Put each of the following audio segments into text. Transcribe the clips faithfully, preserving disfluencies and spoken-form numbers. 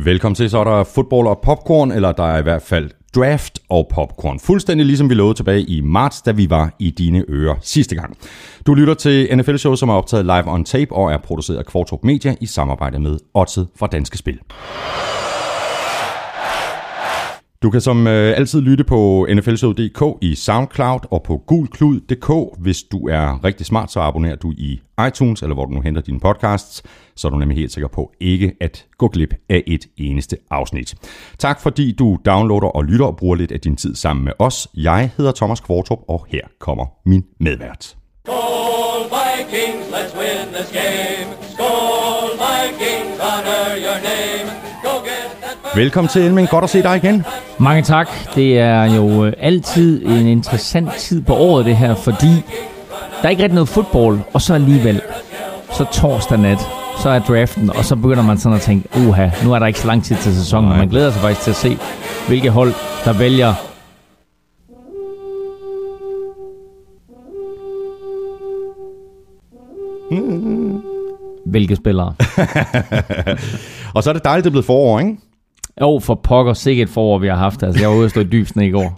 Velkommen til, så er der fodbold og popcorn, eller der er i hvert fald draft og popcorn. Fuldstændig ligesom vi lovede tilbage i marts, da vi var i dine ører sidste gang. Du lytter til N F L-show, som er optaget live on tape og er produceret af Kvartrup Media i samarbejde med Oddset fra Danske Spil. Du kan som øh, altid lytte på N F L show punktum d k i SoundCloud og på gulklud punktum d k. Hvis du er rigtig smart, så abonnerer du i iTunes, eller hvor du nu henter dine podcasts, så er du nemlig helt sikker på ikke at gå glip af et eneste afsnit. Tak fordi du downloader og lytter og bruger lidt af din tid sammen med os. Jeg hedder Thomas Kvartrup, og her kommer min medvært. Skål Vikings, let's win this game. Skål Vikings, honor your name. Go get that first... Velkommen til, Elming. Godt at se dig igen. Mange tak. Det er jo altid en interessant tid på året, det her, fordi der er ikke rigtig noget fodbold, og så alligevel, så torsdag nat, så er draften, og så begynder man sådan at tænke, uha, nu er der ikke så lang tid til sæsonen, og man glæder sig faktisk til at se, hvilke hold, der vælger mm. hvilke spillere. Og så er det dejligt, det er blevet forår, ikke? Jo, for pokker, sikkert et forår, vi har haft. Altså, jeg var ude og stå i dyb sne i går.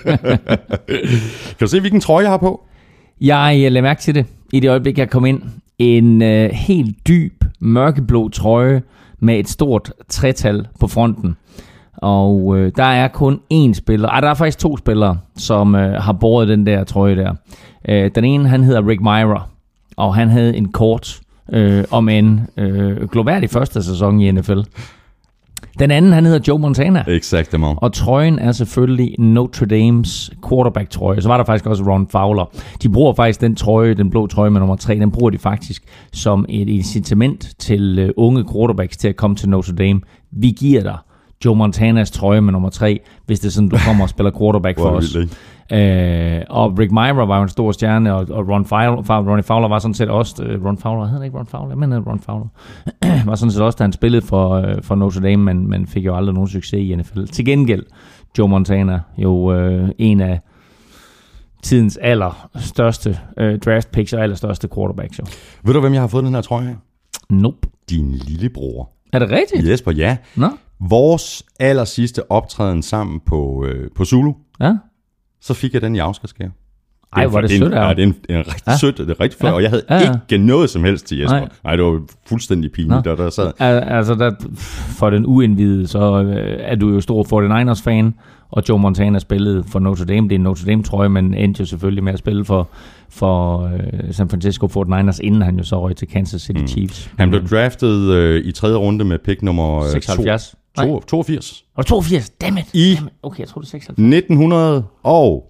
Kan du se, hvilken trøje jeg har på? Jeg lagde mærke til det i det øjeblik, jeg kom ind. En øh, helt dyb, mørkeblå trøje med et stort tretal på fronten. Og øh, der er kun én spiller. Ej, der er faktisk to spillere, som øh, har båret den der trøje der. Øh, den ene, han hedder Rick Myra, og han havde en kort, øh, om en øh, gloværdig første sæson i N F L. Den anden, han hedder Joe Montana. Exactement. Og trøjen er selvfølgelig Notre Dames quarterback-trøje. Så var der faktisk også Ron Fowler. De bruger faktisk den trøje, den blå trøje med nummer tre, den bruger de faktisk som et incitament til uh, unge quarterbacks til at komme til Notre Dame. Vi giver dig Joe Montanas trøje med nummer tre, hvis det er sådan, du kommer og spiller quarterback for os. Uh, og Rick Myra var jo en stor stjerne, og, og Ron Fowler, Ronnie Fowler var sådan set også, uh, Ron Fowler, hedder han ikke Ron Fowler? Jeg mener Ron Fowler. var sådan set også, da han spillede for, uh, for Notre Dame, men, men fik jo aldrig nogen succes i N F L. Til gengæld, Joe Montana, jo uh, en af tidens allerstørste uh, draft picks og allerstørste quarterbacks. Jo. Ved du, hvem jeg har fået den her trøje af? Nope. Din lillebror. Er det rigtigt? Jesper, ja. Nå? Vores aller sidste optræden sammen på, øh, på Zulu. Ja. Så fik jeg den i afskedsgave. Ej, hvor er det sødt. Ja, det er en, en rigtig ja. sødt, det er rigtig flot, ja. Og jeg havde ja, ja. ikke noget som helst til Jesper. Nej, Nej det var fuldstændig pinligt, der, der sad. Altså, der, for den uindvidede, så øh, er du jo stor forty-niners-fan, og Joe Montana spillede for Notre Dame. Det er en Notre Dame-trøje, men endte jo selvfølgelig med at spille for, for øh, San Francisco forty-niners, inden han jo så røg til Kansas City mm. Chiefs. Han blev draftet øh, i tredje runde med pick nummer øh, seksoghalvfjerds. To, toogfirs. Og toogfirs, dammit. I dammit. Okay, jeg tror det er seksoghalvfjerds. nitten hundrede og...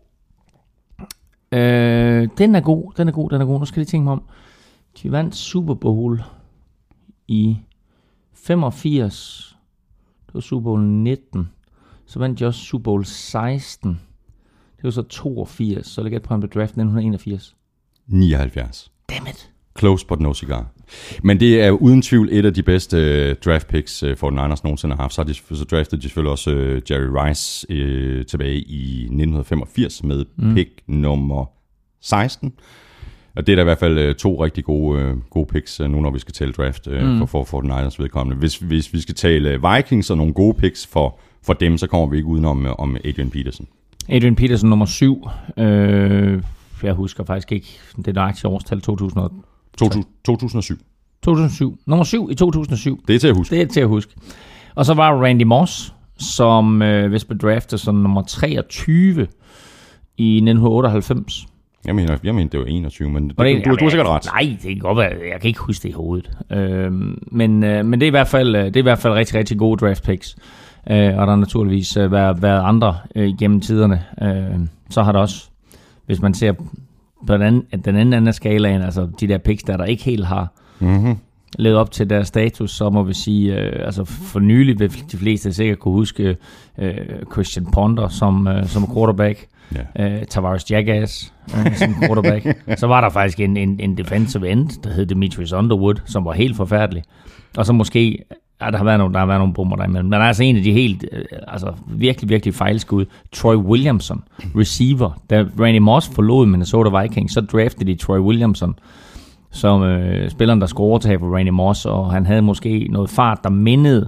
Øh, den er god, den er god, den er god. Nu skal jeg lige tænke mig om. De vandt Super Bowl i femogfirs. Det var Super Bowl nitten. Så vandt de også Super Bowl seksten. Det var så toogfirs. Så ligger jeg på, han blev draftet nitten enogfirs. nioghalvfjerds. Dammit. Close but no cigar. Men det er uden tvivl et af de bedste uh, draft picks, uh, forty-niners nogensinde har haft. Så, har de, så draftede de selvfølgelig også uh, Jerry Rice uh, tilbage i nitten femogfirs med mm. pick nummer seksten. Og det er da i hvert fald uh, to rigtig gode, uh, gode picks, uh, nu når vi skal tale draft uh, mm. for, for forty-niners vedkommende. Hvis, hvis vi skal tale Vikings og nogle gode picks for, for dem, så kommer vi ikke udenom uh, om Adrian Peterson. Adrian Peterson nummer syv. Øh, jeg husker faktisk ikke det nøjagtige årstal, to tusind og to tusind og syv. to tusind og syv. Nummer syv i to tusind og syv. Det er til at huske. Det er til at huske. Og så var Randy Moss, som øh, hvis blev draftet som nummer treogtyve i nitten otteoghalvfems. Jeg mener, jeg mener det var enogtyve, men det, det, du, jamen, du, du har sikkert ret. Nej, det kan godt være, jeg kan ikke huske det i hovedet. Øh, men, øh, men det er i hvert fald det er i hvert fald rigtig rigtig gode draft picks. Øh, og der har naturligvis øh, været, været andre øh, gennem tiderne. Øh, så har der også, hvis man ser på den anden, den anden ende af skalaen, altså de der picks, der der ikke helt har mm-hmm. levet op til deres status, så må vi sige, øh, altså for nylig vil de fleste sikkert kunne huske øh, Christian Ponder som, øh, som quarterback, yeah. øh, Tavares Jackass øh, som quarterback. Så var der faktisk en, en, en defensive end, der hed Demetrius Underwood, som var helt forfærdelig. Og så måske, ja, der har været nogle, der har været nogle bomber der imellem, men altså en af de helt, øh, altså virkelig, virkelig fejlskud, Troy Williamson, receiver. Da Randy Moss forlod Minnesota Vikings, så draftede de Troy Williamson, som øh, spilleren, der skulle overtage for Randy Moss, og han havde måske noget fart, der mindede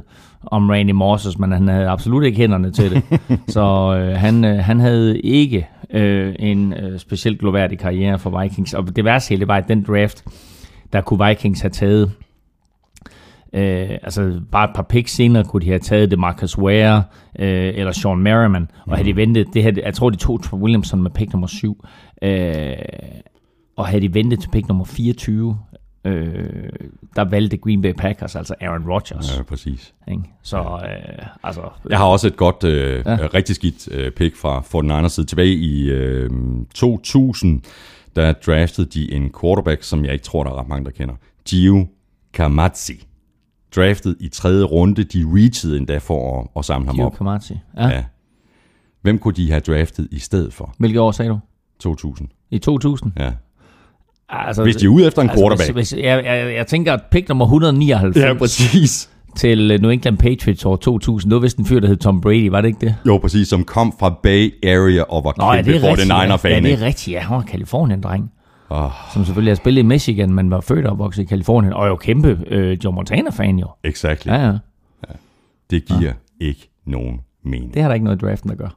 om Randy Moss, men han havde absolut ikke hænderne til det. Så øh, han, øh, han havde ikke øh, en øh, specielt gloværdig karriere for Vikings. Og det værste hele var, at den draft, der kunne Vikings have taget, øh, altså bare et par picks senere, kunne de have taget DeMarcus Ware øh, eller Sean Merriman, og havde de ventet, det havde, jeg tror de tog Trent Williamson med pick nummer syv, øh, og havde de ventet til pick nummer fireogtyve, Øh, der valgte Green Bay Packers, altså Aaron Rodgers. Ja, præcis. Ikke? Så, øh, altså... Jeg har også et godt, øh, ja. rigtig skidt øh, pick fra forty-niners side. Tilbage i øh, to tusind, der draftede de en quarterback, som jeg ikke tror, der er ret mange, der kender. Gio Kamazzi. Draftet i tredje runde. De reachede endda for at, at samle ham Gio op. Kamazzi. Ja. Ja. Hvem kunne de have draftet i stedet for? Hvilket år sagde du? to tusind. I to tusind? Ja. Altså, hvis de er ude efter en altså, quarterback. Hvis, hvis, jeg, jeg, jeg tænker, at pick nummer et hundrede nioghalvfems Ja, præcis. til New England Patriots år to tusind, det var vist en fyr, der hed Tom Brady, var det ikke det? Jo, præcis, som kom fra Bay Area og var Nå, kæmpe forty-niner-fan. Ja, det er rigtigt, ja. Han var Kalifornien-dreng. Oh. Som selvfølgelig har spillet i Michigan, men var født og opvokset i Kalifornien, og jo kæmpe øh, Joe Montana-fan jo. Exactly. Ja, ja. Ja. Det giver ja. ikke nogen mening. Det har der ikke noget i draften at gøre.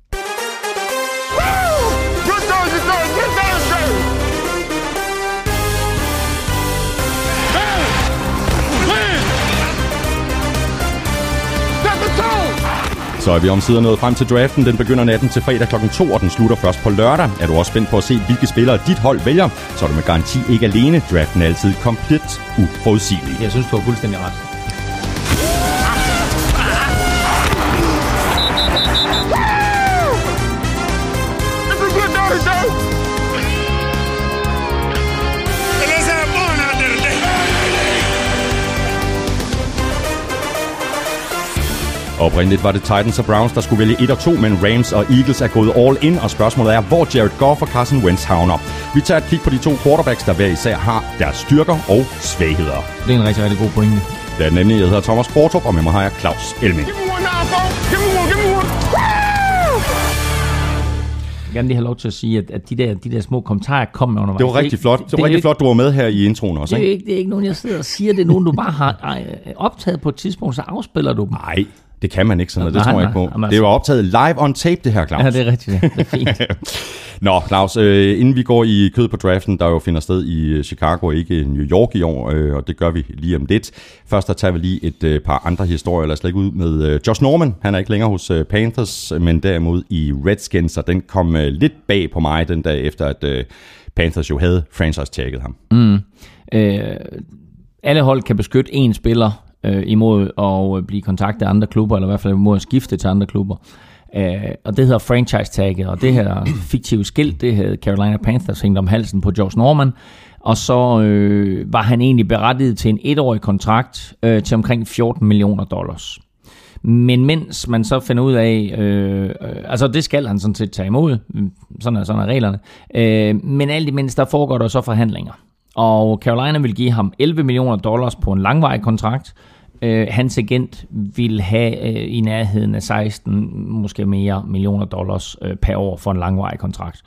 Så er vi omsider nået frem til draften. Den begynder natten til fredag klokken to, og den slutter først på lørdag. Er du også spændt på at se, hvilke spillere dit hold vælger, så er du med garanti ikke alene. Draften er altid komplet uforudsigelig. Jeg synes, du har fuldstændig ret. Oprindeligt var det Titans og Browns, der skulle vælge et og to, men Rams og Eagles er gået all in, og spørgsmålet er, hvor Jared Goff og Carson Wentz havner. Vi tager et kig på de to quarterbacks, der hver især har deres styrker og svagheder. Det er en rigtig, rigtig god pointe. Det er nemlig, jeg hedder Thomas Kvartrup, og med mig har jeg Claus Elming. Jeg vil gerne lige have lov til at sige, at, at de, der, de der små kommentarer kom med undervejs. Det var rigtig flot. Det var det rigtig ikke, flot, du var med her i introen også, det er, ikke? ikke, det er ikke nogen, jeg sidder og siger. Det er nogen, du bare har optaget på et tidspunkt, så afspiller du dem. Nej, det kan man ikke sådan noget. Det nej, tror jeg ikke på. Nej, det var optaget live on tape, det her, Claus. Ja, det er rigtigt. Det er fint. Nå, Claus, øh, inden vi går i kød på draften, der jo finder sted i Chicago og ikke New York i år, øh, og det gør vi lige om lidt. Først der tager vi lige et øh, par andre historier. Lad os lægge ud med øh, Josh Norman. Han er ikke længere hos øh, Panthers, men derimod i Redskins, og den kom øh, lidt bag på mig den dag efter, at øh, Panthers jo havde franchise-tagget ham. Mm. Øh, alle hold kan beskytte én spiller øh, imod at blive kontaktet af andre klubber, eller i hvert fald imod at skifte til andre klubber. Uh, og det hedder franchise-tagget, og det her fiktive skilt, det havde Carolina Panthers hængt om halsen på Josh Norman, og så øh, var han egentlig berettiget til en etårig kontrakt øh, til omkring fjorten millioner dollars. Men mens man så finder ud af, øh, øh, altså det skal han sådan set tage imod, sådan er, sådan er reglerne, øh, men alt imens der foregår der så forhandlinger, og Carolina vil give ham elleve millioner dollars på en langvarig kontrakt. Uh, hans agent ville have uh, i nærheden af seksten, måske mere millioner dollars uh, per år for en langvarig kontrakt.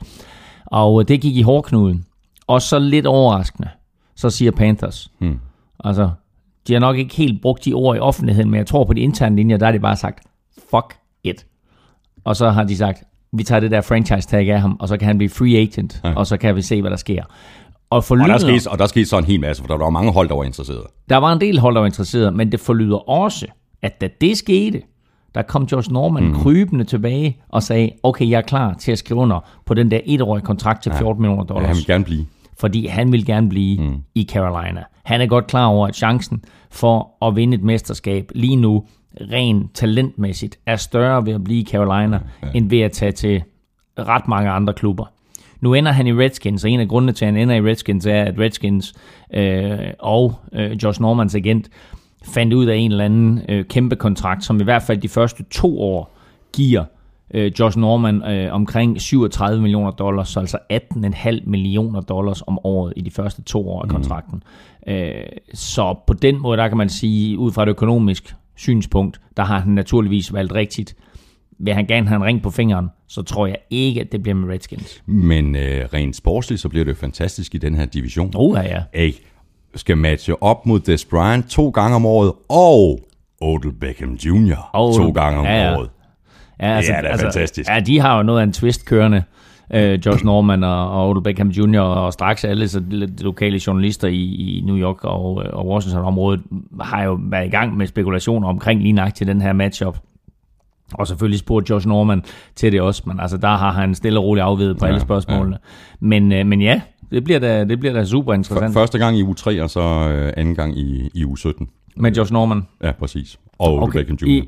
Og uh, det gik i hårdknuden. Og så lidt overraskende, så siger Panthers. Hmm. Altså, de har nok ikke helt brugt de ord i offentligheden, men jeg tror på de interne linjer, der er det bare sagt, fuck it. Og så har de sagt, vi tager det der franchise tag af ham, og så kan han blive free agent, ja. Og så kan vi se, hvad der sker. Og, og, der skete, og der skete så en hel masse, for der var mange hold, der var interesserede. Der var en del hold, der var interesserede, men det forlyder også, at da det skete, der kom Josh Norman mm. krybende tilbage og sagde, okay, jeg er klar til at skrive under på den der etårige kontrakt til fjorten millioner dollars. Ja, han vil gerne blive. Fordi han vil gerne blive mm. i Carolina. Han er godt klar over, at chancen for at vinde et mesterskab lige nu, rent talentmæssigt, er større ved at blive i Carolina, ja, ja. end ved at tage til ret mange andre klubber. Nu ender han i Redskins, og en af grundene til, at han ender i Redskins, er, at Redskins øh, og øh, Josh Normans agent fandt ud af en eller anden øh, kæmpe kontrakt, som i hvert fald de første to år giver øh, Josh Norman øh, omkring syvogtredive millioner dollars, så altså atten komma fem millioner dollars om året i de første to år af kontrakten. Mm. Øh, så på den måde, der kan man sige, ud fra et økonomisk synspunkt, der har han naturligvis valgt rigtigt. Vil han gerne have en ring på fingeren, så tror jeg ikke, at det bliver med Redskins. Men øh, rent sportsligt, så bliver det jo fantastisk i den her division. Oh, ja, ja. Ikke skal matche op mod Des Bryant to gange om året, og Odell Beckham junior Oh, to gange om ja, ja. året. Ja, altså, det er da altså, fantastisk. Ja, de har jo noget af en twist kørende. Uh, Josh Norman og, og Odell Beckham junior og straks alle så de lokale journalister i, i New York og, og Washington-området har jo været i gang med spekulationer omkring lige nok til den her matchup. Og selvfølgelig spurgte Josh Norman til det også, men altså der har han stille og roligt afvedet på ja, alle spørgsmålene. Ja. Men, uh, men ja, det bliver da, det bliver da super interessant. Første gang i uge tre, og så uh, anden gang i, i uge sytten. Med Josh Norman? Ja, præcis. Og Odell okay. Beckham junior I,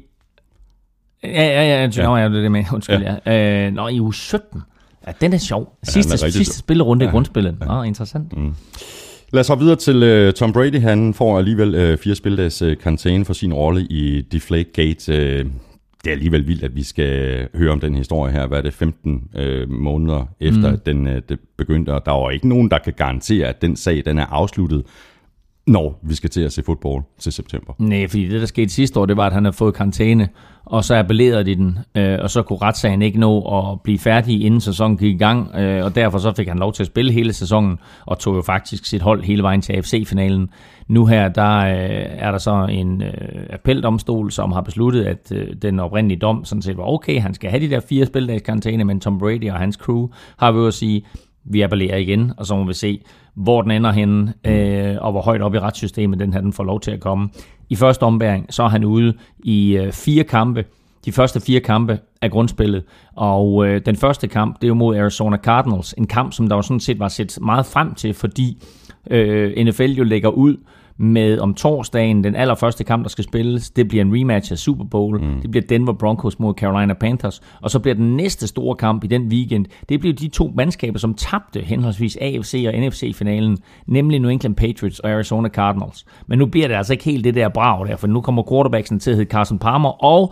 ja, ja, ja, ja. Nå, ja, det er det med. Undskyld, ja. ja. Uh, nå, i uge sytten. Ja, den er sjov. Sidste, ja, er sidste spillerunde ja, i grundspillet. Ja. Nå, interessant. Mm. Lad os hoppe videre til uh, Tom Brady. Han får alligevel uh, fire spildags uh, karantæne for sin rolle i Deflategate. Uh, det er alligevel vildt, at vi skal høre om den historie her. Hvad er det, femten uh, måneder efter mm. den uh, det begyndte. Og der var ikke nogen, der kan garantere, at den sag den er afsluttet, når vi skal til at se fodbold til september. Nej, fordi det, der skete sidste år, det var, at han havde fået karantæne, og så appellerede de den, øh, og så kunne retssagen ikke nå at blive færdig, inden sæsonen gik i gang, øh, og derfor så fik han lov til at spille hele sæsonen, og tog jo faktisk sit hold hele vejen til A F C-finalen. Nu her, der øh, er der så en øh, appeldomstol, som har besluttet, at øh, den oprindelige dom sådan set var okay, han skal have de der fire spildags karantæne, men Tom Brady og hans crew har ved at sige, vi appellerer igen, og så må vi se, hvor den ender henne, øh, og hvor højt op i retssystemet den her den får lov til at komme. I første ombæring, så er han ude i øh, fire kampe, de første fire kampe af grundspillet, og øh, den første kamp, det er jo mod Arizona Cardinals, en kamp, som der jo sådan set var set meget frem til, fordi øh, N F L jo lægger ud med om torsdagen, den allerførste kamp, der skal spilles, det bliver en rematch af Super Bowl. Mm. Det bliver Denver Broncos mod Carolina Panthers. Og så bliver den næste store kamp i den weekend, det bliver de to mandskaber, som tabte henholdsvis A F C og N F C-finalen, nemlig New England Patriots og Arizona Cardinals. Men nu bliver det altså ikke helt det der brag der, for nu kommer quarterbacken til at hedde Carson Palmer, og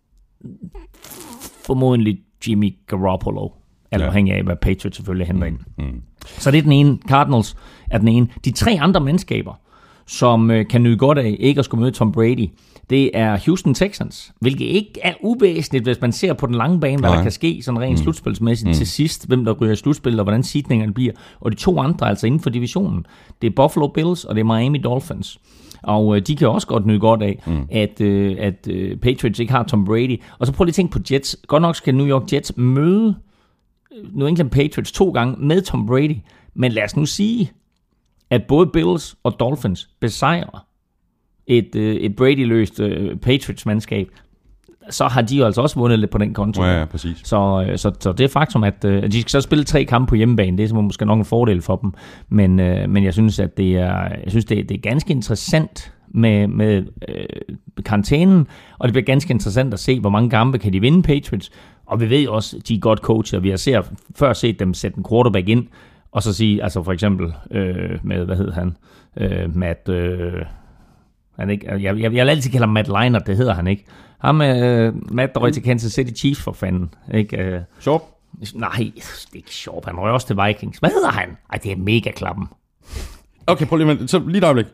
formodentlig Jimmy Garoppolo. Eller afhængig af, hvad Patriots selvfølgelig henter ind. Mm. Mm. Så det er den ene. Cardinals er den ene. De tre andre mandskaber, som øh, kan nyde godt af ikke at skulle møde Tom Brady, det er Houston Texans, hvilket ikke er uvæsentligt, hvis man ser på den lange bane, hvad Nej. der kan ske sådan rent mm. slutspilsmæssigt mm. til sidst, hvem der ryger i slutspillet, og hvordan seedningerne bliver. Og de to andre, altså inden for divisionen, det er Buffalo Bills, og det er Miami Dolphins. Og øh, de kan også godt nyde godt af, mm. at, øh, at øh, Patriots ikke har Tom Brady. Og så prøv lige at tænke på Jets. Godt nok skal New York Jets møde New England Patriots to gange med Tom Brady, men lad os nu sige, at både Bills og Dolphins besejrer et, øh, et Brady-løst øh, Patriots-mandskab, så har de jo altså også vundet lidt på den konto. Ja, ja, præcis. Så, så, så det er faktum, at øh, de skal så spille tre kampe på hjemmebane. Det er måske nok en fordel for dem. Men, øh, men jeg synes, at det er, jeg synes, det er, det er ganske interessant med, med øh, karantænen, og det bliver ganske interessant at se, hvor mange kampe kan de vinde Patriots. Og vi ved også, at de er godt coacher. Vi har ser, før set dem sætte en quarterback ind, og så sige, altså for eksempel øh, med, hvad hed han, øh, Matt, øh, han ikke, jeg, jeg, jeg vil altid kalde ham Matt Leinart, det hedder han ikke. Ham, øh, Matt, der røg til Kansas City Chiefs for fanden, ikke? Øh, Sharp? Nej, det er ikke Sharp, han røg også til Vikings. Hvad hedder han? Ej, det er mega klappen. Okay, prøv lige, men, så lige et øjeblik.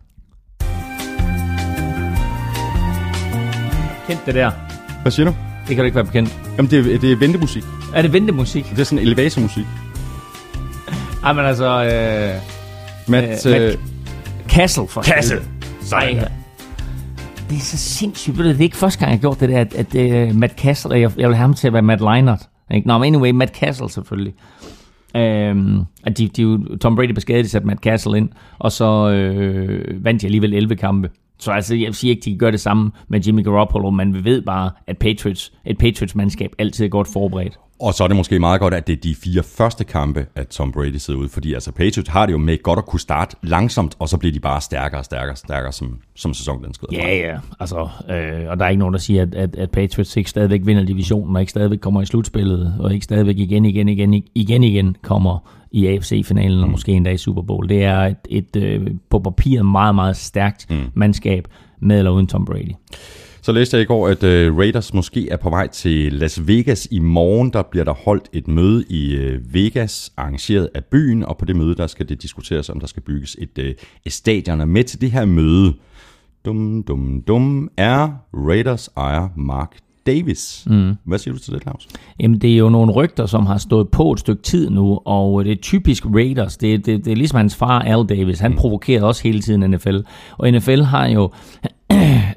Kendt det der? Hvad siger du? Det kan du ikke være bekendt. Jamen, det er, det er ventemusik. Er det ventemusik? Det er sådan elevatormusik. Ej, men altså... Øh, Matt... Øh, Matt Cassel for Cassel! Nej, det er så sindssygt. Det er ikke første gang, jeg har gjort det der, at, at uh, Matt Cassel, jeg, jeg vil have ham til at være Matt Leinart. Ikke? Nå, men anyway, Matt Cassel selvfølgelig. Um, at de, de, Tom Brady beskadede, de satte Matt Cassel ind, og så øh, vandt de alligevel elleve kampe. Så altså, jeg siger ikke, at de gør det samme med Jimmy Garoppolo, men vi ved bare, at Patriots, et Patriots-mandskab altid er godt forberedt. Og så er det måske meget godt, at det er de fire første kampe, at Tom Brady sidder ude, fordi altså Patriots har det jo med godt at kunne starte langsomt, og så bliver de bare stærkere og stærkere og stærkere, som, som sæsonen den skrider. Ja, ja. Altså, øh, og der er ikke nogen, der siger, at, at, at Patriots ikke stadigvæk vinder divisionen, og ikke stadigvæk kommer i slutspillet, og ikke stadigvæk igen, igen, igen, igen, igen kommer i A F C-finalen, og mm. måske endda i Super Bowl. Det er et, et øh, på papiret meget, meget stærkt mm. mandskab, med eller uden Tom Brady. Så læste jeg i går, at uh, Raiders måske er på vej til Las Vegas i morgen. Der bliver der holdt et møde i uh, Vegas, arrangeret af byen, og på det møde, der skal det diskuteres, om der skal bygges et, uh, et stadion. Og med til det her møde, dum, dum, dum, er Raiders ejer Mark Davis. Mm. Hvad siger du til det, Claus? Jamen, det er jo nogle rygter, som har stået på et stykke tid nu, og det er typisk Raiders. Det, det, det er ligesom hans far, Al Davis. Han mm. provokerer også hele tiden N F L. Og N F L har jo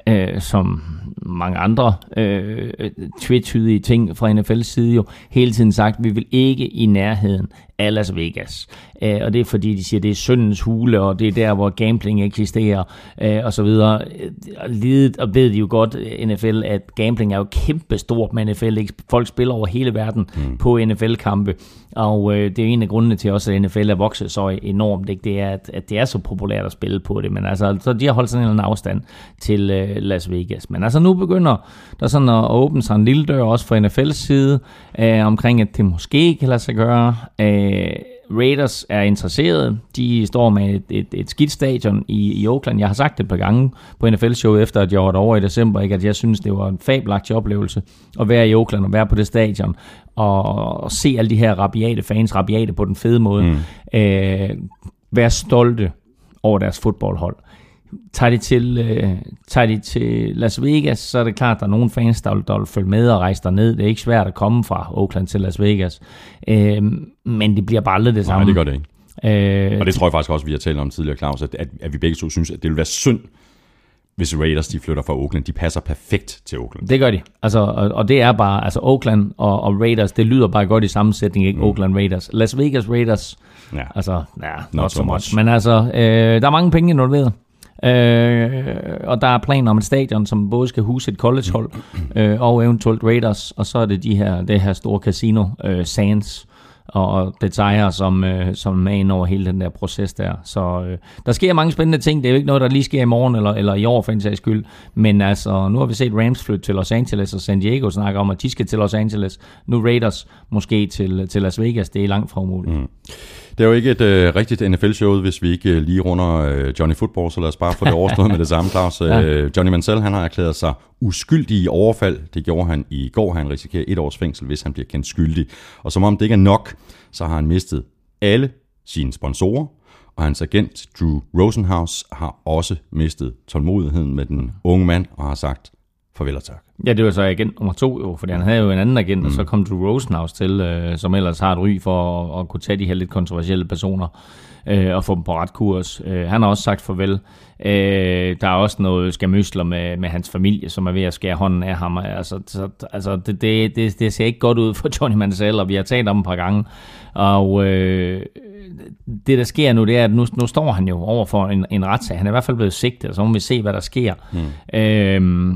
øh, som mange andre øh, tvetydige ting fra N F L's side jo hele tiden sagt, at vi vil ikke i nærheden af Las Vegas. Øh, og det er fordi, de siger, at det er syndens hule, og det er der, hvor gambling eksisterer, øh, og så videre. Lidet, og ved de jo godt, N F L, at gambling er jo kæmpestort med N F L. Folk spiller over hele verden mm. på N F L-kampe, og øh, det er en af grundene til også, at N F L er vokset så enormt. Ikke? Det er, at, at det er så populært at spille på det, men altså, så de har holdt sådan en afstand til øh, Las Vegas. Men altså, nu begynder der sådan at åbne sig en lille dør også fra N F L's side, øh, omkring at det måske kan lade sig gøre. Øh, Raiders er interesserede. De står med et, et, et skidt stadion i, i Oakland. Jeg har sagt det et par gange på N F L-showet, efter at jeg var derovre i december, ikke? At jeg synes, det var en fabelagtig oplevelse at være i Oakland og være på det stadion og, og se alle de her rabiate fans, rabiate på den fede måde, mm. øh, være stolte over deres fodboldhold. Tager de, til, øh, tager de til Las Vegas, så er det klart, at der er nogle fans, der vil, der vil følge med og rejse derned. Det er ikke svært at komme fra Oakland til Las Vegas. Øh, men det bliver bare aldrig det samme. Nej, det gør det ikke. Øh, og det tror jeg faktisk også, vi har talt om tidligere, Claus, at, at, at vi begge to synes, at det vil være synd, hvis Raiders de flytter fra Oakland. De passer perfekt til Oakland. Det gør de. Altså, og, og det er bare, altså Oakland og, og Raiders, det lyder bare godt i sammensætning, ikke? Mm. Oakland Raiders. Las Vegas Raiders, ja. altså, ja, not, not so much. much. Men altså, øh, der er mange penge involveret. Øh, og der er planer om et stadion, som både skal huse et collegehold øh, og eventuelt Raiders, og så er det de her, det her store casino, øh, Sands, og detaljer, som, øh, som er inde over hele den der proces der. Så øh, der sker mange spændende ting. Det er jo ikke noget, der lige sker i morgen eller, eller i år for en sags skyld. Men altså, nu har vi set Rams flytte til Los Angeles, og San Diego snakker om, at de skal til Los Angeles. Nu Raiders måske til, til Las Vegas. Det er langt fra umuligt. Mm. Det er jo ikke et øh, rigtigt N F L-show, hvis vi ikke øh, lige runder øh, Johnny Football, så lad os bare få det overstået med det samme, Claus. Ja. Øh, Johnny Manziel, han har erklæret sig uskyldig i overfald. Det gjorde han i går. Han risikerer et års fængsel, hvis han bliver kendt skyldig. Og som om det ikke er nok, så har han mistet alle sine sponsorer, og hans agent Drew Rosenhaus har også mistet tålmodigheden med den unge mand og har sagt farvel og tak. Ja, det var så agent nummer to jo, fordi han havde jo en anden agent, mm. og så kom Drew Rosenhaus til, øh, som ellers har et ry for at, at kunne tage de her lidt kontroversielle personer øh, og få dem på ret kurs. Øh, han har også sagt farvel. Øh, der er også noget skamysler med, med hans familie, som er ved at skære hånden af ham. Altså, så, altså det, det, det, det ser ikke godt ud for Johnny Manziel, og vi har talt om et par gange. Og øh, det, der sker nu, det er, at nu, nu står han jo over for en, en retssag. Han er i hvert fald blevet sigtet, og så må vi se, hvad der sker. Mm. Øh,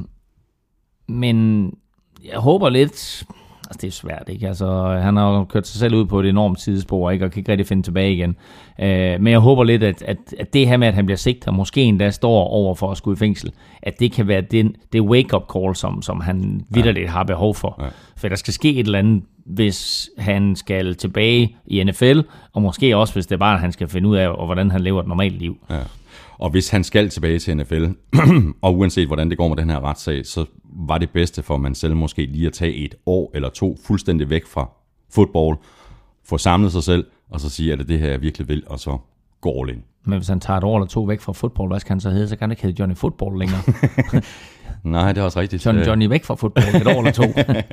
Men jeg håber lidt, altså det er svært, ikke? Altså, han har kørt sig selv ud på et enormt sidespor, ikke? Og kan ikke rigtig finde tilbage igen. Øh, men jeg håber lidt, at, at, at det her med, at han bliver sigtet, og måske endda står over for at skulle i fængsel, at det kan være den, det wake-up call, som, som han vitterligt har behov for. Ja. For der skal ske et eller andet, hvis han skal tilbage i N F L, og måske også, hvis det er bare, at han skal finde ud af, hvordan han lever et normalt liv. Ja. Og hvis han skal tilbage til N F L, og uanset hvordan det går med den her retssag, så var det bedste for man selv måske lige at tage et år eller to fuldstændig væk fra fodbold, få samlet sig selv, og så sige, at det det her jeg virkelig vil, og så gå all in. Men hvis han tager et år eller to væk fra fodbold, hvad skal han så hedde? Så kan han ikke hedde Johnny Football længere. Nej, det er også rigtigt. Johnny, Johnny væk fra fodbold et år eller to.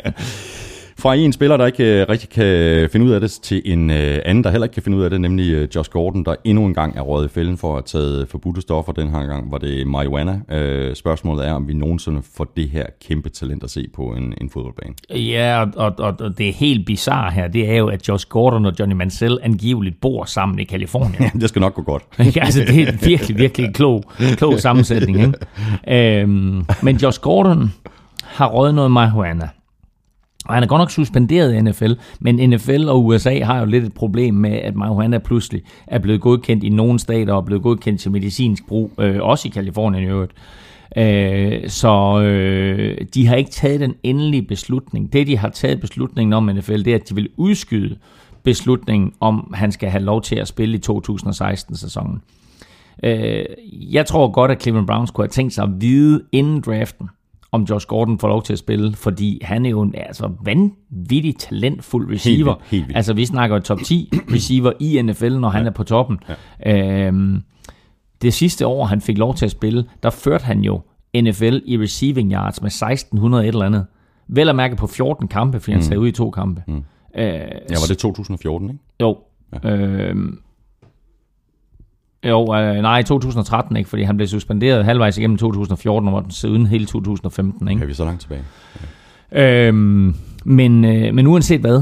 Fra en spiller, der ikke uh, rigtig kan finde ud af det, til en uh, anden, der heller ikke kan finde ud af det, nemlig uh, Josh Gordon, der endnu en gang er røget i fælden for at have taget forbudte stoffer. Den her gang var det marijuana. Uh, spørgsmålet er, om vi nogensinde får det her kæmpe talent at se på en, en fodboldbane. Ja, og, og, og det er helt bizarre her, det er jo, at Josh Gordon og Johnny Manziel angiveligt bor sammen i Kalifornien. Det skal nok gå godt. Ja, altså, det er virkelig, virkelig en klog, klog sammensætning. Ikke? Um, men Josh Gordon har røget noget marijuana. Og han er godt nok suspenderet i N F L, men N F L og U S A har jo lidt et problem med, at marijuana pludselig er blevet godkendt i nogle stater og blevet godkendt til medicinsk brug, øh, også i Kalifornien i øvrigt. Øh, så øh, de har ikke taget den endelige beslutning. Det, de har taget beslutningen om N F L, det er, at de vil udskyde beslutningen om, han skal have lov til at spille i to tusind og seksten-sæsonen. Øh, jeg tror godt, at Cleveland Browns kunne have tænkt sig at vide inden draften, om Josh Gordon får lov til at spille, fordi han er jo en altså, vanvittig talentfuld receiver. Helt, helt vildt. Altså vi snakker top ti receiver i N F L, når ja. han er på toppen. Ja. Øhm, det sidste år, han fik lov til at spille, der førte han jo N F L i receiving yards med seksten hundrede et eller andet. Vel at mærke på fjorten kampe, fordi han mm. sagde ud i to kampe. Mm. Øh, ja, var det to tusind og fjorten, ikke? Jo. Ja. Øhm, Jo, øh, nej, i to tusind og tretten ikke, fordi han blev suspenderet halvvejs igennem to tusind og fjorten, og var siden hele to tusind og femten. Ikke? Kan vi så langt tilbage? Ja. Øhm, men, øh, men uanset hvad,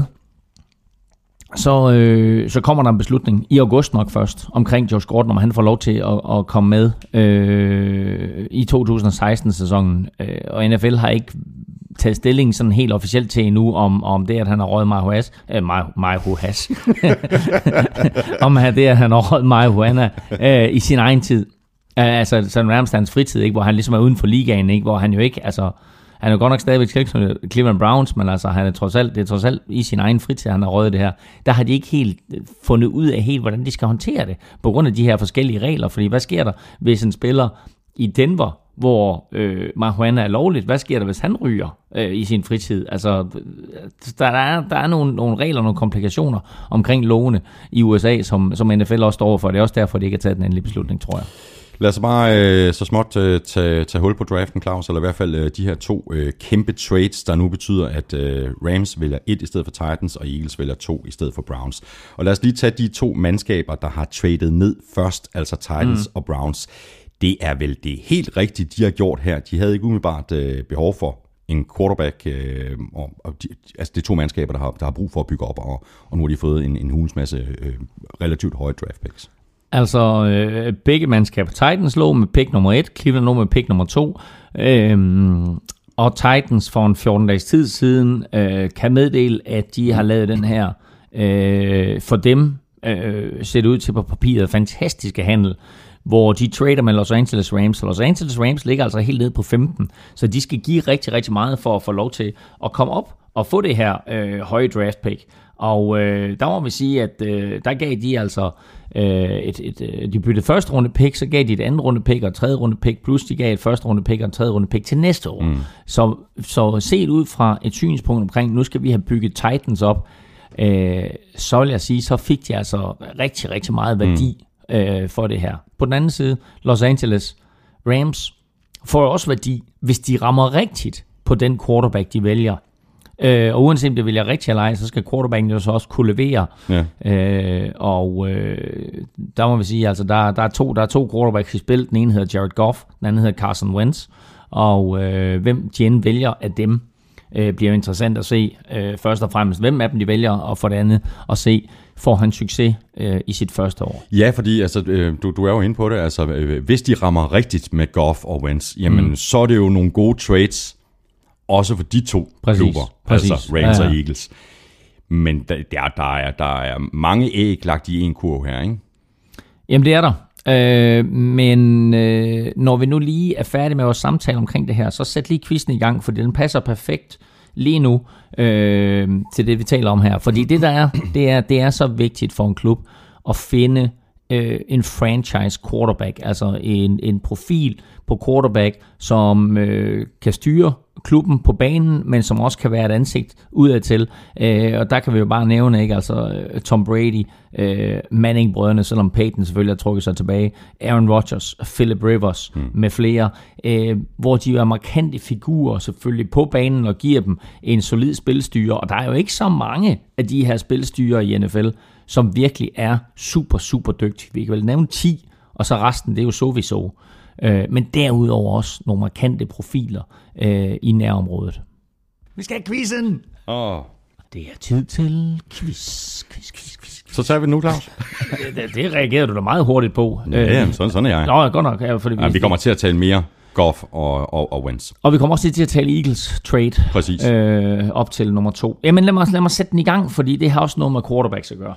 så, øh, så kommer der en beslutning i august nok først, omkring Josh Gordon, om han får lov til at, at komme med øh, i to tusind og seksten-sæsonen. Øh, og N F L har ikke taget stilling sådan helt officielt til endnu, om, om det, at han har røget marihuas, øh, marihuas, om det, at han har røget marihuana øh, i sin egen tid. Øh, altså sådan nærmest hans fritid, ikke? Hvor han ligesom er uden for ligaen, ikke? Hvor han jo ikke, altså, han er jo godt nok stadigvæk Cleveland Browns, men altså, han er trods alt, det er trods alt i sin egen fritid, han har røget det her. Der har de ikke helt fundet ud af helt, hvordan de skal håndtere det, på grund af de her forskellige regler. Fordi hvad sker der, hvis en spiller i Denver, hvor øh, marihuana er lovligt, hvad sker der, hvis han ryger øh, i sin fritid? Altså, der er, der er nogle, nogle regler, nogle komplikationer omkring lovene i U S A, som, som N F L også står overfor. Det er også derfor, de ikke har taget den endelige beslutning, tror jeg. Lad os bare øh, så småt øh, tage, tage hul på draften, Claus, eller i hvert fald øh, de her to øh, kæmpe trades, der nu betyder, at øh, Rams vælger et i stedet for Titans, og Eagles vælger to i stedet for Browns. Og lad os lige tage de to mandskaber, der har tradet ned først, altså Titans mm. og Browns. Det er vel det helt rigtige, de har gjort her. De havde ikke umiddelbart øh, behov for en quarterback, øh, og, og de, altså det er to mandskaber, der har, der har brug for at bygge op, og, og nu har de fået en, en hulens masse øh, relativt høje draft picks. Altså, øh, begge mandskaber. Titans lå med pick nummer et, Cleveland lå med pick nummer to, øhm, og Titans for en fjorten dages tid siden øh, kan meddele, at de har lavet den her øh, for dem, øh, set ud til på papiret, fantastiske handel, hvor de trader med Los Angeles Rams, og Los Angeles Rams ligger altså helt nede på femten, så de skal give rigtig, rigtig meget for at få lov til at komme op og få det her øh, høje draft pick. Og øh, der må vi sige, at øh, der gav de altså øh, et, et, et, de byttede første runde pick, så gav de et andet runde pick og et tredje runde pick, plus de gav et første runde pick og et tredje runde pick til næste år. Mm. Så, så set ud fra et synspunkt omkring, nu skal vi have bygget Titans op, øh, så vil jeg sige, så fik de altså rigtig, rigtig meget værdi mm. øh, for det her. På den anden side, Los Angeles Rams får også værdi, hvis de rammer rigtigt på den quarterback, de vælger. Øh, og uanset om det vælger rigtigt eller ej, så skal quarterbacken jo så også kunne levere. Ja. Øh, og øh, der må vi sige, altså der, der, er to, der er to quarterbacks i spil. Den ene hedder Jared Goff, den anden hedder Carson Wentz. Og øh, hvem de end vælger af dem, øh, bliver interessant at se. Øh, først og fremmest, hvem af dem de vælger, og for det andet at se, får han succes øh, i sit første år. Ja, fordi altså, øh, du, du er jo inde på det. Altså, øh, hvis de rammer rigtigt med Goff og Wentz, jamen mm. så er det jo nogle gode trades, også for de to præcis, klubber, præcis. Altså Rams ja, ja. og Eagles. Men der, der, der, er, der er mange æg lagt i en kurv her, ikke? Jamen det er der. Øh, men øh, når vi nu lige er færdige med vores samtale omkring det her, så sæt lige quizzen i gang, for den passer perfekt lige nu øh, til det, vi taler om her. Fordi det der er, det er, det er så vigtigt for en klub at finde øh, en franchise quarterback, altså en, en profil på quarterback, som øh, kan styre klubben på banen, men som også kan være et ansigt udadtil. Øh, og der kan vi jo bare nævne, ikke? Altså Tom Brady, øh, Manning-brødrene, selvom Peyton selvfølgelig har trukket sig tilbage, Aaron Rodgers, Philip Rivers mm. med flere, øh, hvor de er markante figurer selvfølgelig på banen og giver dem en solid spilstyre. Og der er jo ikke så mange af de her spilstyre i N F L, som virkelig er super, super dygtige. Vi kan vel nævne ti, og så resten, det er jo sowieso. Øh, men derudover også nogle markante profiler øh, i nærområdet. Vi skal have quizzen! Oh. Det er tid til quiz, quiz, quiz, quiz. Så tager vi nu, Claus. det, det, det reagerede du da meget hurtigt på. Ja, øh, sådan, sådan er jeg. Nå, godt nok. Ja, fordi vi, ja, vi kommer til at tale mere Goff og, og, og Wentz. Og vi kommer også til at tale Eagles trade. Præcis. Øh, op til nummer to. Jamen lad mig, lad mig sætte den i gang, fordi det har også noget med quarterbacks at gøre.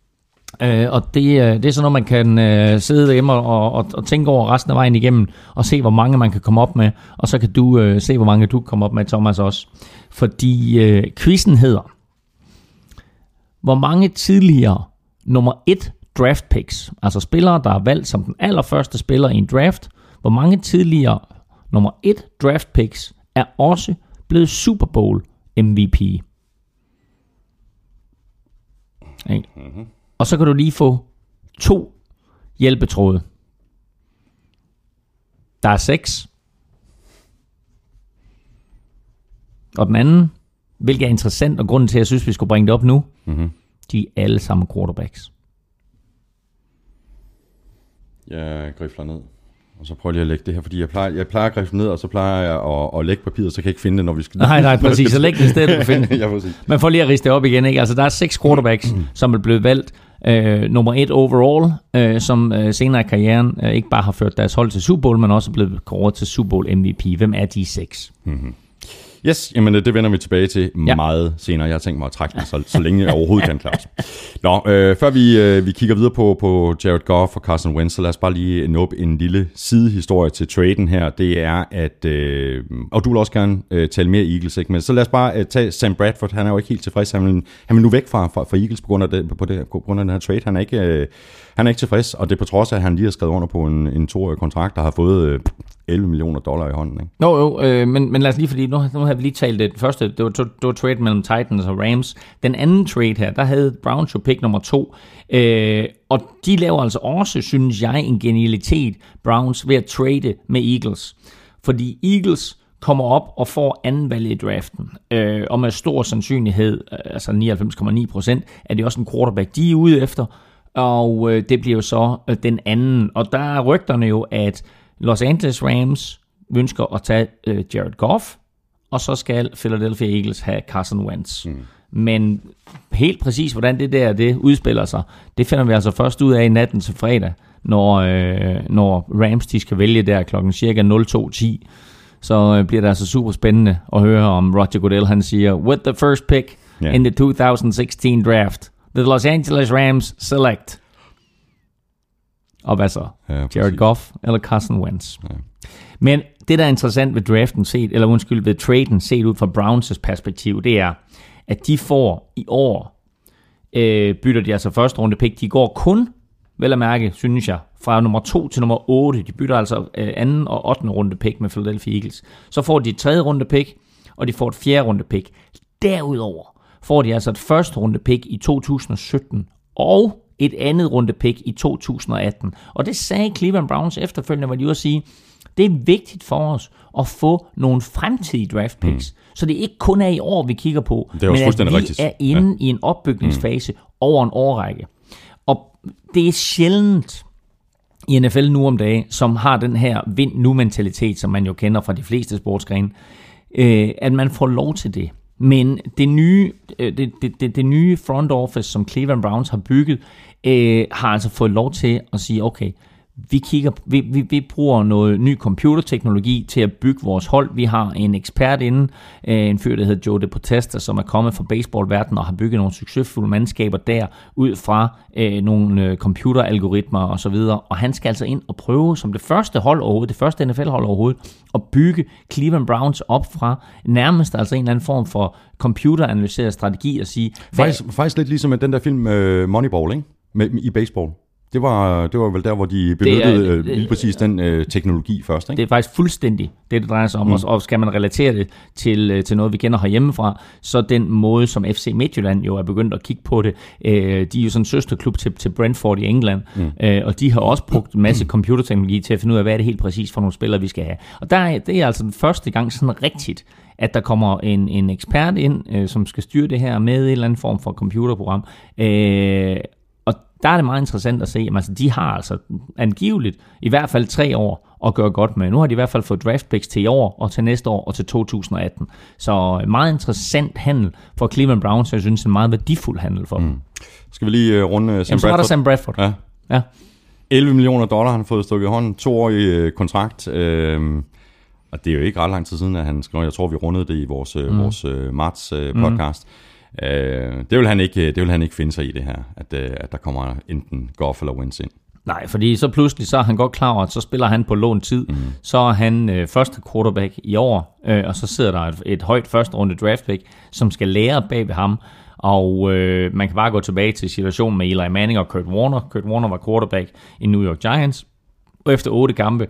Uh, og det, det er sådan noget, man kan uh, sidde hjemme og, og, og tænke over resten af vejen igennem, og se, hvor mange man kan komme op med, og så kan du uh, se, hvor mange du kan komme op med, Thomas, også. Fordi uh, quizzen hedder, hvor mange tidligere nummer et draft picks, altså spillere, der er valgt som den allerførste spiller i en draft, hvor mange tidligere nummer et draft picks er også blevet Super Bowl M V P. Okay. Mm-hmm. Og så kan du lige få to hjælpetråde. Der er seks. Og den anden, hvilket er interessant, og grunden til, at jeg synes, vi skulle bringe det op nu, mm-hmm. de er alle sammen quarterbacks. Jeg grifler ned. Og så prøver jeg lige at lægge det her, fordi jeg plejer, jeg plejer at grifle ned, og så plejer jeg at, at lægge papiret, så kan jeg ikke finde det, når vi skal... Nej, nej, præcis. Så læg det sted, du kan finde det. Ja, præcis. Man får lige at riste det op igen, ikke? Altså, der er seks quarterbacks, som er blevet valgt. Øh, nummer et overall, øh, som øh, senere i karrieren øh, ikke bare har ført deres hold til Super Bowl, men også er blevet kåret til Super Bowl M V P. Hvem er de seks? Mm-hmm. Yes, jamen det vender vi tilbage til ja. meget senere. Jeg har tænkt mig at trække den, så, så længe jeg overhovedet kan, Claus. Nå, øh, før vi, øh, vi kigger videre på, på Jared Goff og Carson Wentz, så lad os bare lige nå op en lille sidehistorie til traden her. Det er, at... Øh, og du vil også gerne øh, tale mere Eagles, ikke? Men så lad os bare øh, tage Sam Bradford. Han er jo ikke helt tilfreds. Han vil, han vil nu væk fra, fra, fra Eagles på grund af, det, på, det, på grund af den her trade. Han er ikke... Øh, Han er ikke tilfreds, og det er på trods af, at han lige har skrevet under på en, en toårig kontrakt, der har fået øh, elleve millioner dollar i hånden. Ikke? Jo, jo, øh, men, men lad os lige, fordi nu, nu har vi lige talt det første, det var, det var trade mellem Titans og Rams. Den anden trade her, der havde Browns jo pick nummer to, øh, og de laver altså også, synes jeg, en genialitet, Browns, ved at trade med Eagles. Fordi Eagles kommer op og får anden valg i draften, øh, og med stor sandsynlighed, altså nioghalvfems komma ni procent, er det også en quarterback, de er ude efter. Og øh, det bliver jo så øh, den anden. Og der er rygterne jo, at Los Angeles Rams ønsker at tage øh, Jared Goff, og så skal Philadelphia Eagles have Carson Wentz. Mm. Men helt præcis, hvordan det der det udspiller sig, det finder vi altså først ud af i natten til fredag, når, øh, når Rams de skal vælge der klokken cirka nul to ti. Så øh, bliver det altså super spændende at høre om Roger Goodell, han siger, with the first pick yeah. in the two thousand sixteen draft, the Los Angeles Rams select. Og hvad så? Ja, Jared Goff eller Carson Wentz? Ja. Men det, der er interessant ved draften set, eller undskyld, ved traden set ud fra Browns' perspektiv, det er, at de får i år, øh, bytter de altså første runde pick, de går kun, vel at mærke, synes jeg, fra nummer to til nummer otte, de bytter altså øh, anden og ottende runde pick med Philadelphia Eagles. Så får de et tredje runde pick, og de får et fjerde runde pick. Derudover får de altså et første runde pick i to tusind sytten, og et andet runde pick i to tusind atten. Og det sagde Cleveland Browns efterfølgende, hvor de var at sige, det er vigtigt for os at få nogle fremtidige draft picks, mm. så det ikke kun er i år, vi kigger på, men at vi rigtigt. er inde ja. i en opbygningsfase mm. over en årrække. Og det er sjældent i N F L nu om dagen, som har den her vind-nu-mentalitet, som man jo kender fra de fleste sportsgrene, øh, at man får lov til det. Men det nye, det, det, det, det nye front office, som Cleveland Browns har bygget, øh, har altså fået lov til at sige, okay, vi, kigger, vi, vi, vi bruger noget ny computerteknologi til at bygge vores hold. Vi har en ekspert inde, øh, en fyr, der hedder Joe DePodesta, som er kommet fra baseballverdenen og har bygget nogle succesfulde mandskaber der, ud fra øh, nogle øh, computeralgoritmer og så videre. Og han skal altså ind og prøve som det første hold overhovedet, det første N F L-hold overhovedet, at bygge Cleveland Browns op fra nærmest altså en eller anden form for computeranalyseret strategi og sige... Faktisk, faktisk lidt ligesom med den der film uh, Moneyball, ikke? Med, i baseball. Det var, det var vel der, hvor de benyttede er, lige præcis den øh, teknologi først, ikke? Det er faktisk fuldstændig det, det drejer sig om. Mm. Og skal man relatere det til, til noget, vi kender herhjemmefra, så den måde, som F C Midtjylland jo er begyndt at kigge på det, øh, de er jo sådan en søsterklub til, til Brentford i England, mm. øh, og de har også brugt en masse computerteknologi til at finde ud af, hvad er det helt præcis for nogle spillere, vi skal have. Og der er, det er altså den første gang sådan rigtigt, at der kommer en, en ekspert ind, øh, som skal styre det her med en eller anden form for computerprogram. Øh, Der er det meget interessant at se, at altså, de har altså angiveligt i hvert fald tre år at gøre godt med. Nu har de i hvert fald fået draft picks til i år, og til næste år, og til to tusind atten. Så meget interessant handel for Cleveland Browns, jeg synes en meget værdifuld handel for dem. Mm. Skal vi lige uh, runde Sam Jamen, Bradford? Så var der Sam Bradford. Ja. ja. elleve millioner dollar han har fået stukket i hånden, toårig uh, kontrakt. Uh, og det er jo ikke ret lang tid siden, at han skrev, jeg tror vi rundede det i vores, mm. vores uh, marts uh, podcast. Mm. Uh, det vil han ikke, det vil han ikke finde sig i det her, at, uh, at der kommer enten Goff eller Wentz ind. Nej, fordi så pludselig så er han godt klar over, at så spiller han på lån tid. Mm. Så er han øh, første quarterback i år, øh, og så sidder der et, et højt første runde draft pick, som skal lære bag ved ham. Og øh, man kan bare gå tilbage til situationen med Eli Manning og Kurt Warner. Kurt Warner var quarterback i New York Giants, og efter otte kampe,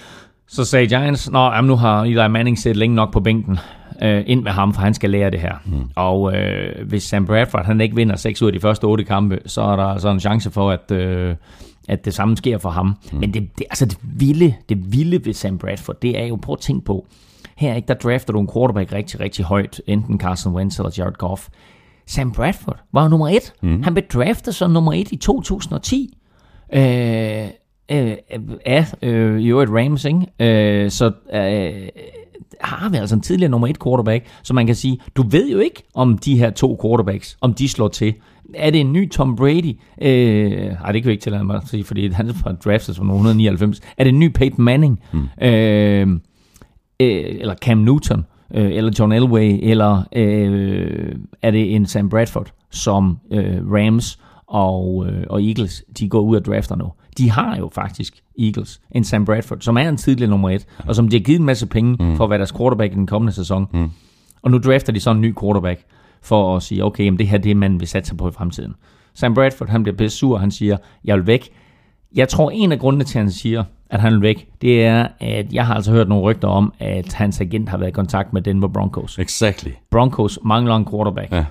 så sagde Giants, nå, jamen, nu har Eli Manning siddet længe nok på bænken. Uh, ind med ham, for han skal lære det her. Mm. Og uh, hvis Sam Bradford han ikke vinder seks ud af de første otte kampe, så er der altså en chance for, at, uh, at det samme sker for ham. Mm. Men det, det, altså det, vilde, det vilde ved Sam Bradford, det er jo, prøv at tænke på, her ikke, der drafter du en quarterback rigtig, rigtig højt, enten Carson Wentz eller Jared Goff. Sam Bradford var jo nummer et. Mm. Han blev draftet som nummer et i to tusind og ti. Uh, øh, af øh, i øvrigt Rams, ikke? Øh, så øh, har vi altså en tidligere nummer et quarterback, så man kan sige, du ved jo ikke, om de her to quarterbacks, om de slår til. Er det en ny Tom Brady? Øh, ej, det kan vi ikke tillade mig at sige, fordi han er fra draftet som et hundrede nioghalvfems. Er det en ny Peyton Manning? Hmm. Øh, øh, eller Cam Newton? Øh, eller John Elway? Eller øh, er det en Sam Bradford, som øh, Rams og, øh, og Eagles, de går ud og drafter nu? De har jo faktisk Eagles, en Sam Bradford, som er en tidligere nummer et, og som de har givet en masse penge mm. for at være deres quarterback i den kommende sæson. Mm. Og nu drafter de så en ny quarterback for at sige, okay, jamen det her det er man vil satse på i fremtiden. Sam Bradford, han bliver pisse sur, han siger, jeg vil væk. Jeg tror, en af grundene til, at han siger, at han vil væk, det er, at jeg har altså hørt nogle rygter om, at hans agent har været i kontakt med Denver Broncos. Exactly. Broncos mangler en quarterback. Ja.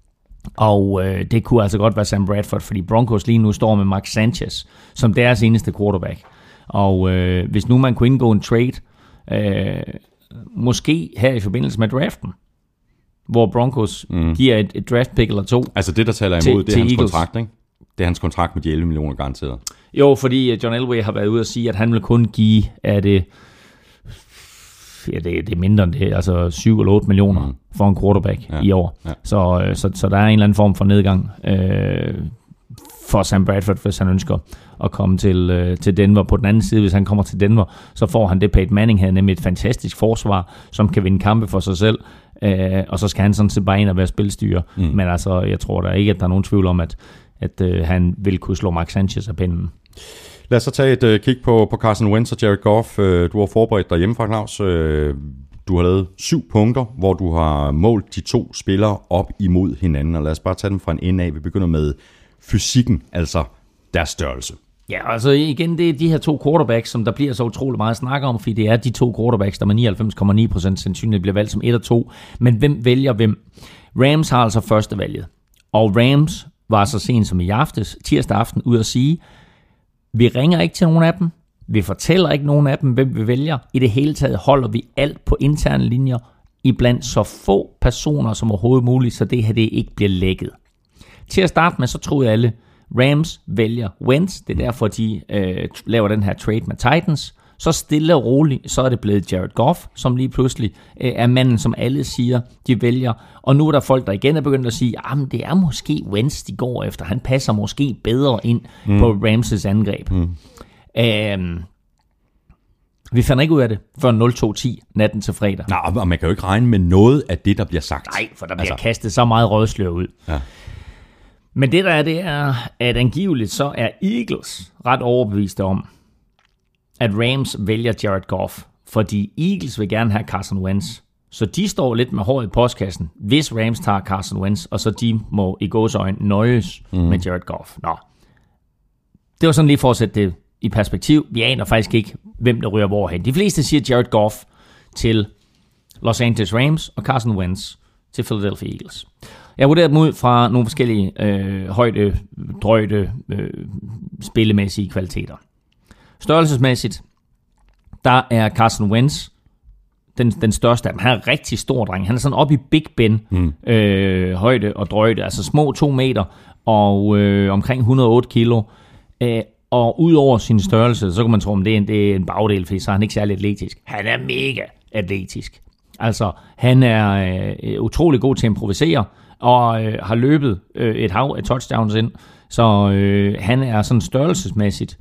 Og øh, det kunne altså godt være Sam Bradford, fordi Broncos lige nu står med Mark Sanchez som deres eneste quarterback. Og øh, hvis nu man kunne indgå en trade, øh, måske her i forbindelse med draften, hvor Broncos mm. giver et, et draft pick eller to. Altså det, der taler imod, til, det er hans Eagles. Kontrakt, ikke? Det er hans kontrakt med de elleve millioner garanteret. Jo, fordi John Elway har været ude at sige, at han vil kun give, er det, ja, det, det er mindre end det, altså syv eller otte millioner mm. for en quarterback ja. i år. Ja. Så, så, så der er en eller anden form for nedgang øh, for Sam Bradford, hvis han ønsker at komme til, øh, til Denver. På den anden side, hvis han kommer til Denver, så får han det, Peyton Manning havde, nemlig et fantastisk forsvar, som kan vinde kampe for sig selv, øh, og så skal han sådan set bare ind og være spilstyrer. Mm. Men altså, jeg tror da ikke, at der er nogen tvivl om, at, at øh, han vil kunne slå Mark Sanchez af pinden. Lad os så tage et uh, kig på, på Carson Wentz og Jared Goff. Uh, du har forberedt dig hjemmefra, Claus. Uh, du har lavet syv punkter, hvor du har målt de to spillere op imod hinanden. Og lad os bare tage dem fra en ende af. Vi begynder med fysikken, altså deres størrelse. Ja, altså igen, det er de her to quarterbacks, som der bliver så utrolig meget snak om, fordi det er de to quarterbacks, der med nioghalvfems komma ni procent sandsynligt bliver valgt som et og to. Men hvem vælger hvem? Rams har altså første valget. Og Rams var så sent som i aftes, tirsdag aften, ud at sige, vi ringer ikke til nogen af dem. Vi fortæller ikke nogen af dem, hvem vi vælger. I det hele taget holder vi alt på interne linjer iblandt så få personer som overhovedet muligt, så det her det ikke bliver lækket. Til at starte med, så tror jeg alle, Rams vælger Wentz. Det er derfor, de øh, laver den her trade med Titans. Så stille og roligt, så er det blevet Jared Goff, som lige pludselig øh, er manden, som alle siger, de vælger. Og nu er der folk, der igen er begyndt at sige, at det er måske Wentz, de går efter. Han passer måske bedre ind mm. på Rams' angreb. Mm. Øhm, vi fandt ikke ud af det før nul to ti natten til fredag. Nej, og man kan jo ikke regne med noget af det, der bliver sagt. Nej, for der bliver altså kastet så meget rødslør ud. Ja. Men det der er, det er, at angiveligt så er Eagles ret overbeviste om, at Rams vælger Jared Goff, fordi Eagles vil gerne have Carson Wentz. Så de står lidt med håret i postkassen, hvis Rams tager Carson Wentz, og så de må i gåseøjne nøjes mm. med Jared Goff. Nå. Det var sådan lige for at sætte det i perspektiv. Vi aner faktisk ikke, hvem der ryger hvorhen. De fleste siger Jared Goff til Los Angeles Rams og Carson Wentz til Philadelphia Eagles. Jeg har vurderet dem ud fra nogle forskellige øh, højde, drøjde, øh, spillemæssige kvaliteter. Størrelsesmæssigt, der er Carson Wentz den, den største af dem. Han er rigtig stor dreng. Han er sådan oppe i Big Ben mm. øh, højde og drøjde, altså små to meter og øh, omkring et hundrede og otte kilo. Øh, og ud over sin størrelse, så kan man tro, at det er en, det er en bagdel, for så er han ikke særlig atletisk. Han er mega atletisk. Altså, han er øh, utrolig god til at improvisere, og øh, har løbet øh, et hav af touchdowns ind, så øh, han er sådan størrelsesmæssigt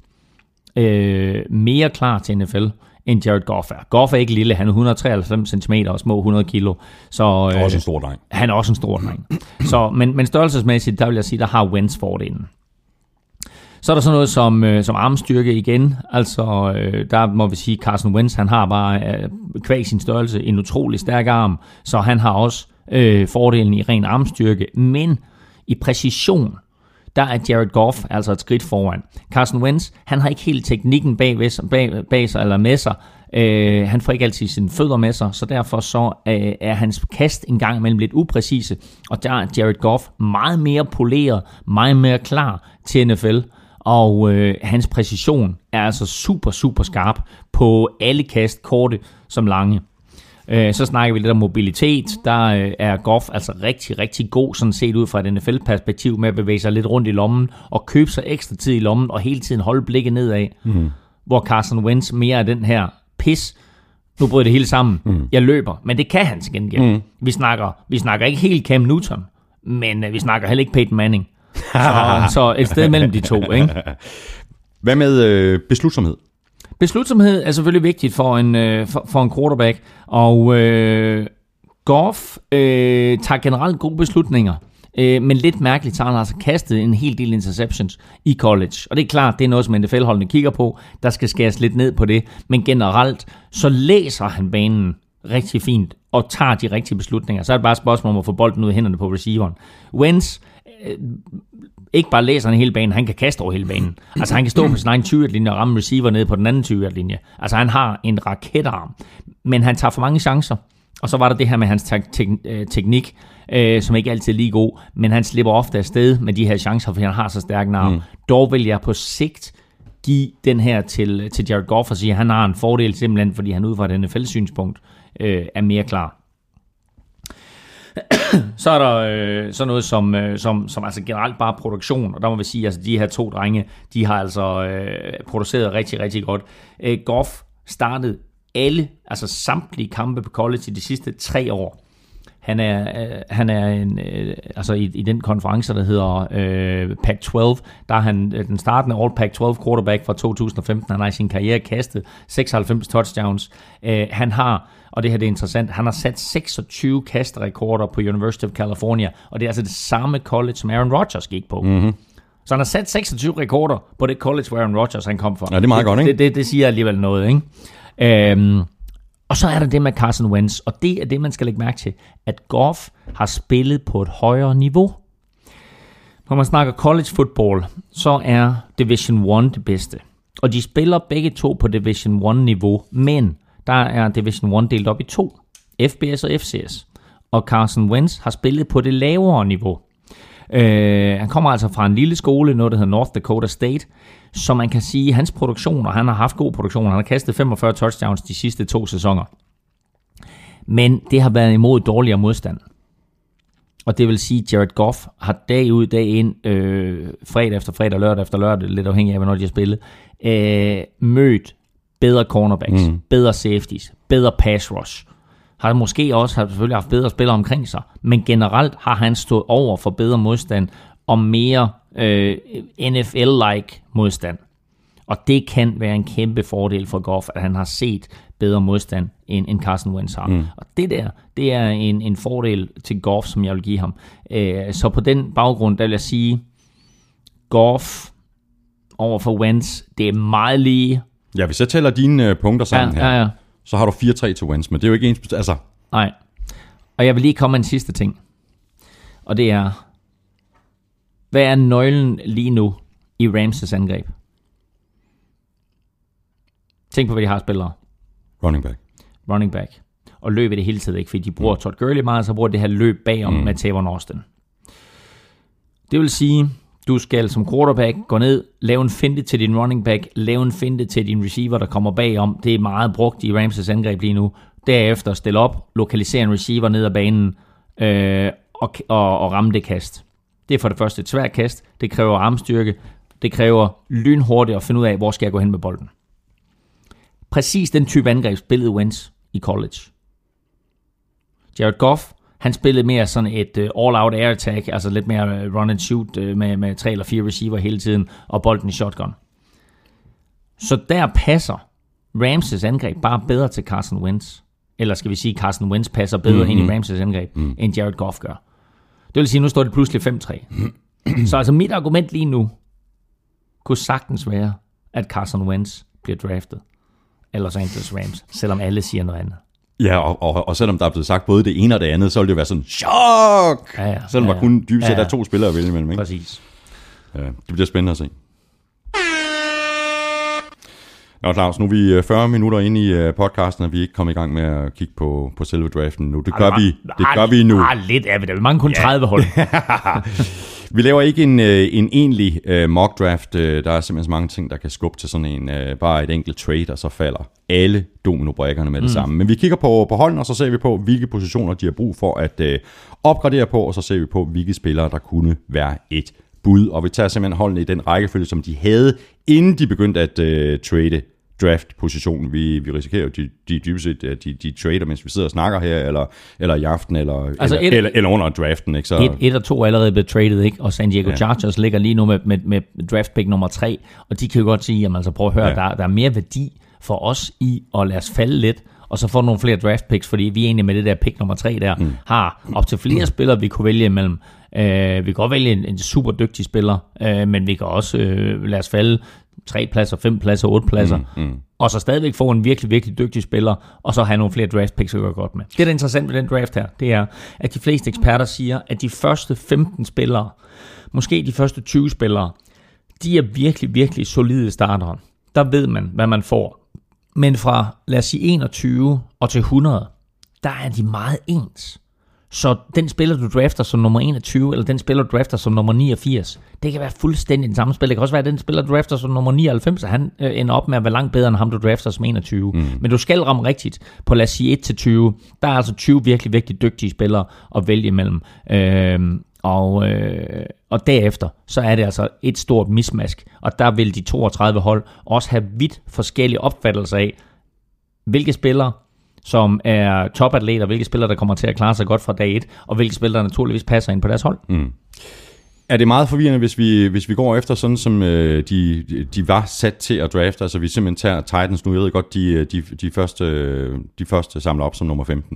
øh, mere klar til N F L, end Jared Goff er. Goff er ikke lille, han er et hundrede og treoghalvfems centimeter og små hundrede kilo. Så, øh, også en stor dreng. Han er også en stor dreng. så, men, men størrelsesmæssigt, der vil jeg sige, der har Wentz fordelen. Så er der sådan noget som, øh, som armstyrke igen. Altså, øh, der må vi sige, Carson Wentz, han har bare øh, kvæg sin størrelse en utrolig stærk arm, så han har også øh, fordelen i ren armstyrke. Men i præcision, der er Jared Goff altså et skridt foran. Carson Wentz, han har ikke helt teknikken bag, bag, bag sig eller med sig. Øh, han får ikke altid sine fødder med sig, så derfor så øh, er hans kast en gang imellem lidt upræcise. Og der er Jared Goff meget mere poleret, meget mere klar til N F L. Og øh, hans præcision er altså super, super skarp på alle kast, korte som lange. Øh, så snakker vi lidt om mobilitet. Der øh, er Goff altså rigtig, rigtig god, sådan set ud fra et N F L-perspektiv, med at bevæge sig lidt rundt i lommen, og købe sig ekstra tid i lommen, og hele tiden holde blikket nedad. Mm. Hvor Carson Wentz mere er den her pis. Nu bryder det hele sammen. Mm. Jeg løber. Men det kan han til gengæld. Mm. Vi, snakker, vi snakker ikke helt Cam Newton, men øh, vi snakker heller ikke Peyton Manning. så, så et sted mellem de to, ikke? Hvad med øh, beslutsomhed? Beslutsomhed er selvfølgelig vigtigt for en, øh, for, for en quarterback, og øh, Goff øh, tager generelt gode beslutninger, øh, men lidt mærkeligt så har han altså kastet en hel del interceptions i college, og det er klart, det er noget, som N F L-holdene kigger på, der skal skæres lidt ned på det, men generelt så læser han banen rigtig fint, og tager de rigtige beslutninger. Så er det bare et spørgsmål om at få bolden ud af hænderne på receiveren. Wentz øh, ikke bare læser han hele banen, han kan kaste over hele banen. Altså han kan stå på sin egen tyve-yard-linje og ramme receiver ned på den anden tyve-yard-linje. Altså han har en raketarm, men han tager for mange chancer. Og så var der det her med hans te- te- teknik, øh, som ikke altid er lige god, men han slipper ofte afsted med de her chancer, fordi han har så stærk en arm. Mm. Dog vil jeg på sigt give den her til, til Jared Goff og sige, at han har en fordel simpelthen, fordi han ud fra et N F L-synspunkt øh, er mere klar. Så er der øh, sådan noget som, øh, som, som altså generelt bare produktion, og der må vi sige, at altså, de her to drenge, de har altså øh, produceret rigtig, rigtig godt. Øh, Goff startede alle, altså samtlige kampe på college i de sidste tre år. Han er, øh, han er en, øh, altså i, i den konference, der hedder øh, Pac tolv, der er han øh, den startende All Pac tolv quarterback fra to tusind og femten. Han har i sin karriere kastet seksoghalvfems touchdowns. Øh, han har, og det her det er interessant, han har sat seksogtyve kasterekorder på University of California, og det er altså det samme college, som Aaron Rodgers gik på. Mm-hmm. Så han har sat seksogtyve rekorder på det college, hvor Aaron Rodgers han kom fra. Ja, det er meget godt, ikke? Det, det, det siger alligevel noget, ikke? Øhm, og så er der det med Carson Wentz, og det er det, man skal lægge mærke til, at Goff har spillet på et højere niveau. Når man snakker college football, så er Division et det bedste. Og de spiller begge to på Division et-niveau, men der er Division et delt op i to, F B S og F C S. Og Carson Wentz har spillet på det lavere niveau. Øh, han kommer altså fra en lille skole, noget der hedder North Dakota State, så man kan sige, at hans produktion, og han har haft god produktion, han har kastet femogfyrre touchdowns de sidste to sæsoner. Men det har været imod dårligere modstand. Og det vil sige, at Jared Goff har dag ud, dag ind, øh, fredag efter fredag, lørdag efter lørdag, lidt afhængig af, hvornår de har spillet, øh, mødt bedre cornerbacks, mm. bedre safeties, bedre pass rush. Har måske også har selvfølgelig haft bedre spillere omkring sig, men generelt har han stået over for bedre modstand og mere øh, N F L-like modstand. Og det kan være en kæmpe fordel for Goff, at han har set bedre modstand, end, end Carson Wentz har. Mm. Og det der, det er en, en fordel til Goff, som jeg vil give ham. Øh, så på den baggrund, der vil jeg sige, Goff over for Wentz, det er meget lige. Ja, hvis jeg tæller dine øh, punkter sammen ja, her, ja, ja. så har du fire tre til Wentz, men det er jo ikke ens... Altså. Nej. Og jeg vil lige komme med en sidste ting. Og det er, hvad er nøglen lige nu i Rams' angreb? Tænk på, hvad de har spillere. Running back. Running back. Og løb i det hele taget ikke, fordi de bruger mm. Todd Gurley meget, så bruger det her løb bagom mm. med Tavon Austin. Det vil sige, du skal som quarterback gå ned, lave en finte til din running back, lave en finte til din receiver, der kommer bagom. Det er meget brugt i Rams' angreb lige nu. Derefter stille op, lokalisere en receiver ned ad banen øh, og, og, og ramme det kast. Det er for det første et svært kast. Det kræver armstyrke. Det kræver lynhurtigt at finde ud af, hvor skal jeg gå hen med bolden. Præcis den type angreb spillede Wentz i college. Jared Goff, han spillede mere sådan et uh, all-out air attack, altså lidt mere uh, run and shoot uh, med, med tre eller fire receiver hele tiden, og bolden i shotgun. Så der passer Rams' angreb bare bedre til Carson Wentz. Eller skal vi sige, Carson Wentz passer bedre mm-hmm. ind i Rams' angreb, mm. end Jared Goff gør. Det vil sige, nu står det pludselig fem tre. Så altså mit argument lige nu kunne sagtens være, at Carson Wentz bliver draftet af Los Angeles Rams, selvom alle siger noget andet. Ja, og, og, og selvom der er blevet sagt både det ene og det andet, så vil det være sådan, chok! Ja, ja, selvom ja, der kun dybest set ja, ja. er to spillere at vælge imellem, ikke? Præcis. Ja, det bliver spændende at se. Nå, Claus, nu er vi fyrre minutter inde i podcasten, og vi er ikke kommet i gang med at kigge på, på selve draften nu. Det gør, Arh, vi, det gør vi nu. Ah, lidt af det. Vi mange kun tredive hold. Vi laver ikke en, en egentlig uh, mock draft. Der er simpelthen så mange ting, der kan skubbe til sådan en, uh, bare et enkelt trade, og så falder alle dominobrikkerne med det mm. samme. Men vi kigger på, på holdene, og så ser vi på, hvilke positioner de har brug for at uh, opgradere på, og så ser vi på, hvilke spillere, der kunne være et bud. Og vi tager simpelthen holdene i den rækkefølge, som de havde, inden de begyndte at uh, trade draft-positionen. Vi, vi risikerer jo, de, de dybest set, de, de trader, mens vi sidder og snakker her, eller, eller i aften, eller, altså eller, et, eller, eller under draften. Ikke? Så, et, et og to er allerede blevet traded, ikke? Og San Diego ja. Chargers ligger lige nu med, med, med draft pick nummer tre, og de kan jo godt sige, jamen altså prøv at høre, ja. der, der er mere værdi for os i at lade os falde lidt, og så få nogle flere draft picks, fordi vi egentlig med det der pick nummer tre der, mm. har op til flere mm. spillere, vi kunne vælge imellem. Uh, vi kan godt vælge en, en super dygtig spiller, uh, men vi kan også uh, lade os falde tre pladser, fem pladser, otte pladser, mm, mm. og så stadigvæk få en virkelig, virkelig dygtig spiller, og så have nogle flere draft picks, vi gør godt med. Det, der er interessant ved den draft her, det er, at de fleste eksperter siger, at de første femten spillere, måske de første tyve spillere, de er virkelig, virkelig solide startere. Der ved man, hvad man får. Men fra, lad os sige, enogtyve og til hundrede, der er de meget ens. Så den spiller, du drafter som nummer enogtyve, eller den spiller, du drafter som nummer niogfirs, det kan være fuldstændig den samme spil. Det kan også være, at den spiller, du drafter som nummer nioghalvfems, og han øh, ender op med at være langt bedre end ham, du drafter som enogtyve. Mm. Men du skal ramme rigtigt på, lad os sige, et til tyve. Der er altså tyve virkelig, virkelig dygtige spillere at vælge imellem. Øh, og, øh, og derefter, så er det altså et stort mismask. Og der vil de toogtredive hold også have vidt forskellige opfattelser af, hvilke spillere, som er topatleter, hvilke spillere, der kommer til at klare sig godt fra dag et, og hvilke spillere, der naturligvis passer ind på deres hold. Mm. Er det meget forvirrende, hvis vi, hvis vi går efter sådan, som øh, de, de var sat til at drafte? Altså vi simpelthen tager Titans nu, jeg ved godt, de, de, de, første, de første samler op som nummer femten.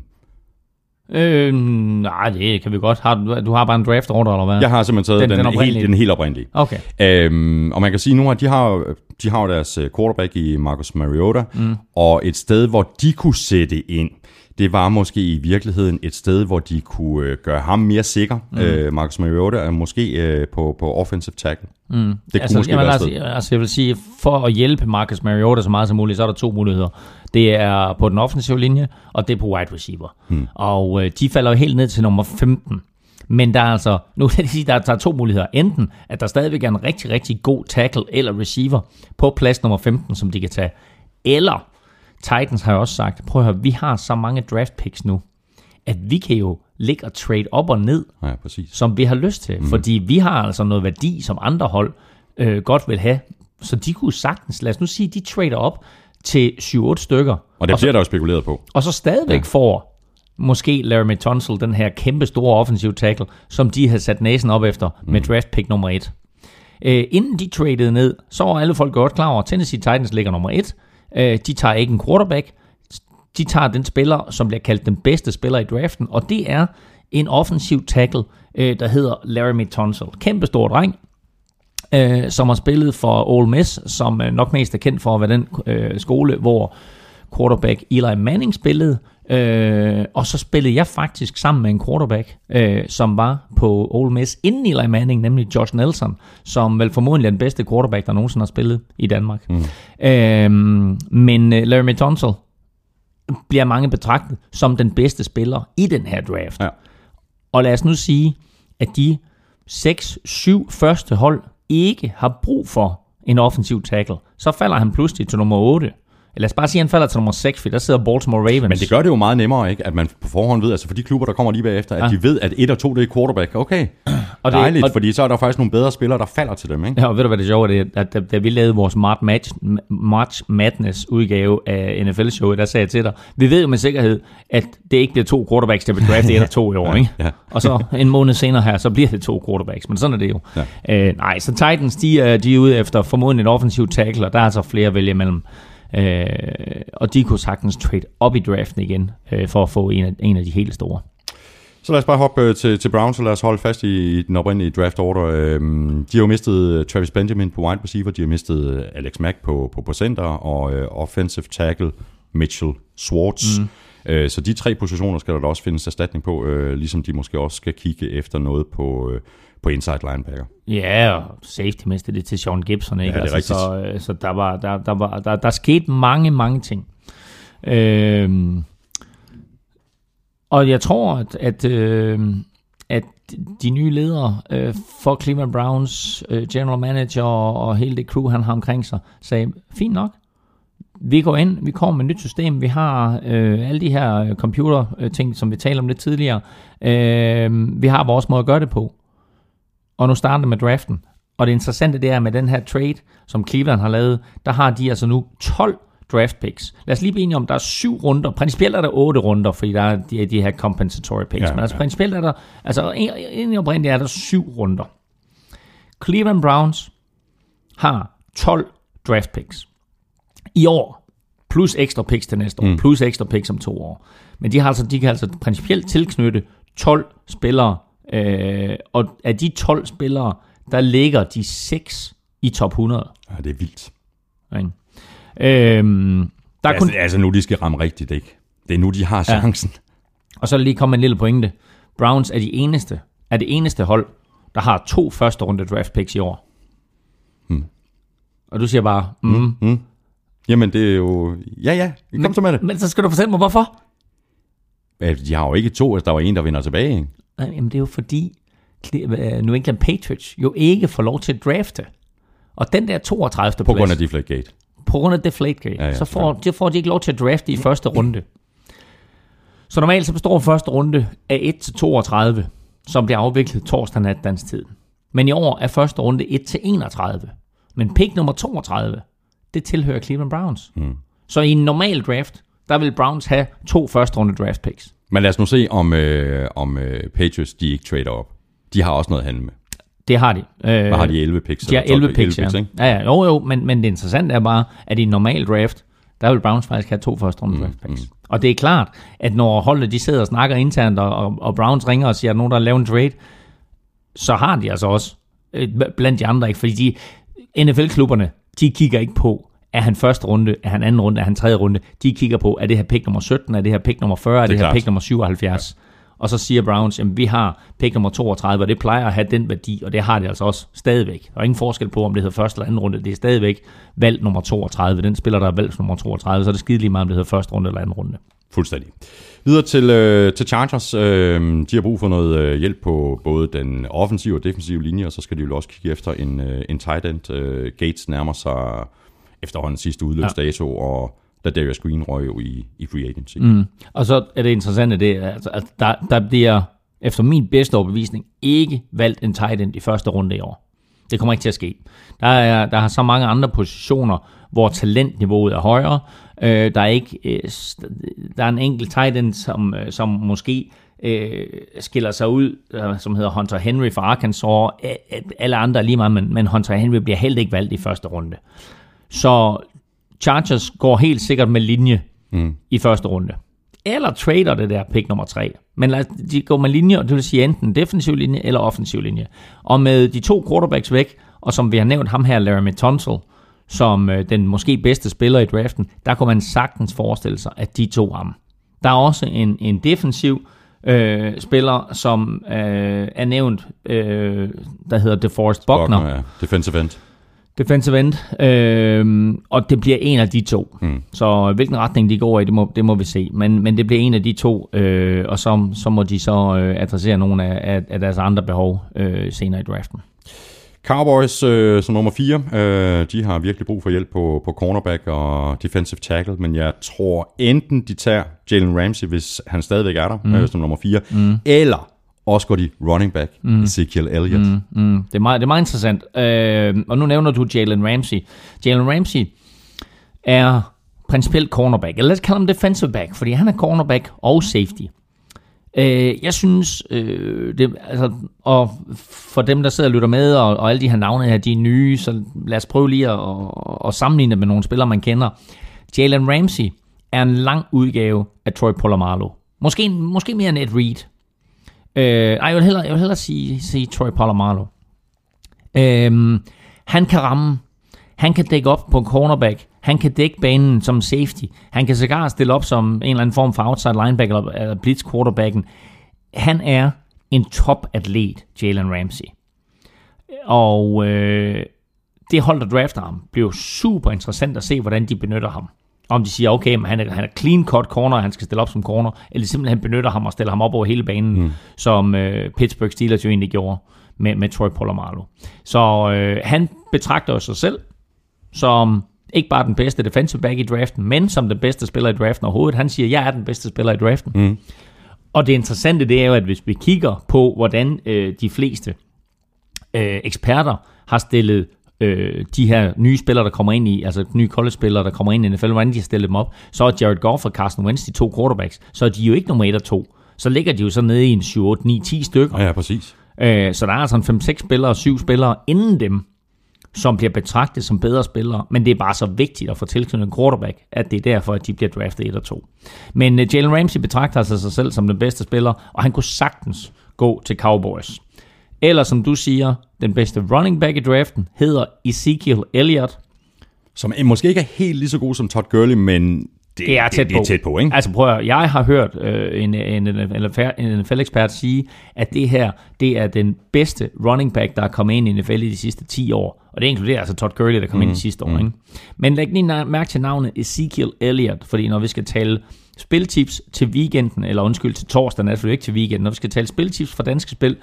Øh, nej, det kan vi godt. Har du, du har bare en draft order, eller hvad? Jeg har simpelthen taget den, den, den, helt, den helt oprindelige. Okay. Øhm, og man kan sige nu, at de har, de har deres quarterback i Marcus Mariota, mm. og et sted, hvor de kunne sætte ind, det var måske i virkeligheden et sted, hvor de kunne øh, gøre ham mere sikker. Mm. Øh, Marcus Mariota er måske øh, på, på offensive tackle. Mm. Det kunne altså, måske jamen, være altså, altså, jeg vil sige, for at hjælpe Marcus Mariota så meget som muligt, så er der to muligheder. Det er på den offensive linje, og det er på wide receiver. Mm. Og øh, de falder jo helt ned til nummer femten. Men der er altså, nu kan jeg sige, der, der er to muligheder. Enten, at der stadigvæk er en rigtig, rigtig god tackle eller receiver på plads nummer femten, som de kan tage. Eller Titans har jo også sagt, prøv at høre, vi har så mange draft picks nu, at vi kan jo ligge og trade op og ned, ja, præcis, som vi har lyst til. Mm. Fordi vi har altså noget værdi, som andre hold øh, godt vil have. Så de kunne sagtens, lad os nu sige, de trader op til syv otte stykker. Og det og bliver så, der jo spekuleret på. Og så stadigvæk ja. får måske Laremy Tunsil, den her kæmpe store offensive tackle, som de havde sat næsen op efter mm. med draft pick nummer et. Øh, inden de tradede ned, så var alle folk godt klar over, at Tennessee Titans ligger nummer et. De tager ikke en quarterback. De tager den spiller, som bliver kaldt den bedste spiller i draften, og det er en offensiv tackle, der hedder Laremy Tunsil. Kæmpe stor dreng, som har spillet for Ole Miss, som nok mest er kendt for at være den skole, hvor quarterback Eli Manning spillede. Og så spillede jeg faktisk sammen med en quarterback, som var på Ole Miss inden Eli Manning, nemlig Josh Nelson, som vel formodentlig er den bedste quarterback, der nogensinde har spillet i Danmark. Mm. Øhm, men Laremy Tunsil bliver mange betragtet som den bedste spiller i den her draft. Ja. Og lad os nu sige, at de seks syv første hold ikke har brug for en offensiv tackle. Så falder han pludselig til nummer otte. Lad os bare sige, at han falder til nummer seks, for der sidder Baltimore Ravens. Men det gør det jo meget nemmere, ikke? At man på forhånd ved, altså for de klubber, der kommer lige bagefter, at ja. de ved, at et og to, det er quarterback. Okay, og det, dejligt, og, fordi så er der faktisk nogle bedre spillere, der falder til dem, ikke? Ja, og ved du, hvad det sjove er? At da, da vi lavede vores March, March Madness udgave af N F L-showet, der sagde jeg til dig, vi ved jo med sikkerhed, at det ikke bliver to quarterbacks, der bliver draftet et og to i år, ikke? Ja. Og så en måned senere her, så bliver det to quarterbacks, men sådan er det jo. Ja. Øh, nej, så Titans, de er, de er ude efter formodentlig en offensiv tackle, og der er altså flere at vælge imellem. Øh, og de kunne sagtens trade op i draften igen øh, for at få en af, en af de helt store. Så lad os bare hoppe til, til Browns, og lad os holde fast i, i den oprindelige draft order. Øh, de har jo mistet Travis Benjamin på wide receiver, de har mistet Alex Mack på, på, på center, og øh, offensive tackle Mitchell Schwartz. Mm. Øh, så de tre positioner skal der da også findes erstatning på, øh, ligesom de måske også skal kigge efter noget på... Øh, på inside linebacker. Ja, og safety mistede det til Sean Gibson, ikke? Ja, det er altså, så, så der var der der var der der skete mange mange ting. Øhm, og jeg tror at at, øh, at de, de nye ledere øh, for Cleveland Browns, øh, general manager og, og hele det crew, han har omkring sig, sagde, fint nok, vi går ind, vi kommer med et nyt system, vi har øh, alle de her computer-ting, som vi talte om lidt tidligere, øh, vi har vores måde at gøre det på, og nu starter det med draften. Og det interessante det er, med den her trade, som Cleveland har lavet, der har de altså nu tolv draft picks. Lad os lige blive enige om, der er syv runder. Principielt er der otte runder, fordi der er de, de her compensatory picks. Ja, men altså ja. principielt er der, altså egentlig oprindeligt er der syv runder. Cleveland Browns har tolv draft picks. I år, plus ekstra picks til næste år, mm. plus ekstra picks om to år. Men de, har altså, de kan altså principielt tilknytte tolv spillere, øh, og af de tolv spillere, der ligger de seks i top hundrede. Ja, det er vildt. Okay. Øhm, der er altså, kun... altså nu de skal ramme rigtigt, ikke? Det er nu, de har chancen. Ja. Og så er der lige kommet en lille pointe. Browns er de eneste, er det eneste hold, der har to første runde draft picks i år. Hmm. Og du siger bare, mm. Mm, mm. Jamen det er jo... Ja, ja, kom men, så med det. Men så skal du fortælle mig, hvorfor? Ja, de har jo ikke to, hvis der var en, der vinder tilbage, ikke? Jamen det er jo fordi New England Patriots jo ikke får lov til at drafte. Og den der toogtredivte På grund af Deflategate. På grund af Deflategate. Ja, ja, så får de, får de ikke lov til at drafte i første runde. Så normalt så består første runde af et til toogtredive, som bliver afviklet torsdag nat dansk tid. Men i år er første runde et til enogtredive. Men pick nummer toogtredive, det tilhører Cleveland Browns. Hmm. Så i en normal draft, der vil Browns have to første runde draft picks. Men lad os nu se, om, øh, om øh, Patriots de ikke trader op. De har også noget at handle med. Det har de. Hvad har de, elleve picks? De har elleve picks, elleve picks, ja. ja. Ja, jo, jo, men, men det interessante er bare, at i en normal draft, der vil Browns faktisk have to første runde draft picks. Mm, mm. Og det er klart, at når holdet de sidder og snakker internt, og, og Browns ringer og siger, at nogen der har lavet en trade, så har de altså også blandt de andre, ikke? Fordi de N F L-klubberne, de kigger ikke på, er han første runde, er han anden runde, er han tredje runde. De kigger på, er det her pick nummer sytten, er det her pick nummer fyrre, er det, det her klart. Pick nummer syvoghalvfjerds. Ja. Og så siger Browns, at vi har pick nummer toogtredive, og det plejer at have den værdi, og det har det altså også stadigvæk. Der er ingen forskel på, om det hedder første eller anden runde. Det er stadigvæk valg nummer toogtredive. Den spiller, der er valg nummer toogtredive, så er det skide lige meget, om det hedder første runde eller anden runde. Fuldstændig. Videre til, øh, til Chargers. Øh, de har brug for noget øh, hjælp på både den offensive og defensive linje, og så skal de jo også kigge efter en, øh, en tight end. Øh, Gates nærmer sig efterhånden sidste udløbsdato, ja. Og da Darius Green røg jo i, i free agency. Mm. Og så er det interessante, det altså, at der, der bliver efter min bedste overbevisning ikke valgt en tight end i første runde i år. Det kommer ikke til at ske. Der er, der er så mange andre positioner, hvor talentniveauet er højere. Øh, der er ikke øh, der er en enkelt tight end, som, som måske øh, skiller sig ud, øh, som hedder Hunter Henry fra Arkansas. Alle andre er lige meget, men, men Hunter Henry bliver heller ikke valgt i første runde. Så Chargers går helt sikkert med linje mm. i første runde. Eller trader det der pick nummer tre. Men de går med linje, og det vil sige enten defensiv linje eller offensiv linje. Og med de to quarterbacks væk, og som vi har nævnt ham her, Laramie Tunsil, som øh, den måske bedste spiller i draften, der kunne man sagtens forestille sig, at de to ham. Der er også en, en defensiv øh, spiller, som øh, er nævnt, øh, der hedder DeForest Buckner. Buckner ja. Defensive end. Defensive end, øh, og det bliver en af de to. Mm. Så hvilken retning de går i, det må, det må vi se. Men, men det bliver en af de to, øh, og så, så må de så øh, adressere nogle af, af deres andre behov øh, senere i draften. Cowboys øh, som nummer fire, øh, de har virkelig brug for hjælp på, på cornerback og defensive tackle, men jeg tror enten de tager Jalen Ramsey, hvis han stadigvæk er der, mm. øh, som nummer fire, mm. eller også går de running back, mm. Ezekiel Elliott. Mm, mm. Det, er meget, det er meget interessant. Øh, og nu nævner du Jalen Ramsey. Jalen Ramsey er principielt cornerback, eller lad os kalde ham defensive back, fordi han er cornerback og safety. Øh, jeg synes, øh, det, altså, og for dem, der sidder og lytter med, og, og alle de her navne her, de er nye, så lad os prøve lige at, at, at sammenligne med nogle spillere, man kender. Jalen Ramsey er en lang udgave af Troy Polamalu. Måske, måske mere end Ed Reed. Øh, ej, jeg vil hellere, jeg vil hellere sige, sige Troy Polamalu. Øh, han kan ramme. Han kan dække op på en cornerback. Han kan dække banen som safety. Han kan sågar stille op som en eller anden form for outside linebacker eller blitz quarterbacken. Han er en top-atlet, Jalen Ramsey. Og øh, det hold, der drafter ham, bliver super interessant at se, hvordan de benytter ham. Om de siger, okay, men han er, han er clean cut corner, han skal stille op som corner, eller simpelthen benytter ham og stiller ham op over hele banen, mm. som øh, Pittsburgh Steelers jo egentlig gjorde med, med Troy Polamalu. Så øh, han betragter jo sig selv som ikke bare den bedste defensive back i draften, men som den bedste spiller i draften overhovedet. Han siger, jeg er den bedste spiller i draften. Mm. Og det interessante, det er jo, at hvis vi kigger på, hvordan øh, de fleste øh, eksperter har stillet øh, de her nye spillere, der kommer ind i, altså nye college-spillere, der kommer ind i N F L, hvordan de har stillet dem op, så er Jared Goff og Carson Wentz de to quarterbacks, så er de jo ikke nummer et og to. Så ligger de jo så nede i en syv, otte, ni, ti stykker. Ja, præcis. Øh, så der er altså en fem seks spillere og syv spillere inden dem, som bliver betragtet som bedre spillere, men det er bare så vigtigt at få tilknyttet en quarterback, at det er derfor, at de bliver draftet et og to. Men uh, Jalen Ramsey betragter altså sig selv som den bedste spiller, og han kunne sagtens gå til Cowboys. Eller som du siger, den bedste running back i draften hedder Ezekiel Elliott. Som måske ikke er helt lige så god som Todd Gurley, men det, det er tæt det, det er tæt på, ikke? Altså prøv at, jeg har hørt øh, en, en, en, en N F L-ekspert sige, at det her, det er den bedste running back, der er kommet ind i N F L i de sidste ti år. Og det inkluderer altså Todd Gurley, der kom mm, ind i sidste år. Mm. Ikke? Men læg lige mærke til navnet Ezekiel Elliott, fordi når vi skal tale spiltips til weekenden, eller undskyld til torsdagen, altså ikke til weekenden, når vi skal tale spiltips for danske spil,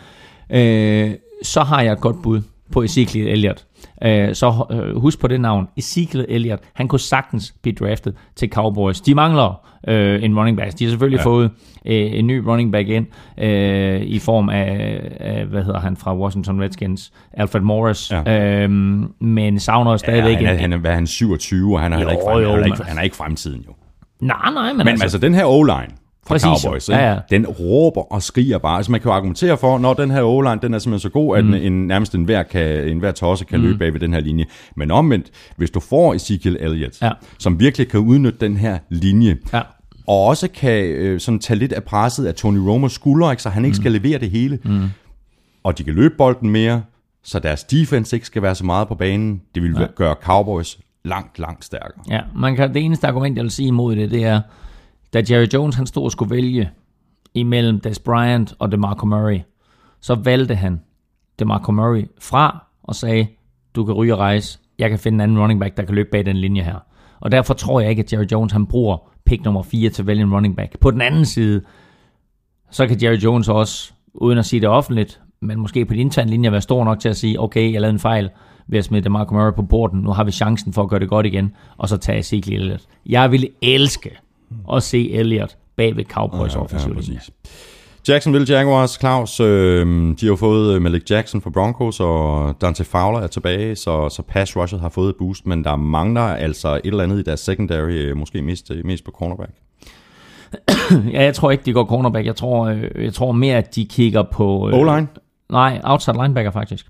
øh, så har jeg et godt bud på Ezekiel Elliott. Øh, så øh, husk på det navn, Ezekiel Elliott. Han kunne sagtens blive draftet til Cowboys. De mangler øh, en running back. De har selvfølgelig ja. fået øh, en ny running back ind øh, i form af, af, hvad hedder han fra Washington Redskins, Alfred Morris. Ja. Øh, men savner stadigvæk... Ja, han er, han er, hvad er han, syvogtyve, og han er, jo, ikke, frem, jo, han er, ikke, han er ikke fremtiden jo. Nej, nej, men, men altså... altså den her O-line fra præcis, Cowboys, ja, ja. den råber og skriger bare. Altså man kan jo argumentere for, når den her O-line, den er simpelthen så god, at mm. en, nærmest enhver, kan, enhver tosse kan mm. løbe bag ved den her linje. Men omvendt, hvis du får Ezekiel Elliott, ja. som virkelig kan udnytte den her linje, ja. og også kan øh, sådan tage lidt af presset af Tony Romos skuldre, ikke, så han ikke mm. skal levere det hele, mm. og de kan løbe bolden mere, så deres defense ikke skal være så meget på banen, det vil ja. gøre Cowboys langt, langt stærkere. Ja, man kan, det eneste argument, jeg vil sige imod det, det er, da Jerry Jones han stod og skulle vælge imellem Dez Bryant og DeMarco Murray, så valgte han DeMarco Murray fra og sagde, du kan ryge og rejse, jeg kan finde en anden running back, der kan løbe bag den linje her. Og derfor tror jeg ikke, at Jerry Jones han bruger pick nummer fire til at vælge en running back. På den anden side, så kan Jerry Jones også, uden at sige det offentligt, men måske på de interne linjer være stor nok til at sige, okay, jeg lavede en fejl ved at smide DeMarco Murray på borden, nu har vi chancen for at gøre det godt igen, og så tage Ezekiel Elliott. Jeg ville elske at se Elliott bag ved Cowboys ja, offensive linje. Jacksonville Jaguars, Claus, øh, de har jo fået Malik Jackson fra Broncos, og Dante Fowler er tilbage, så, så pass rushet har fået et boost, men der mangler altså et eller andet i deres secondary, måske mest, mest på cornerback. Ja, jeg tror ikke, de går cornerback. Jeg tror, jeg tror mere, at de kigger på... Øh, O-line? Nej, outside linebacker faktisk.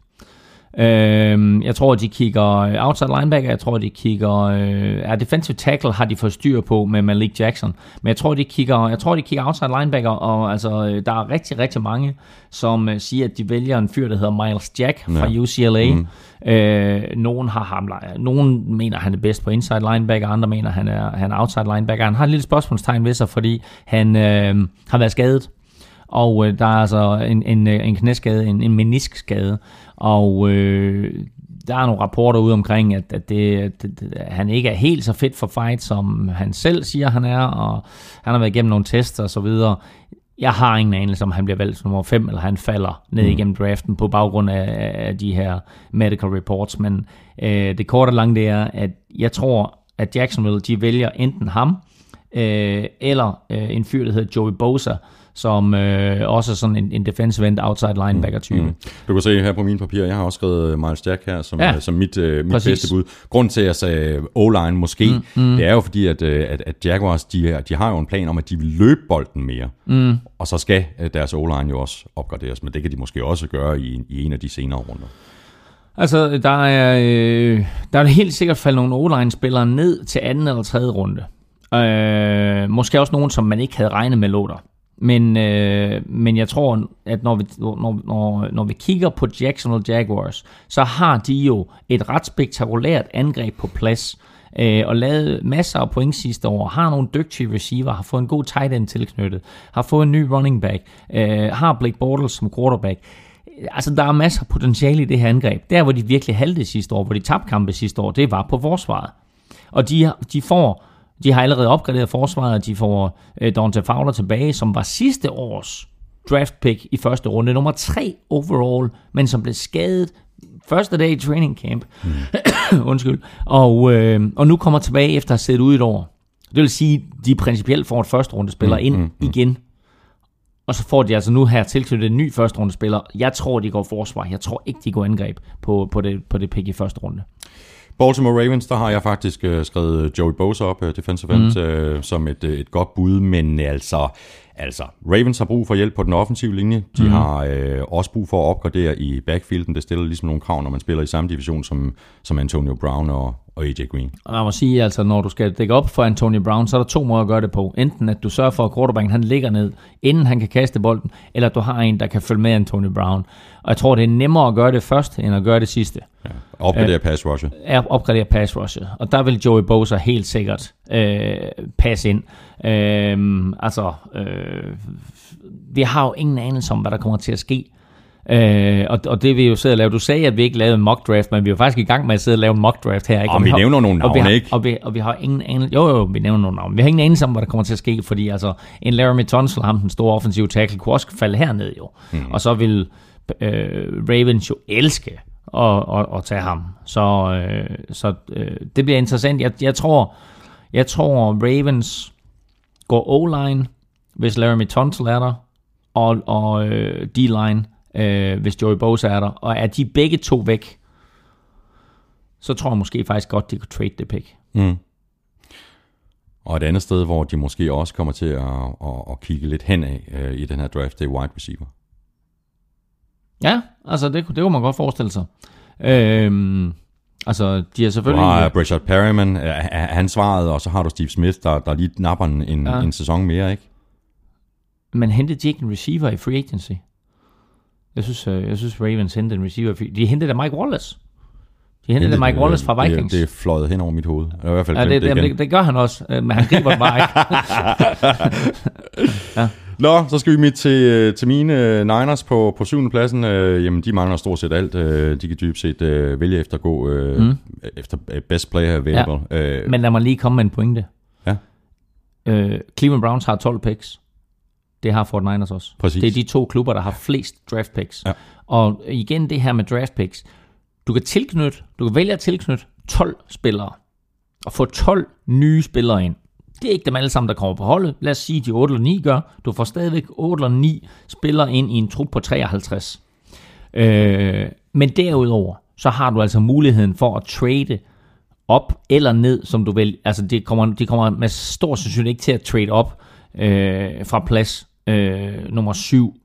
Øh, jeg tror, de kigger outside linebacker. Jeg tror, de kigger... Øh, ja, defensive tackle har de fået styr på med Malik Jackson. Men jeg tror, de kigger, jeg tror, de kigger outside linebacker, og altså, der er rigtig, rigtig mange, som uh, siger, at de vælger en fyr, der hedder Miles Jack fra ja. U C L A. Mm. Øh, nogen har ham, nogen mener, han er bedst på inside linebacker, andre mener, han er, han er outside linebacker. Han har et lille spørgsmålstegn ved sig, fordi han øh, har været skadet. Og øh, der er altså en, en, en knæskade, en, en meniskskade, og øh, der er nogle rapporter ude omkring, at, at, det, at, at han ikke er helt så fedt for fight, som han selv siger, han er, og han har været igennem nogle tests og så videre. Jeg har ingen anelse, om han bliver valgt som nummer fem, eller han falder ned mm. igennem draften på baggrund af, af de her medical reports, men øh, det korte og lange det er, at jeg tror, at Jacksonville, de vælger enten ham, øh, eller øh, en fyr, der hedder Joey Bosa, som øh, også er sådan en, en defensive end outside linebacker-type. Mm, mm. Du kan se her på mine papirer, jeg har også skrevet Miles Jack her som, ja, som mit, øh, mit bedste bud. Grunden til, at jeg sagde O-line måske, mm, mm. det er jo fordi, at, at, at Jaguars, de, de har jo en plan om, at de vil løbe bolden mere. Mm. Og så skal deres O-line jo også opgraderes, men det kan de måske også gøre i, i en af de senere runder. Altså, der er, øh, der er helt sikkert faldet nogle O-line-spillere ned til anden eller tredje runde. Øh, måske også nogen, som man ikke havde regnet med lå der. Men, øh, men jeg tror, at når vi, når, når, når vi kigger på Jacksonville Jaguars, så har de jo et ret spektakulært angreb på plads, øh, og lavet masser af point sidste år, har nogle dygtige receiver, har fået en god tight end tilknyttet, har fået en ny running back, øh, har Blake Bortles som quarterback. Altså, der er masser af potentiale i det her angreb. Der, hvor de virkelig haltede sidste år, hvor de tabte kampe sidste år, det var på forsvaret. Og de, de får De har allerede opgraderet forsvaret, de får øh, Dante Fowler tilbage, som var sidste års draft pick i første runde, nummer tre overall, men som blev skadet første dag i training camp. Mm. Undskyld. Og, øh, og nu kommer tilbage efter at have siddet ud et år. Det vil sige, at de principielt får et første rundespiller mm, ind mm, mm. igen. Og så får de altså nu her tilknyttet en ny første rundespiller. Jeg tror, de går forsvar. Jeg tror ikke, de går angreb på, på, det, på det pick i første runde. Baltimore Ravens, der har jeg faktisk øh, skrevet Joey Bosa op, øh, defensive end, mm. øh, som et, øh, et godt bud, men altså, altså, Ravens har brug for hjælp på den offensive linje. De mm. har øh, også brug for at opgradere i backfielden. Det stiller ligesom nogle krav, når man spiller i samme division som, som Antonio Brown og, og A J Green. Og jeg må sige, altså, når du skal dække op for Antonio Brown, så er der to måder at gøre det på. Enten at du sørger for, at quarterbacken han ligger ned, inden han kan kaste bolden, eller at du har en, der kan følge med Antonio Brown. Og jeg tror, det er nemmere at gøre det først, end at gøre det sidste. Ja, opgradere pass rusher. Ja, opgradere pass rusher. Og der vil Joey Bosa helt sikkert øh, passe ind. Øh, altså, øh, vi har jo ingen anelse om, hvad der kommer til at ske. Øh, og, og det vi jo sidde og lave. Du sagde, at vi ikke lavede en mock draft, men vi er jo faktisk i gang med at sidde og lave en mock draft her. Ikke? Og, og vi, vi har, nævner nogle navne, og vi ikke? Har, og, vi, og vi har ingen anelse. Jo, jo, vi nævner nogle navne. Vi har ingen anelse om, hvad der kommer til at ske, fordi altså, en Laramie Tunsil, ham den store offensive tackle, kunne også falde herned jo. Hmm. Og så vil øh, Ravens jo elske at, at, at tage ham. Så, øh, så øh, det bliver interessant. Jeg, jeg tror, jeg tror Ravens går O-line, hvis Laramie Tunsil er der, og, og øh, D-line, øh, hvis Joey Bosa er der. Og er de begge to væk, så tror jeg måske faktisk godt, de kunne trade det pick. Mm. Og et andet sted, hvor de måske også kommer til at, at, at kigge lidt hen af øh, i den her draft, det er wide receiver. Ja, altså det, det kunne man godt forestille sig. Øhm, altså, de er selvfølgelig... Du har Breshad Perriman, han svarede, og så har du Steve Smith, der, der lige napper en, ja. en sæson mere, ikke? Men hentede de ikke en receiver i free agency? Jeg synes, jeg synes Ravens hentede en receiver. De hentede da Mike Wallace. De hentede da Mike Wallace fra Vikings. Det, det er fløjet hen over mit hoved. Jeg i hvert fald ja, det, det, det, det gør han også, men han griber det bare ikke. ja. Nå, så skal vi mit til, til mine Niners på, på syvende pladsen. Øh, jamen, de mangler stort set alt. Øh, de kan dybt set øh, vælge efter at gå øh, mm. efter best player available. Ja. Øh, men lad mig lige komme med en pointe. Ja. Øh, Cleveland Browns har tolv picks. Det har forty-niners også. Præcis. Det er de to klubber, der har flest draft picks. Ja. Og igen det her med draft picks. Du kan tilknytte, du kan vælge at tilknytte tolv spillere. Og få tolv nye spillere ind. Det er ikke dem alle sammen, der kommer på holdet. Lad os sige, de otte eller ni gør. Du får stadigvæk otte eller ni spillere ind i en trup på treoghalvtreds. Øh, men derudover, så har du altså muligheden for at trade op eller ned, som du vil. Altså, de kommer, de kommer med stor sandsynlighed ikke til at trade op øh, fra plads øh, nummer syv.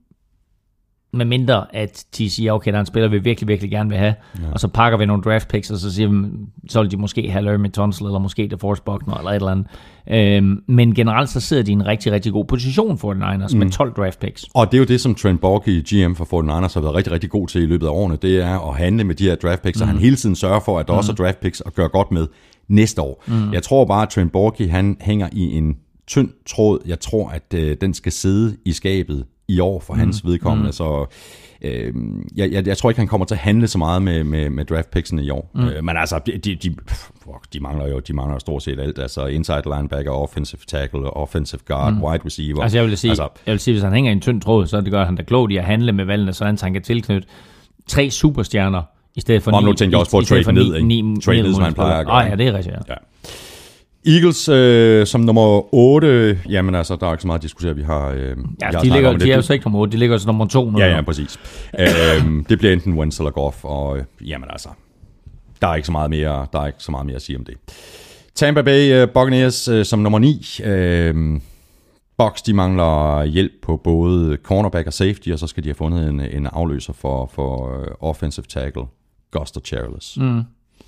Med mindre, at de siger, okay, der er en spiller, vi virkelig, virkelig gerne vil have, ja. Og så pakker vi nogle draft picks, og så siger vi, så vil de måske have Laramie Tunsil, eller måske DeForest Buckner, eller et eller andet. Øhm, men generelt, så sidder de i en rigtig, rigtig god position for forty-niners mm. med tolv draft picks. Og det er jo det, som Trent Baalke, G M for forty-niners, har været rigtig, rigtig god til i løbet af årene, det er at handle med de her draft picks, mm. og han hele tiden sørger for, at der mm. også er draft picks at gøre godt med næste år. Mm. Jeg tror bare, at Trent Baalke, han hænger i en tynd tråd. Jeg tror, at øh, den skal sidde i skabet i år for mm. hans vedkommende, mm. så øh, jeg, jeg, jeg tror ikke, han kommer til at handle så meget med, med, med draft picksene i år. Mm. Øh, men altså, de, de, de, de mangler jo de mangler stort set alt. Altså inside linebacker, offensive tackle, offensive guard, mm. wide receiver. Altså jeg vil sige, altså, jeg vil sige, hvis han hænger i en tynd tråd, så det gør han da klogt i at handle med valgene, så han kan tilknytte tre superstjerner i stedet for og ni. Og nu tænker jeg også på at trade ned, ikke? Trade ned, som han plejer at gøre. Ah, ja, det er rigtigt, ja. ja. Eagles øh, som nummer otte, jamen altså, der er ikke så meget at diskutere, vi har... Øh, ja, de, ligger, de er jo så ikke nummer otte, de ligger også nummer to nu. Ja, ja, præcis. øh, det bliver enten Wentz eller Goff, og øh, jamen altså, der er ikke så meget mere, der er ikke så meget mere at sige om det. Tampa Bay uh, Buccaneers uh, som nummer ni. Uh, Bucs, de mangler hjælp på både cornerback og safety, og så skal de have fundet en, en afløser for, for uh, offensive tackle, Guster Charles. Mm.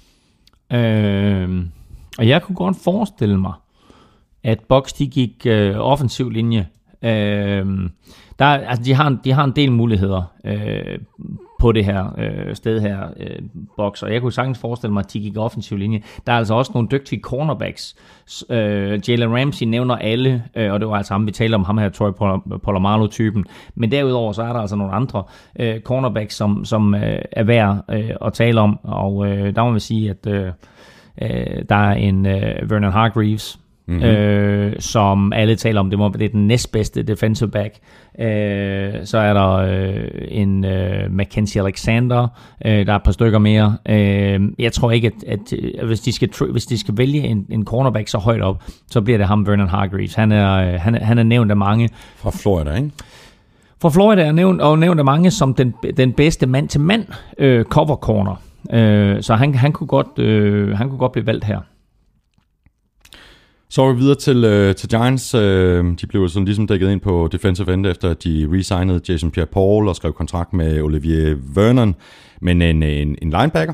Øh... Og jeg kunne godt forestille mig, at Bucs de gik øh, offensiv linje. Øh, der, altså de, har en, de har en del muligheder øh, på det her øh, sted her, øh, Bucs, og jeg kunne sagtens forestille mig, at de gik offensiv linje. Der er altså også nogle dygtige cornerbacks. Øh, Jalen Ramsey nævner alle, øh, og det var altså ham, vi talte om, ham her, Troy Polamalu-typen. Men derudover så er der altså nogle andre øh, cornerbacks, som, som øh, er værd øh, at tale om, og øh, der må vi sige, at... Øh, Uh, der er en uh, Vernon Hargreaves, mm-hmm. øh, som alle taler om. Det, må, det er den næstbedste defensive back. Øh, så er der øh, en øh, Mackenzie Alexander. Øh, der er et par stykker mere. Øh, jeg tror ikke, at, at, at hvis, de skal, hvis de skal vælge en, en cornerback så højt op, så bliver det ham, Vernon Hargreaves. Han er, han, han er nævnt af mange. Fra Florida, ikke? Fra Florida er nævnt, og nævnt af mange som den, den bedste mand-til-mand øh, cover corner. Øh, så han, han, kunne godt, øh, han kunne godt blive valgt her. Så er vi videre til, øh, til Giants. Øh, de blev sådan ligesom dækket ind på defensive end, efter de re-signede Jason Pierre-Paul og skrev kontrakt med Olivier Vernon. Men en, en, en linebacker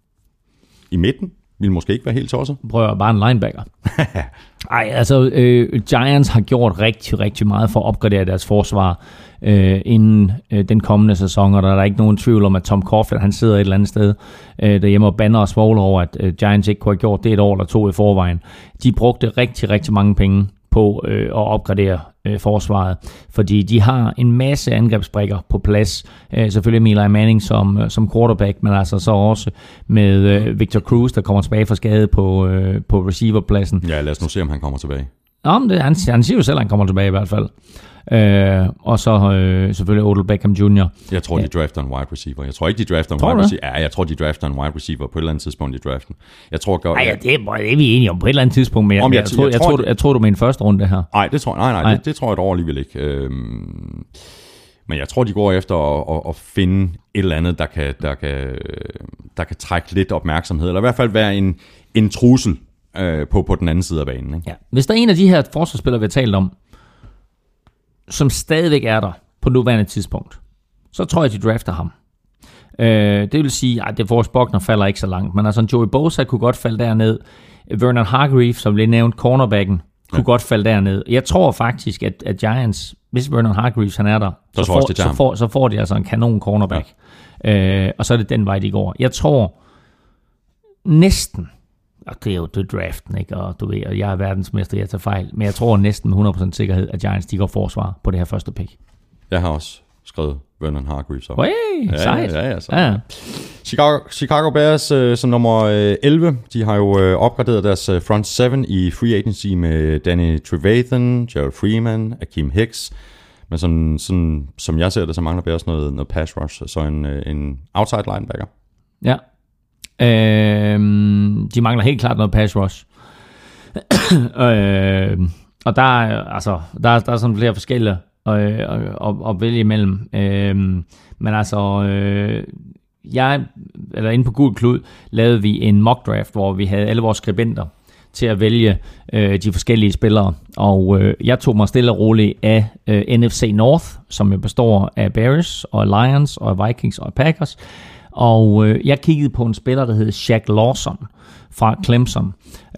i midten ville måske ikke være helt tosset. Prøv at bare en linebacker. Ej, altså øh, Giants har gjort rigtig, rigtig meget for at opgradere deres forsvar øh, inden øh, den kommende sæson, og der er der ikke nogen tvivl om, at Tom Coughlin, han sidder et eller andet sted øh, derhjemme og bander og svogler over, at øh, Giants ikke kunne have gjort det et år eller to i forvejen. De brugte rigtig, rigtig mange penge på øh, at opgradere øh, forsvaret, fordi de har en masse angrebsbrikker på plads. Øh, selvfølgelig Eli Manning som, øh, som quarterback, men altså så også med øh, Victor Cruz, der kommer tilbage fra skade på, øh, på receiverpladsen. Ja, lad os nu se, om han kommer tilbage. Nå, men det, han, han siger jo selv, at han kommer tilbage i hvert fald. Øh, og så øh, selvfølgelig Odell Beckham junior Jeg tror, de drafter en wide receiver. Jeg tror ikke, de drafter en tror wide du? receiver. Ja, jeg tror, de drafter en wide receiver på et eller andet tidspunkt i draften. Jeg tror godt. Ej, ja, det, er, det er vi enige om på et eller andet tidspunkt, men jeg, Om jeg, jeg, jeg, tror, jeg, jeg, tror, tror, jeg, jeg tror, du med en første runde her. Nej, det tror, nej, nej, nej. Det, det tror jeg dog alligevel ikke. Øhm, men jeg tror, de går efter at, at, at finde et eller andet, der kan, der, kan, der kan trække lidt opmærksomhed, eller i hvert fald være en, en trussel øh, på, på den anden side af banen. Ikke? Ja. Hvis der er en af de her forsvarsspillere, vi har talt om, som stadigvæk er der på nuværende tidspunkt, så tror jeg, de drafter ham. Øh, det vil sige, at det vores Buckner falder ikke så langt, men altså en Joey Bosa kunne godt falde derned. Vernon Hargreaves, som blev nævnt, cornerbacken, kunne ja. godt falde derned. Jeg tror faktisk, at, at Giants, hvis Vernon Hargreaves han er der, så, så, får, så, får, så får de altså en kanon cornerback. Ja. Øh, og så er det den vej, de går. Jeg tror næsten, og det er jo det draften, ikke? Og du ved, og jeg er verdensmester, jeg tager fejl, men jeg tror næsten med hundrede procent sikkerhed, at Giants de går forsvar på det her første pick. Jeg har også skrevet Vernon Hargreaves op. Hey, ja, sejt. Ja, ja, ja, ja. Chicago, Chicago Bears øh, som nummer øh, elleve, de har jo øh, opgraderet deres øh, front seven i free agency med Danny Trevathan, Gerald Freeman, Akeem Hicks. Men sådan, sådan, som jeg ser det, så mangler Bears noget, noget pass rush, så en, øh, en outside linebacker. Ja. Øhm, de mangler helt klart noget pass rush. øh, og der er, altså, der, der er sådan flere forskellige at, at, at vælge imellem. Øh, men altså, øh, jeg, eller inde på Gul Klud, lavede vi en mock draft, hvor vi havde alle vores skribenter til at vælge øh, de forskellige spillere. Og øh, jeg tog mig stille og roligt af øh, N F C North, som jo består af Bears og Lions og Vikings og Packers. Og øh, jeg kiggede på en spiller, der hed Shaq Lawson fra Clemson,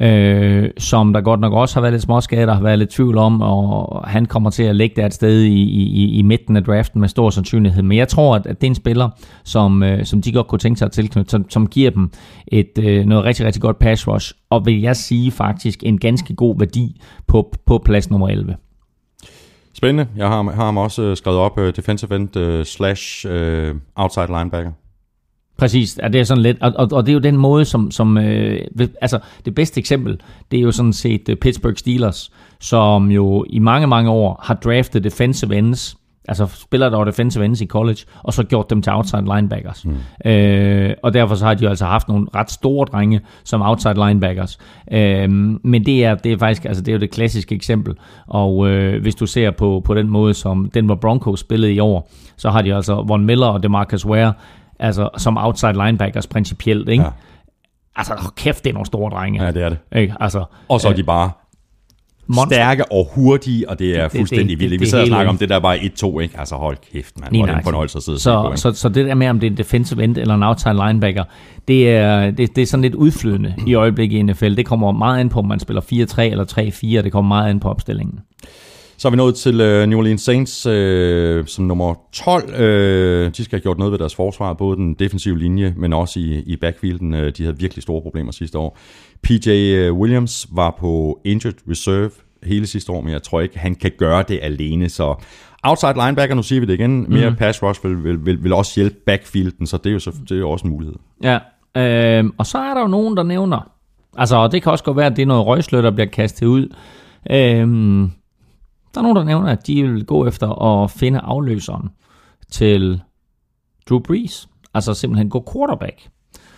øh, som der godt nok også har været lidt småskader, har været lidt tvivl om, og han kommer til at ligge der et sted i, i, i midten af draften med stor sandsynlighed. Men jeg tror, at, at det er en spiller, som, øh, som de godt kunne tænke sig at tilknytte, som, som giver dem et, øh, noget rigtig, rigtig godt pass rush, og vil jeg sige faktisk en ganske god værdi på, på plads nummer elleve. Spændende. Jeg har, har ham også skrevet op, uh, defensive end uh, slash uh, outside linebacker. Præcis, ja, det er sådan lidt, og, og, og det er jo den måde, som, som øh, altså det bedste eksempel, det er jo sådan set uh, Pittsburgh Steelers, som jo i mange, mange år har draftet defensive ends, altså spillere, der var defensive ends i college, og så gjort dem til outside linebackers. Mm. Øh, og derfor så har de jo altså haft nogle ret store drenge som outside linebackers. Øh, men det er, det er faktisk, altså det er jo det klassiske eksempel, og øh, hvis du ser på, på den måde, som Denver Broncos spillede i år, så har de altså Von Miller og DeMarcus Ware, altså som outside linebackers principielt, ikke? Ja. Altså, oh, kæft, det er nogle store drenge. Ja, det er det. Ikke? Altså, og så er de bare monster. Stærke og hurtige, og det er det, fuldstændig vildt. Vi sidder og snakker om det der bare et to, ikke? Altså, hold kæft, man. Hvor er det en fornøjelse at sidde så, på, så, så det der med, om det er en defensive end eller en outside linebacker, det er, det, det er sådan lidt udflydende i øjeblikket i N F L. Det kommer meget an på, om man spiller fire tre eller tre fire. Det kommer meget an på opstillingen. Så er vi nået til uh, New Orleans Saints uh, som nummer tolv. Uh, de skal have gjort noget ved deres forsvar, både den defensive linje, men også i, i backfielden. Uh, de havde virkelig store problemer sidste år. P J Williams var på injured reserve hele sidste år, men jeg tror ikke, han kan gøre det alene. Så outside linebacker, nu siger vi det igen, mere mm. pass rush vil, vil, vil, vil også hjælpe backfielden, så det er jo, så, det er jo også en mulighed. Ja, øh, og så er der jo nogen, der nævner, Altså, det kan også godt være, at det er noget røgslør, der bliver kastet ud. Øhm, der er nogen, der nævner, at de vil gå efter at finde afløseren til Drew Brees. Altså simpelthen gå quarterback.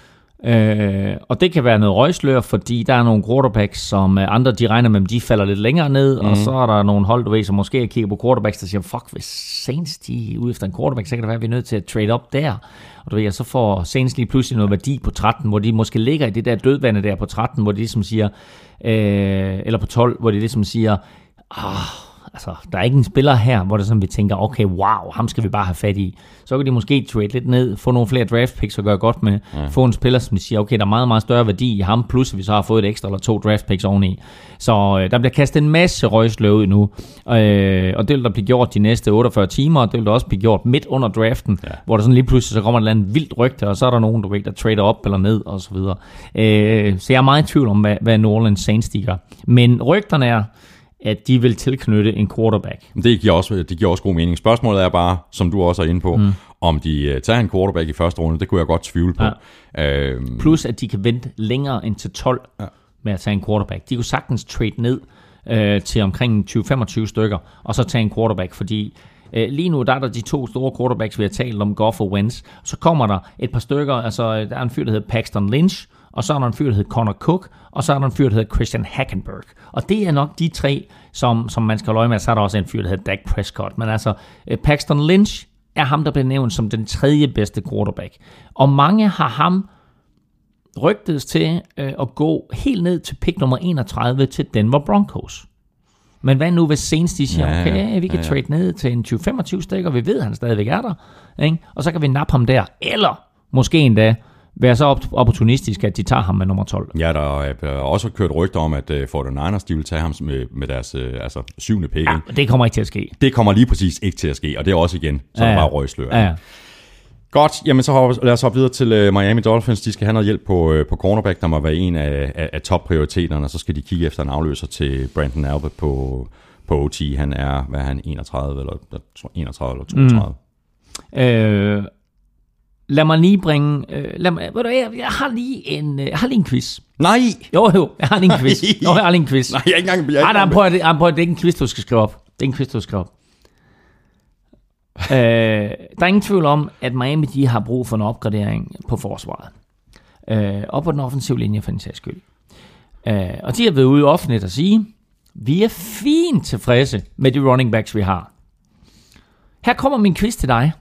Øh, og det kan være noget røgslør, fordi der er nogle quarterbacks, som andre de regner med, de falder lidt længere ned, mm. og så er der nogle hold, du ved, som måske kigger på quarterbacks, der siger, fuck, hvis Saints de er ude efter en quarterback, så kan det være, at vi er nødt til at trade op der. Og du ved, så får Saints lige pludselig noget værdi på tretten, hvor de måske ligger i det der dødvande der på tretten, hvor de ligesom siger, øh, eller på tolv, hvor de ligesom siger, ah, altså, der er ikke en spiller her, hvor det sådan, vi tænker, okay, wow, ham skal vi bare have fat i. Så kan de måske trade lidt ned, få nogle flere draft picks og gøre godt med. Ja. Få en spiller, som siger, okay, der er meget, meget større værdi i ham, plus vi så har fået et ekstra eller to draft picks oveni. Så øh, der bliver kastet en masse røgslør ud nu. Øh, og det vil der blive gjort de næste otteogfyrre timer, og det vil der også blive gjort midt under draften, ja. Hvor der sådan lige pludselig så kommer et eller andet vildt rygte, og så er der nogen, du ved, der trader op eller ned, og så videre. Øh, så jeg er meget i tvivl om, hvad, hvad New Orleans Saints de gør. Men rygterne er, at de vil tilknytte en quarterback. Det giver også, det giver også god mening. Spørgsmålet er bare, som du også er inde på, mm. om de tager en quarterback i første runde, det kunne jeg godt tvivle på. Ja. Øhm. Plus, at de kan vente længere end til tolv ja. Med at tage en quarterback. De kunne sagtens trade ned øh, til omkring tyve til femogtyve stykker, og så tage en quarterback, fordi øh, lige nu der er der de to store quarterbacks, vi har talt om, Goff og Wentz. Så kommer der et par stykker, altså der er en fyr, der hedder Paxton Lynch, og så er der en fyr, der hedder Connor Cook, og så er der en fyr, der hedder Christian Hackenberg. Og det er nok de tre, som, som man skal holde med. Så er der også en fyr, der hedder Dak Prescott. Men altså, Paxton Lynch er ham, der bliver nævnt som den tredje bedste quarterback. Og mange har ham rygtedes til øh, at gå helt ned til pick nummer enogtredive til Denver Broncos. Men hvad nu, hvis Saints de siger, ja, okay, vi kan ja, ja. trade ned til en tyve til femogtyve stykker, vi ved, at han stadigvæk er der, ikke? Og så kan vi nappe ham der. Eller måske endda være så opportunistisk, at de tager ham med nummer tolv. Ja, der er også kørt rygter om, at uh, forty-niners, de vil tage ham med, med deres uh, altså, syvende pick. Ja, det kommer ikke til at ske. Det kommer lige præcis ikke til at ske, og det er også igen, så ja, er der bare røgslør. Ja, ja. Godt, jamen så hop, lad os hoppe videre til uh, Miami Dolphins. De skal have noget hjælp på, uh, på cornerback, der må være en af, af, af top-prioriteterne, så skal de kigge efter en afløser til Brandon Albert på, på O T. Han er, hvad er han, enogtredive eller enogtredive eller toogtredive? Mm. Øh... Lad mig lige bringe... Øh, lad mig, ved du, jeg, jeg, har lige en, jeg har lige en quiz. Nej! Jo, jo, jeg har lige en quiz. Jo, jeg har lige en quiz. Nej, jeg er ikke engang... Jeg er Nej, nej, prøv at, det, prøv at, det er ikke en quiz, du skal skrive op. Det er en quiz, du skal skrive op. øh, der er ingen tvivl om, at Miami de har brug for en opgradering på forsvaret. Øh, op på den offensive linje, for en sags skyld. Øh, og de har været ude offentligt at sige, vi er fint tilfredse med de running backs, vi har. Her kommer min quiz til dig.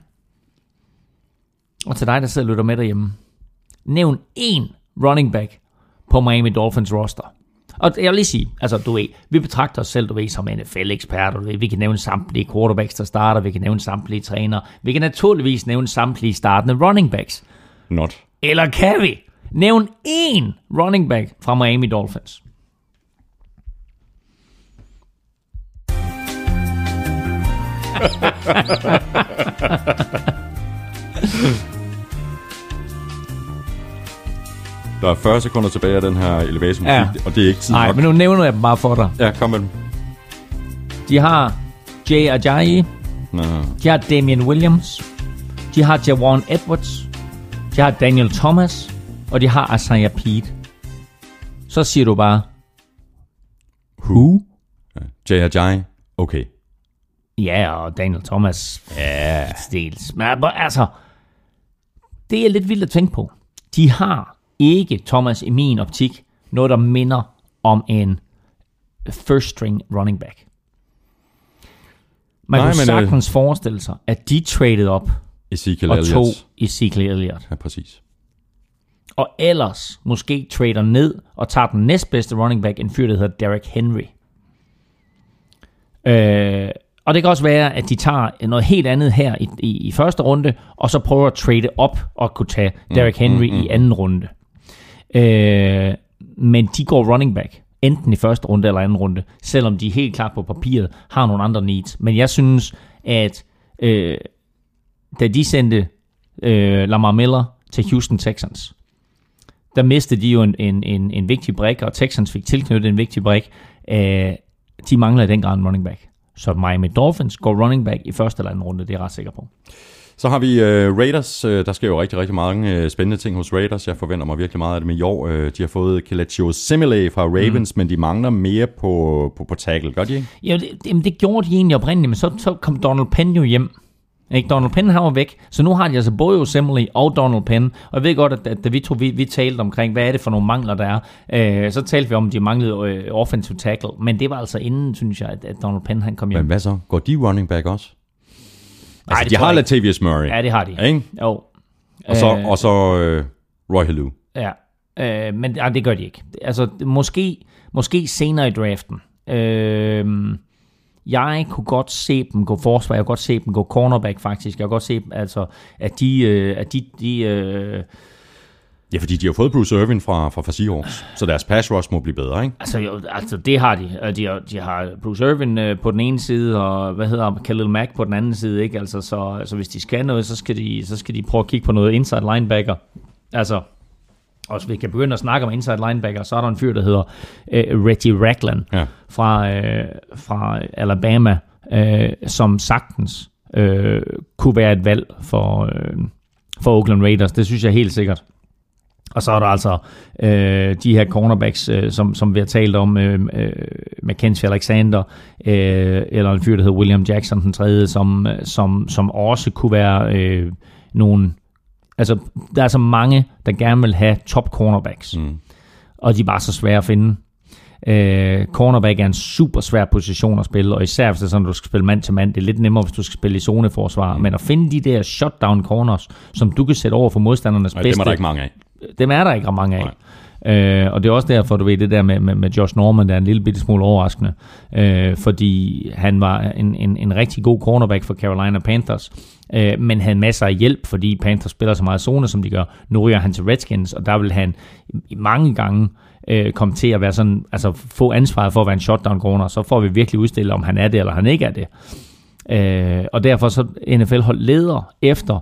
Og til dig, der sidder og lytter med derhjemme. Nævn én running back på Miami Dolphins roster. Og jeg vil lige sige, altså du ved, vi betragter os selv, du ved, som N F L-eksperter. Du ved, vi kan nævne samtlige quarterbacks, der starter. Vi kan nævne samtlige trænere. Vi kan naturligvis nævne samtlige startende running backs. Not. Eller kan vi? Nævn én running back fra Miami Dolphins. Der er fyrre sekunder tilbage af den her elevation musik, ja. Og det er ikke tid nok. Nej, men nu nævner jeg dem bare for dig. Ja, kom med dem. De har Jay Ajayi. Nå. De har Damian Williams. De har Jawan Edwards. De har Daniel Thomas. Og de har Isaiah Pete. Så siger du bare Who? Ja. Jay Ajayi. Okay. Ja, og Daniel Thomas. Ja. Stils. Men altså, det er lidt vildt at tænke på. De har ikke, Thomas, i min optik, noget, der minder om en first string running back. Man Nej, kunne sagtens øh... forestille sig, at de traded op Ezekiel og Elliott. tog Ezekiel Elliott. Ja, præcis. Og ellers måske trader ned og tager den næstbedste running back, en fyr, der hedder Derrick Henry. Øh... Og det kan også være, at de tager noget helt andet her i, i, i første runde, og så prøver at trade op og kunne tage Derrick Henry mm, mm, mm. i anden runde. Øh, men de går running back, enten i første runde eller anden runde, selvom de helt klart på papiret har nogle andre needs. Men jeg synes, at øh, da de sendte øh, Lamar Miller til Houston Texans, der mistede de jo en, en, en, en vigtig brik, og Texans fik tilknyttet en vigtig brik. Øh, de mangler i den grad en running back. Så Miami Dolphins går running back i første eller anden runde, det er jeg ret sikker på. Så har vi uh, Raiders. Uh, der sker jo rigtig, rigtig mange uh, spændende ting hos Raiders. Jeg forventer mig virkelig meget af dem i år. Uh, de har fået Kelechi Osemele fra Ravens, mm. men de mangler mere på, på, på tackle. Gør de ikke? Ja, det, det gjorde de egentlig oprindeligt, men så, så kom Donald Penn jo hjem. Ikke? Donald Penn han var væk, så nu har de altså både Osemele og Donald Penn. Og jeg ved godt, at, at da vi, to, vi, vi talte omkring, hvad er det for nogle mangler, der er, øh, så talte vi om, at de manglede øh, offensive tackle. Men det var altså inden, synes jeg, at, at Donald Penn han kom hjem. Men hvad så? Går de running back også? Altså, Ej, de har Latavius Murray. Ja, det har de. Ikke? Jo. Og så, øh, og så øh, Roy Halou. Ja, øh, men ja, det gør de ikke. Altså, måske, måske senere i draften. Øh, jeg kunne godt se dem gå forsvar, jeg kunne godt se dem gå cornerback faktisk. Jeg kunne godt se dem, altså, at de... Øh, at de, de øh, ja, fordi de har fået Bruce Irvin fra, fra, fra Seahawks, så deres pass rush må blive bedre, ikke? Altså, jo, altså det har de. De har, de har Bruce Irvin øh, på den ene side, og hvad hedder Khalil Mack på den anden side, ikke? Altså, så altså, hvis de skal noget, så skal de, så skal de prøve at kigge på noget inside linebacker. Altså, og hvis vi kan begynde at snakke om inside linebacker, så er der en fyr, der hedder øh, Reggie Ragland ja. fra, øh, fra Alabama, øh, som sagtens øh, kunne være et valg for, øh, for Oakland Raiders. Det synes jeg helt sikkert. Og så er der altså øh, de her cornerbacks, øh, som, som vi har talt om, øh, øh, Mackenzie Alexander, øh, eller en fyr, der hedder William Jackson, den tredje, som, som, som også kunne være øh, nogle... Altså, der er så mange, der gerne vil have top cornerbacks, mm. og de er bare så svære at finde. Øh, cornerback er en super svær position at spille, og især hvis det er sådan, at du skal spille mand til mand. Det er lidt nemmere, hvis du skal spille i zoneforsvar. Mm. Men at finde de der shutdown corners, som du kan sætte over for modstandernes Ej, bedste... dem er der ikke mange af. Dem er der ikke mange af. Øh, og det er også derfor, du ved, det der med, med, med Josh Norman, der er en lille bitte smule overraskende. Øh, fordi han var en, en, en rigtig god cornerback for Carolina Panthers. Øh, men havde masser af hjælp, fordi Panthers spiller så meget zone, som de gør. Nu ryger han til Redskins, og der vil han mange gange øh, komme til at være sådan, altså få ansvaret for at være en shutdown corner. Så får vi virkelig udstillet, om han er det, eller han ikke er det. Øh, og derfor så N F L-hold leder efter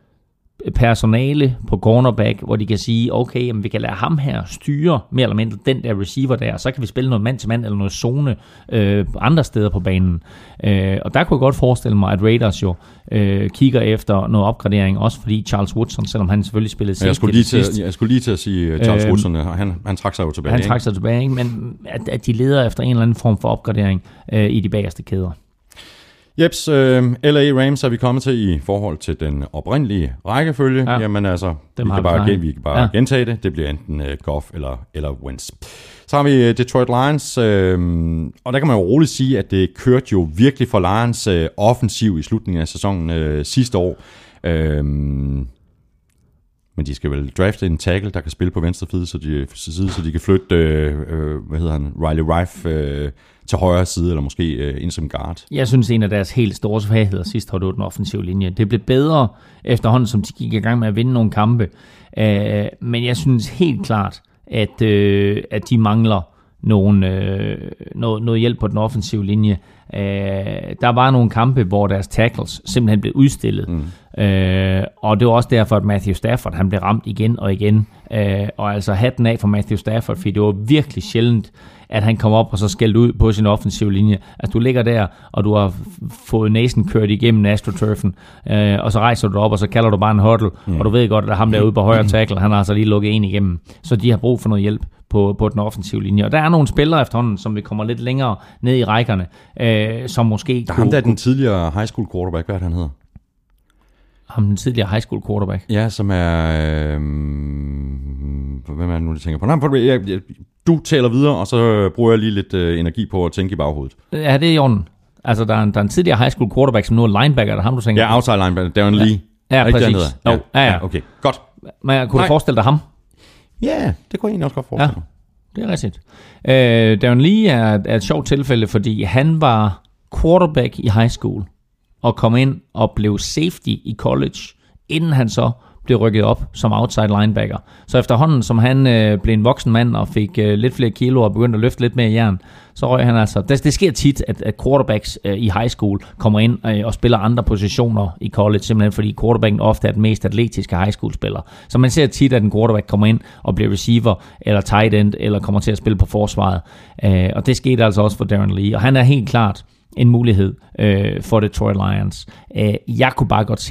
personale på cornerback, hvor de kan sige, okay, jamen, vi kan lade ham her styre mere eller mindre den der receiver der, så kan vi spille noget mand til mand eller noget zone øh, andre steder på banen. Øh, og der kunne jeg godt forestille mig, at Raiders jo øh, kigger efter noget opgradering, også fordi Charles Woodson, selvom han selvfølgelig spillede safety. Jeg skulle lige til, jeg skulle lige til at sige Charles øh, Woodson, han, han trak sig jo tilbage. Han trak sig tilbage, ikke? Men at, at de leder efter en eller anden form for opgradering øh, i de bagerste kæder. Jeps, øh, L A Rams er vi kommet til i forhold til den oprindelige rækkefølge. Ja. Jamen altså, vi kan, bare, gen, vi kan bare ja. gentage det. Det bliver enten øh, Goff eller, eller Wentz. Så har vi Detroit Lions, øh, og der kan man jo roligt sige, at det kørte jo virkelig for Lions øh, offensiv i slutningen af sæsonen øh, sidste år. Øh, men de skal vel drafte en tackle, der kan spille på venstre side, så de, side, så de kan flytte, øh, øh, hvad hedder han, Riley Reiff øh, til højre side, eller måske øh, ind som guard. Jeg synes, en af deres helt store svagheder sidst har du den offensive linje. Det blev bedre efterhånden, som de gik i gang med at vinde nogle kampe. Øh, men jeg synes helt klart, at, øh, at de mangler nogle, øh, noget, noget hjælp på den offensive linje. Øh, der var nogle kampe, hvor deres tackles simpelthen blev udstillet. Mm. Øh, og det var også derfor, at Matthew Stafford han blev ramt igen og igen. Øh, og altså hatten af for Matthew Stafford, fordi det var virkelig sjældent, at han kom op og så skældte ud på sin offensive linje. Altså du ligger der, og du har fået næsen kørt igennem AstroTurfen, øh, og så rejser du op, og så kalder du bare en huddle, mm. og du ved godt, at ham derude på højre tackle, han har altså lige lukket en igennem. Så de har brug for noget hjælp på, på den offensive linje. Og der er nogle spillere efterhånden, som vi kommer lidt længere ned i rækkerne, øh, som måske... Der er ham der, den tidligere high school quarterback, hvad er det, han hedder? Ham den tidligere high school quarterback? Ja, som er... Øh, hvem er det nu, de tænker på? Nej, jeg, jeg, du taler videre, og så bruger jeg lige lidt øh, energi på at tænke i baghovedet. Ja, det er i orden. Altså, der er, en, der er en tidligere high school quarterback, som nu er linebacker, der er ham, du tænker ja, outside linebacker, Darren ja. Lee. Ja, ja præcis. Ja. Ja, ja, ja. Okay, godt. Men kunne Nej. du forestille dig ham? Ja, det kunne jeg egentlig også godt forestille mig. Ja, det er rigtigt. Øh, Darren Lee er, er et sjovt tilfælde, fordi han var quarterback i high school, og kom ind og blev safety i college, inden han så blev rykket op som outside linebacker. Så efterhånden, som han øh, blev en voksen mand og fik øh, lidt flere kilo og begyndte at løfte lidt mere jern, så røg han altså... Det, det sker tit, at, at quarterbacks øh, i high school kommer ind øh, og spiller andre positioner i college, simpelthen fordi quarterbacken ofte er den mest atletiske high school spiller. Så man ser tit, at en quarterback kommer ind og bliver receiver eller tight end, eller kommer til at spille på forsvaret. Øh, og det skete altså også for Darren Lee, og han er helt klart en mulighed øh, for Detroit Lions. Øh, jeg kunne bare godt se dem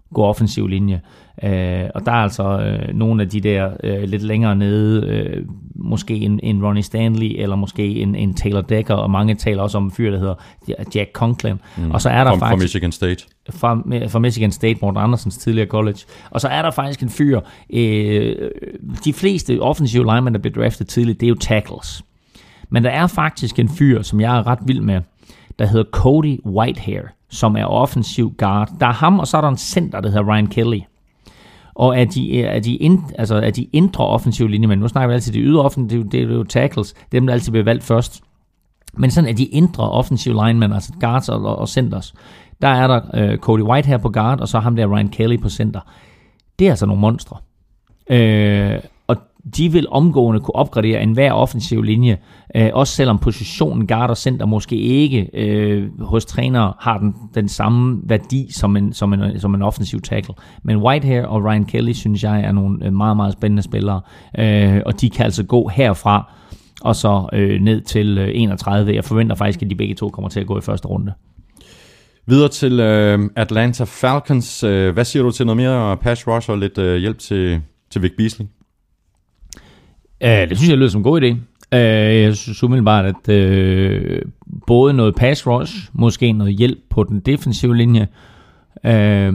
gå offensiv linje. Øh, og der er altså øh, nogle af de der øh, lidt længere nede, øh, måske en, en Ronnie Stanley, eller måske en, en Taylor Decker, og mange taler også om en fyr, der hedder Jack Conklin. Mm. Og så er der fra, faktisk... Fra Michigan State. Fra, fra Michigan State, Morten Andersens tidligere college. Og så er der faktisk en fyr, øh, de fleste offensive linemen, der bliver draftet tidligt, det er jo tackles. Men der er faktisk en fyr, som jeg er ret vild med, der hedder Cody Whitehair, som er offensiv guard. Der er ham, og så er der en center, der hedder Ryan Kelly. Og er de, er de, ind, altså er de indre offensive linjer, men nu snakker vi altid de ydre offensive, det er jo tackles, dem der altid bliver valgt først. Men sådan er de indre offensive linemen, altså guards og, og centers. Der er der øh, Cody Whitehair på guard, og så ham der Ryan Kelly på center. Det er altså nogle monstre. Øh, og de vil omgående kunne opgradere enhver offensiv linje, øh, også selvom positionen guard og center måske ikke øh, hos trænere har den, den samme værdi som en, som, en, som en offensiv tackle. Men Whitehair og Ryan Kelly, synes jeg, er nogle meget, meget spændende spillere, øh, og de kan altså gå herfra og så øh, ned til øh, enogtredive. Jeg forventer faktisk, at de begge to kommer til at gå i første runde. Videre til øh, Atlanta Falcons. Øh, hvad siger du til noget mere pass rush og lidt øh, hjælp til, til Vic Beasley? Uh, det synes jeg lyder som en god idé. Uh, jeg synes umiddelbart, at uh, både noget pass rush, måske noget hjælp på den defensive linje, uh,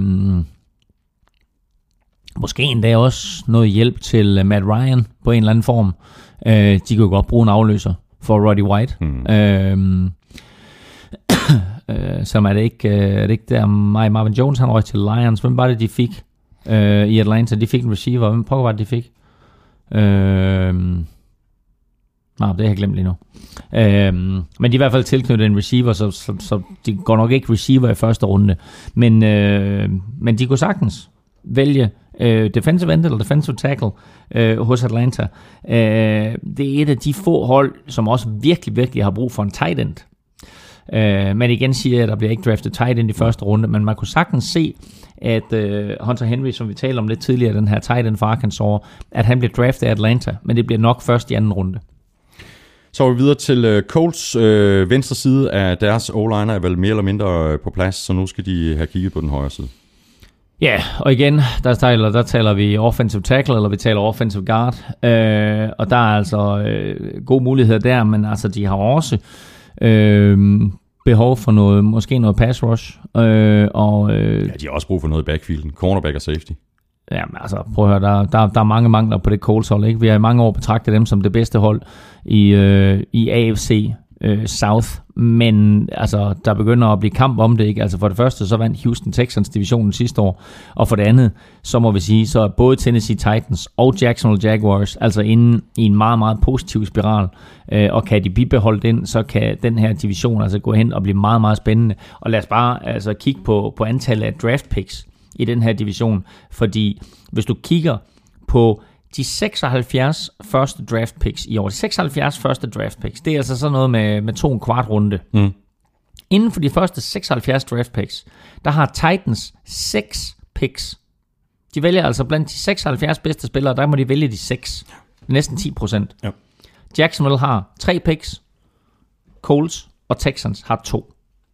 måske endda også noget hjælp til uh, Matt Ryan på en eller anden form. Uh, de kan godt bruge en afløser for Roddy White. Hmm. Uh, Uh, som er det ikke, uh, er det ikke der Marvin Jones, han røg til Lions. Hvem var det, de fik uh, i Atlanta? De fik en receiver. Hvem pokker var det, de fik? Uh, nej, det har jeg glemt lige nu. Uh, men de er i hvert fald tilknyttet en receiver, så, så, så de går nok ikke receiver i første runde. Men, uh, men de kunne sagtens vælge uh, defensive end eller defensive tackle uh, hos Atlanta. Uh, det er et af de få hold, som også virkelig, virkelig har brug for en tight end. Uh, men igen siger jeg, at der bliver ikke draftet tight end i første runde, men man kunne sagtens se, at uh, Hunter Henry, som vi talte om lidt tidligere, den her tight end fra Arkansas, at han bliver draftet af Atlanta, men det bliver nok først i anden runde. Så er vi videre til uh, Colts. Uh, venstre side af deres O-liner er vel mere eller mindre uh, på plads, så nu skal de have kigget på den højre side. Ja, yeah, og igen, der taler, der taler vi offensive tackle, eller vi taler offensive guard, uh, og der er altså uh, gode muligheder der, men altså de har også Øh, behov for noget, måske noget pass rush. Øh, og, øh, ja, de har også brug for noget i backfielden. Cornerback og safety. Jamen altså, prøv at høre, der, der, der er mange mangler på det Colts hold, ikke? Vi har i mange år betragtet dem som det bedste hold i, øh, i A F C øh, South, men altså, der begynder at blive kamp om det, ikke? Altså for det første, så vandt Houston Texans divisionen sidste år, og for det andet, så må vi sige, så er både Tennessee Titans og Jacksonville Jaguars altså inde i en meget, meget positiv spiral, øh, og kan de bibeholde den, så kan den her division altså gå hen og blive meget, meget spændende. Og lad os bare altså kigge på, på antallet af draft picks i den her division, fordi hvis du kigger på de seksoghalvfjerds første draft picks i år, de seksoghalvfjerds første draft picks, det er altså sådan noget med, med to og en kvart runde. Mm. Inden for de første seksoghalvfjerds draft picks, der har Titans seks picks. De vælger altså blandt de seksoghalvfjerds bedste spillere, der må de vælge de seks. Næsten ti procent. Ja. Jacksonville har tre picks, Colts og Texans har to.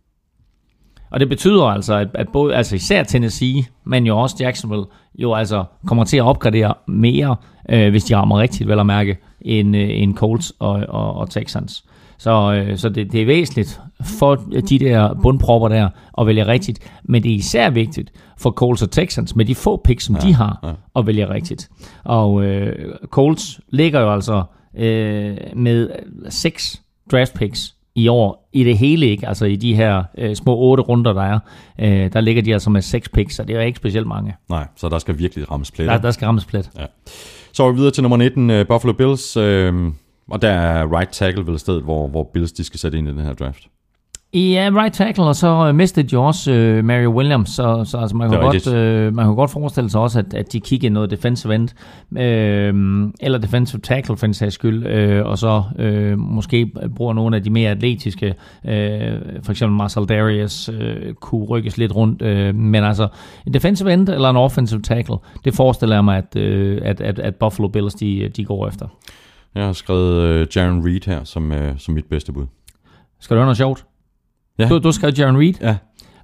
Og det betyder altså, at, at både, altså især Tennessee, men jo også Jacksonville, jo altså kommer til at opgradere mere, øh, hvis de rammer rigtigt, vel at mærke, end, øh, end Colts og, og, og Texans. Så, øh, så det, det er væsentligt for de der bundpropper der at vælge rigtigt, men det er især vigtigt for Colts og Texans, med de få picks, som ja, de har, ja. At vælge rigtigt. Og øh, Colts ligger jo altså øh, med seks draft picks i år, i det hele ikke, altså i de her øh, små otte runder, der er, øh, der ligger de altså med seks picks, så det er ikke specielt mange. Nej, så der skal virkelig rammes plet. Der, der skal rammes plet. Ja. Så er vi videre til nummer nitten, uh, Buffalo Bills, øh, og der er right tackle vel et sted, hvor, hvor Bills de skal sætte ind i den her draft. Ja, right tackle, og så mistede de også uh, Mario Williams, så, så altså, man, kan godt, uh, man kan godt forestille sig også, at, at de kigger noget defensive end, uh, eller defensive tackle for en sags skyld, uh, og så uh, måske bruger nogle af de mere atletiske, uh, for eksempel Marcel Darius, uh, kunne rykkes lidt rundt, uh, men altså en defensive end eller en offensive tackle, det forestiller jeg mig, at, uh, at, at, at Buffalo Bills de, de går efter. Jeg har skrevet uh, Jaron Reed her som, uh, som mit bedste bud. Skal du høre noget sjovt? Ja. Du, du skrev Jaron Reed. Ja.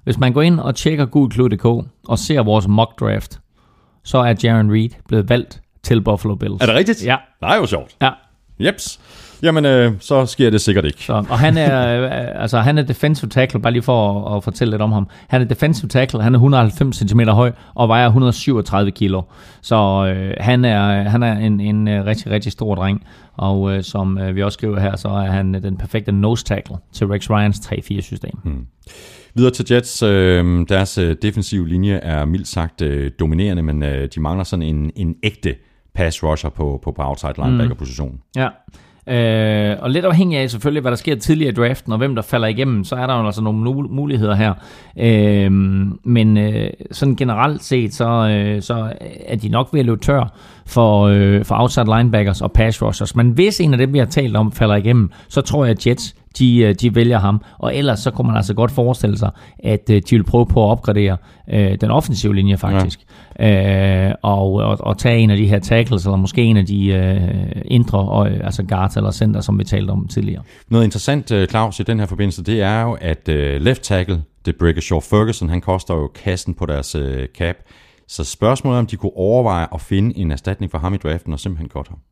Hvis man går ind og tjekker gulklud punktum d k og ser vores mock draft, så er Jarran Reed blevet valgt til Buffalo Bills. Er det rigtigt? Ja. Det er jo sjovt. Ja. Jeps. Jamen, øh, så sker det sikkert ikke. Så, og han er, øh, altså, han er defensive tackle, bare lige for at, at fortælle lidt om ham. Han er defensive tackle, han er et hundrede og halvfems centimeter høj og vejer et hundrede og syvogtredive kilo. Så øh, han er, han er en, en øh, rigtig, rigtig stor dreng. Og øh, som øh, vi også skriver her, så er han den perfekte nose tackle til Rex Ryans tre fire system. Hmm. Videre til Jets. Øh, deres øh, defensive linje er mildt sagt øh, dominerende, men øh, de mangler sådan en, en ægte pass rusher på, på, på outside linebacker-positionen. Mm. Ja. Øh, og lidt afhængig af selvfølgelig, hvad der sker tidligere i draften, og hvem der falder igennem, så er der jo altså nogle muligheder her. Øh, men øh, sådan generelt set, så, øh, så er de nok ved at løbe tør for, øh, for outside linebackers og pass rushers. Men hvis en af dem, vi har talt om, falder igennem, så tror jeg, at Jets de, de vælger ham. Og ellers så kunne man altså godt forestille sig, at de vil prøve på at opgradere øh, den offensive linje faktisk. Ja. Øh, og, og, og tage en af de her tackles, eller måske en af de øh, indre, og, altså guards eller center, som vi talte om tidligere. Noget interessant, Claus, i den her forbindelse, det er jo, at øh, left tackle, det Brickashaw Ferguson, han koster jo kassen på deres øh, cap. Så spørgsmålet er, om de kunne overveje at finde en erstatning for ham i draften, og simpelthen godt ham.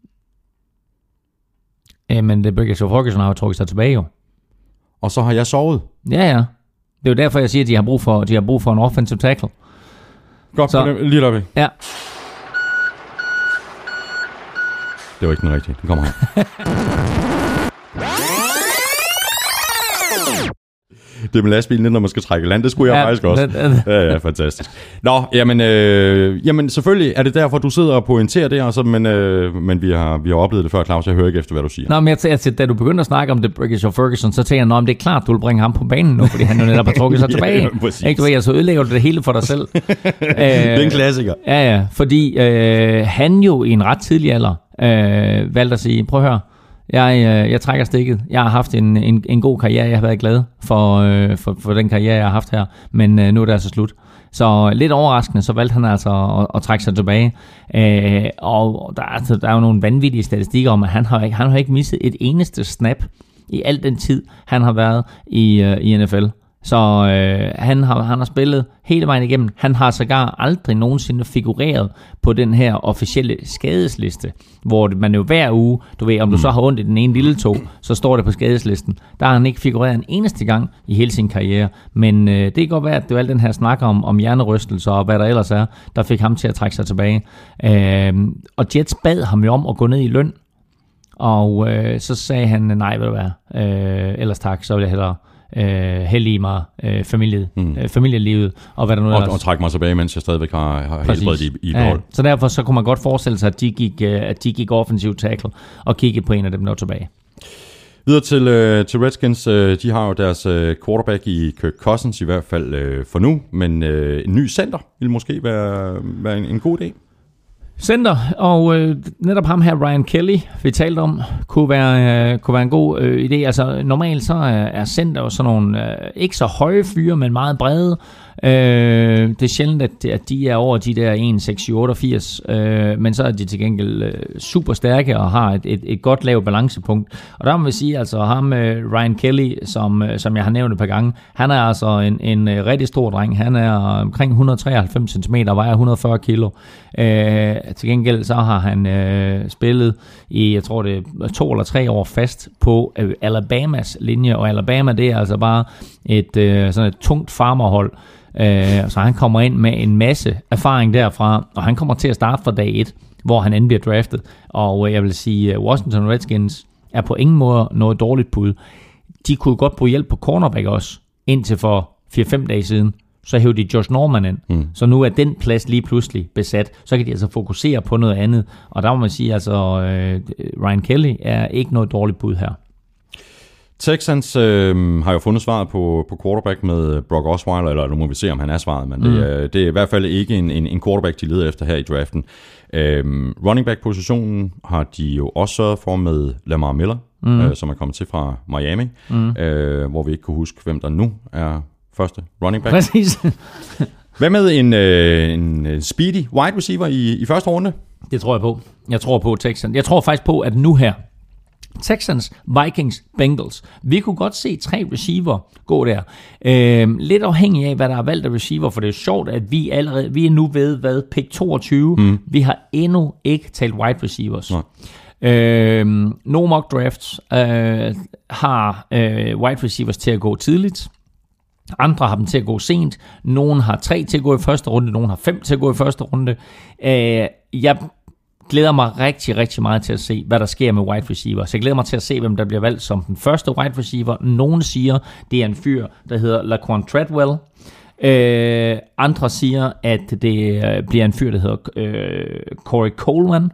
Øh, men det Brickashaw Ferguson har jo trukket sig tilbage jo. Og så har jeg sovet. Ja, ja. Det er jo derfor, jeg siger, at de har brug for, de har brug for en offensive tackle. Godt, så, det, lige deroppe. Ja. Det var ikke den rigtige. Den kommer her. Det med lastbilen, når man skal trække land, det skulle jeg ja, faktisk også. Det, det. Ja, ja, fantastisk. Nå, jamen, øh, jamen selvfølgelig er det derfor, du sidder og pointerer det, altså, men, øh, men vi, har, vi har oplevet det før, Claus. Jeg hører ikke efter, hvad du siger. Nå, men jeg tænker, da du begyndte at snakke om det Brickashaw Ferguson, så tænker jeg, om det er klart, du vil bringe ham på banen nu, fordi han jo netop har trukket sig tilbage. Ja, ikke, du ved, altså ødelægger du det hele for dig selv. Det er en klassiker. Ja, ja, fordi øh, han jo i en ret tidlig alder øh, valgte at sige, prøv at høre, Jeg, jeg trækker stikket. Jeg har haft en, en, en god karriere. Jeg har været glad for, øh, for, for den karriere, jeg har haft her. Men øh, nu er det altså slut. Så lidt overraskende, så valgte han altså at, at trække sig tilbage. Øh, og der, altså, der er jo nogle vanvittige statistikker om, at han har, han har ikke misset et eneste snap i al den tid, han har været i, øh, i N F L. Så øh, han, har, han har spillet hele vejen igennem. Han har sågar aldrig nogensinde figureret på den her officielle skadesliste, hvor man jo hver uge, du ved, om du så har ondt i den ene lille tog, så står det på skadeslisten. Der har han ikke figureret en eneste gang i hele sin karriere. Men øh, det kan godt være, at det var al den her snak om, om hjernerystelser og hvad der ellers er, der fik ham til at trække sig tilbage. Øh, og Jets bad ham jo om at gå ned i løn. Og øh, så sagde han, nej, hvad det var, øh, ellers tak, så vil jeg hellere Øh, heldige mig øh, familie, mm. øh, familielivet og hvad der nu og, og trække mig tilbage, mens jeg stadigvæk har, har helbredet i, i behold. Ja, så derfor så kunne man godt forestille sig, at de gik, øh, at de gik offensiv tackle og kiggede på en af dem, der var tilbage. Videre til, øh, til Redskins. Øh, de har jo deres øh, quarterback i Kirk Cousins, i hvert fald øh, for nu, men øh, en ny center vil måske være, være en, en god idé. Center, og øh, netop ham her, Ryan Kelly, vi talte om, kunne være, øh, kunne være en god øh, idé. Altså normalt så er, er center jo sådan nogle øh, ikke så høje fyre, men meget brede. Øh, det er sjældent, at, at de er over de der en komma seks syv otteogfirs, øh, men så er de til gengæld øh, super stærke og har et, et, et godt lavt balancepunkt. Og der må vi sige, altså ham øh, Ryan Kelly, som, øh, som jeg har nævnt et par gange, han er altså en, en øh, rigtig stor dreng. Han er omkring et hundrede og treoghalvfems centimeter og vejer et hundrede og fyrre kilo. Øh, til gengæld så har han øh, spillet i, jeg tror det er to eller tre år fast på øh, Alabamas linje, og Alabama det er altså bare et, øh, sådan et tungt farmerhold. Uh, så han kommer ind med en masse erfaring derfra, og han kommer til at starte fra dag et, hvor han endelig bliver draftet. Og uh, jeg vil sige, uh, Washington Redskins er på ingen måde noget dårligt bud. De kunne godt bruge hjælp på cornerback også, indtil for fire fem dage siden. Så hævde de Josh Norman ind. Mm. Så nu er den plads lige pludselig besat. Så kan de altså fokusere på noget andet. Og der må man sige, altså uh, Ryan Kelly er ikke noget dårligt bud her. Texans øh, har jo fundet svaret på, på quarterback med Brock Osweiler, eller nu må vi se, om han er svaret, men mm. det, er, det er i hvert fald ikke en, en, en quarterback, de leder efter her i draften. Øhm, running back-positionen har de jo også sørget for med Lamar Miller, mm. øh, som er kommet til fra Miami, mm. øh, hvor vi ikke kunne huske, hvem der nu er første running back. Præcis. Hvad med en, øh, en speedy wide receiver i, i første runde? Det tror jeg på. Jeg tror på Texans. Jeg tror faktisk på, at nu her, Texans, Vikings, Bengals. Vi kunne godt se tre receiver gå der. Øh, lidt afhængig af, hvad der er valgt af receiver, for det er sjovt, at vi allerede, vi er nu ved, hvad, pick toogtyve. Mm. Vi har endnu ikke talt wide receivers. Nej. Øh, no mock drafts øh, har øh, wide receivers til at gå tidligt. Andre har dem til at gå sent. Nogle har tre til at gå i første runde. Nogle har fem til at gå i første runde. Øh, jeg glæder mig rigtig, rigtig meget til at se, hvad der sker med wide receiver. Så jeg glæder mig til at se, hvem der bliver valgt som den første wide receiver. Nogle siger, det er en fyr, der hedder Laquan Treadwell. Øh, andre siger, at det bliver en fyr, der hedder øh, Corey Coleman.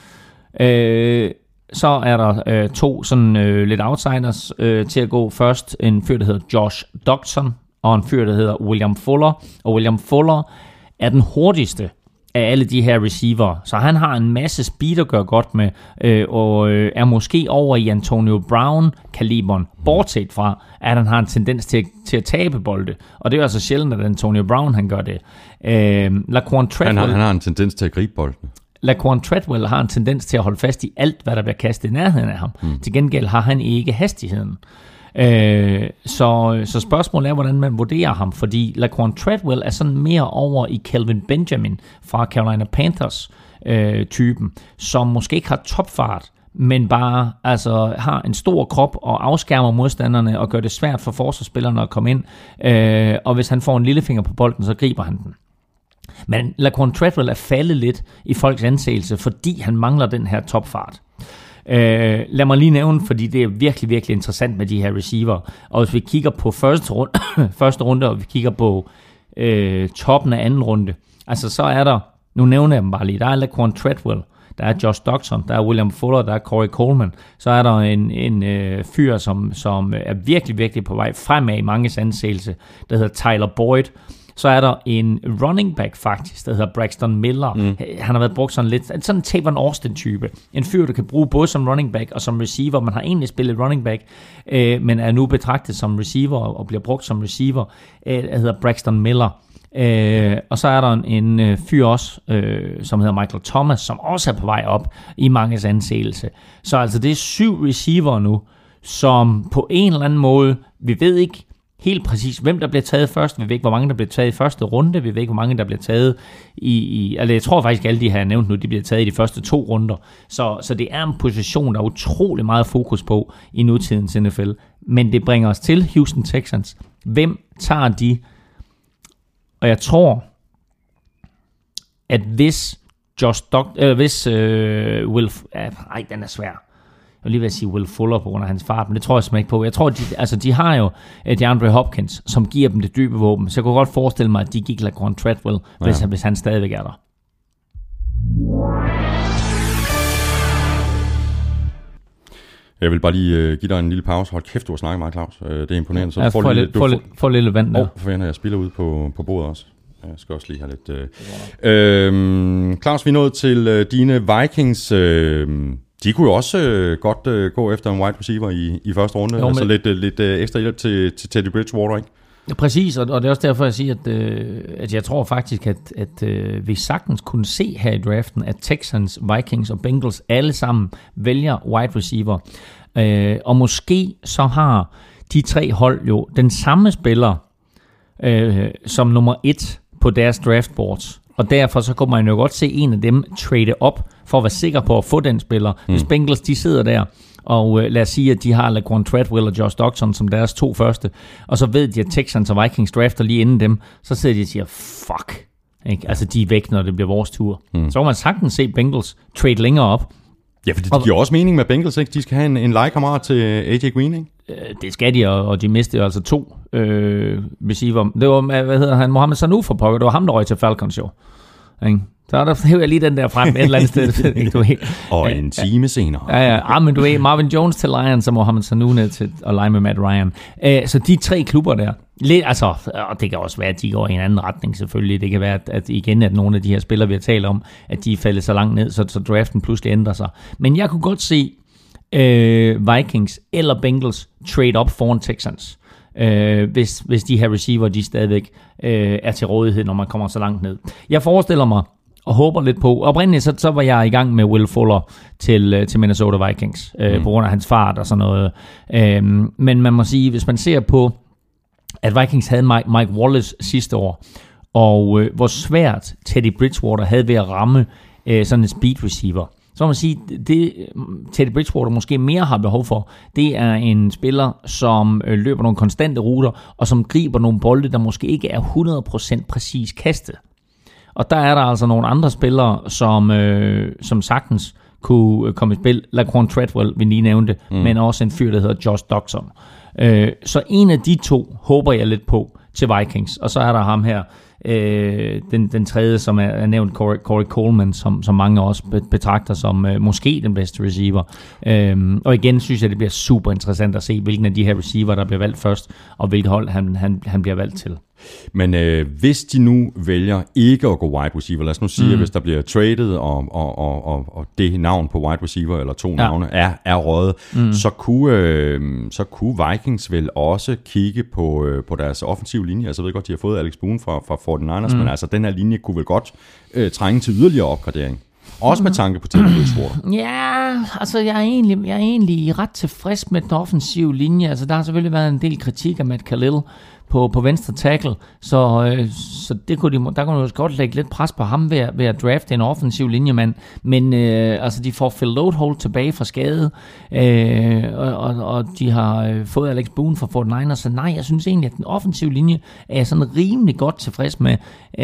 Øh, så er der øh, to sådan øh, lidt outsiders øh, til at gå først. En fyr, der hedder Josh Doctson, og en fyr, der hedder William Fuller. Og William Fuller er den hurtigste af alle de her receiver. Så han har en masse speed at gøre godt med, øh, og øh, er måske over i Antonio Brown-kaliberen, bortset fra, at han har en tendens til, til at tabe bolde. Og det er altså sjældent, at Antonio Brown han gør det. Øh, Laquan Treadwell, han, har, han har en tendens til at gribe bolden. Laquan Treadwell har en tendens til at holde fast i alt, hvad der bliver kastet i nærheden af ham. Mm. Til gengæld har han ikke hastigheden. Øh, så, så spørgsmålet er, hvordan man vurderer ham, fordi Laquan Treadwell er sådan mere over i Kelvin Benjamin fra Carolina Panthers øh, typen, som måske ikke har topfart, men bare altså, har en stor krop og afskærmer modstanderne og gør det svært for forsvarsspillerne at komme ind. Øh, og hvis han får en lillefinger på bolden, så griber han den. Men Laquan Treadwell er faldet lidt i folks anseelse, fordi han mangler den her topfart. Uh, lad mig lige nævne, fordi det er virkelig, virkelig interessant med de her receiver. Og hvis vi kigger på første runde, første runde og vi kigger på uh, toppen af anden runde, altså så er der, nu nævner jeg dem bare lige, der er Laquan Treadwell, der er Josh Doctson, der er William Fuller, der er Corey Coleman, så er der en, en uh, fyr, som, som er virkelig, virkelig på vej fremad i mange anseelse, der hedder Tyler Boyd. Så er der en running back faktisk, der hedder Braxton Miller. Mm. Han har været brugt sådan lidt, sådan en Tavon Austin-type. En fyr, der kan bruge både som running back og som receiver. Man har egentlig spillet running back, øh, men er nu betragtet som receiver og bliver brugt som receiver. Øh, der hedder Braxton Miller. Øh, og så er der en, en øh, fyr også, øh, som hedder Michael Thomas, som også er på vej op i manges anseelse. Så altså det er syv receiver nu, som på en eller anden måde, vi ved ikke helt præcis, hvem der bliver taget først. Vi ved ikke, hvor mange der bliver taget i første runde. Vi ved ikke, hvor mange der bliver taget i... i altså, jeg tror faktisk, alle de her, jeg nævnt nu, de bliver taget i de første to runder. Så, så det er en position, der er utrolig meget fokus på i nutidens N F L. Men det bringer os til Houston Texans. Hvem tager de? Og jeg tror, at hvis Josh Doc, øh, hvis øh, Will... Øh, ej, den er svær. Jeg vil lige ved at sige Will Fuller på grund af hans fart, men det tror jeg simpelthen ikke på. Jeg tror, de, altså, de har jo DeAndre Hopkins, som giver dem det dybe våben, så jeg kunne godt forestille mig, at de gik Laquan Treadwell, ja. hvis, hvis han stadigvæk er der. Jeg vil bare lige uh, give dig en lille pause. Hold kæft, du har snakket meget, Claus. Uh, det er imponerende. Så ja, får få lidt, lidt, få lidt, få lidt vand der. Åh, for jeg spiller ud på, på bordet også. Jeg skal også lige have lidt... Uh... Øhm, Claus, vi er nået til uh, dine Vikings... Uh, De kunne jo også øh, godt øh, gå efter en wide receiver i, i første runde. Jo, altså lidt, øh, lidt øh, ekstra hjælp til, til Teddy Bridgewater, ikke? Ja, præcis, og, og det er også derfor, jeg siger, at, øh, at jeg tror faktisk, at, at øh, vi sagtens kunne se her i draften, at Texans, Vikings og Bengals alle sammen vælger wide receiver. Øh, og måske så har de tre hold jo den samme spiller øh, som nummer et på deres draftboards. Og derfor så kunne man jo godt se en af dem trade op for at være sikker på at få den spiller. Mm. Hvis Bengals de sidder der, og øh, lad os sige, at de har Laquan Treadwell og Josh Doctson som deres to første, og så ved de, at Texans og Vikings drafter lige inden dem, så sidder de og siger, fuck. Ikke? Altså, de er væk, når det bliver vores tur. Mm. Så kan man sagtens se Bengals trade længere op. Ja, for det, det giver også mening med Bengals, ikke? De skal have en, en legekammerat til A J Green, ikke? Det skal de, og de mistede altså to øh, receiver. Det var, hvad hedder han, Mohamed Sanu for pokker. Det var ham, der røg til Falcons, jo. Ikke? Så der hæver jeg lige den der frem et eller andet sted. Ikke, du ved. Og en time senere. Ja, ja. Ah, men du ved, Marvin Jones til Lions, og Mohamed Sanu ned til at lege med Matt Ryan. Uh, så de tre klubber der, lidt, altså, og det kan også være, at de går i en anden retning selvfølgelig. Det kan være, at, at igen, at nogle af de her spillere, vi har talt om, at de er faldet så langt ned, så, så draften pludselig ændrer sig. Men jeg kunne godt se uh, Vikings eller Bengals trade up foran Texans. Uh, hvis, hvis de her receiver, de stadigvæk uh, er til rådighed, når man kommer så langt ned. Jeg forestiller mig, og håber lidt på. Oprindeligt så, så var jeg i gang med Will Fuller til, til Minnesota Vikings, øh, mm. på grund af hans fart og sådan noget. Øh, men man må sige, hvis man ser på, at Vikings havde Mike, Mike Wallace sidste år, og øh, hvor svært Teddy Bridgewater havde ved at ramme øh, sådan en speed receiver, så må man sige, det Teddy Bridgewater måske mere har behov for, det er en spiller, som øh, løber nogle konstante ruter, og som griber nogle bolde, der måske ikke er hundrede procent præcis kastet. Og der er der altså nogle andre spillere, som, øh, som sagtens kunne komme i spil. Laquan Treadwell, vi lige nævnte, mm. men også en fyr, der hedder Josh Doctson. Øh, så en af de to håber jeg lidt på til Vikings. Og så er der ham her, øh, den, den tredje, som er, er nævnt, Corey, Corey Coleman, som, som mange også betragter som øh, måske den bedste receiver. Øh, og igen synes jeg, det bliver super interessant at se, hvilken af de her receiver, der bliver valgt først, og hvilket hold han, han, han bliver valgt til. Men øh, hvis de nu vælger ikke at gå wide receiver, lad os nu sige, mm. at hvis der bliver traded, og, og, og, og, og det navn på wide receiver, eller to ja. navne, er, er røget, mm. så, kunne, øh, så kunne Vikings vel også kigge på, øh, på deres offensive linje. Altså jeg ved godt, de har fået Alex Boone fra, fra forty-niners, mm. men altså den her linje kunne vel godt øh, trænge til yderligere opgradering. Også med tanke på Teddy Bridgewater. Ja, altså jeg er, egentlig, jeg er egentlig ret tilfreds med den offensive linje. Altså der har selvfølgelig været en del kritik af Matt Kalil på, på venstre tackle, så, øh, så det kunne de, der kunne de godt lægge lidt pres på ham ved, ved at drafte en offensiv linjemand. Men øh, altså de får Phil Loadholt tilbage fra skade, øh, og, og, og de har øh, fået Alex Boone fra forty-niners, så nej, jeg synes egentlig, at den offensive linje er jeg sådan rimelig godt tilfreds med.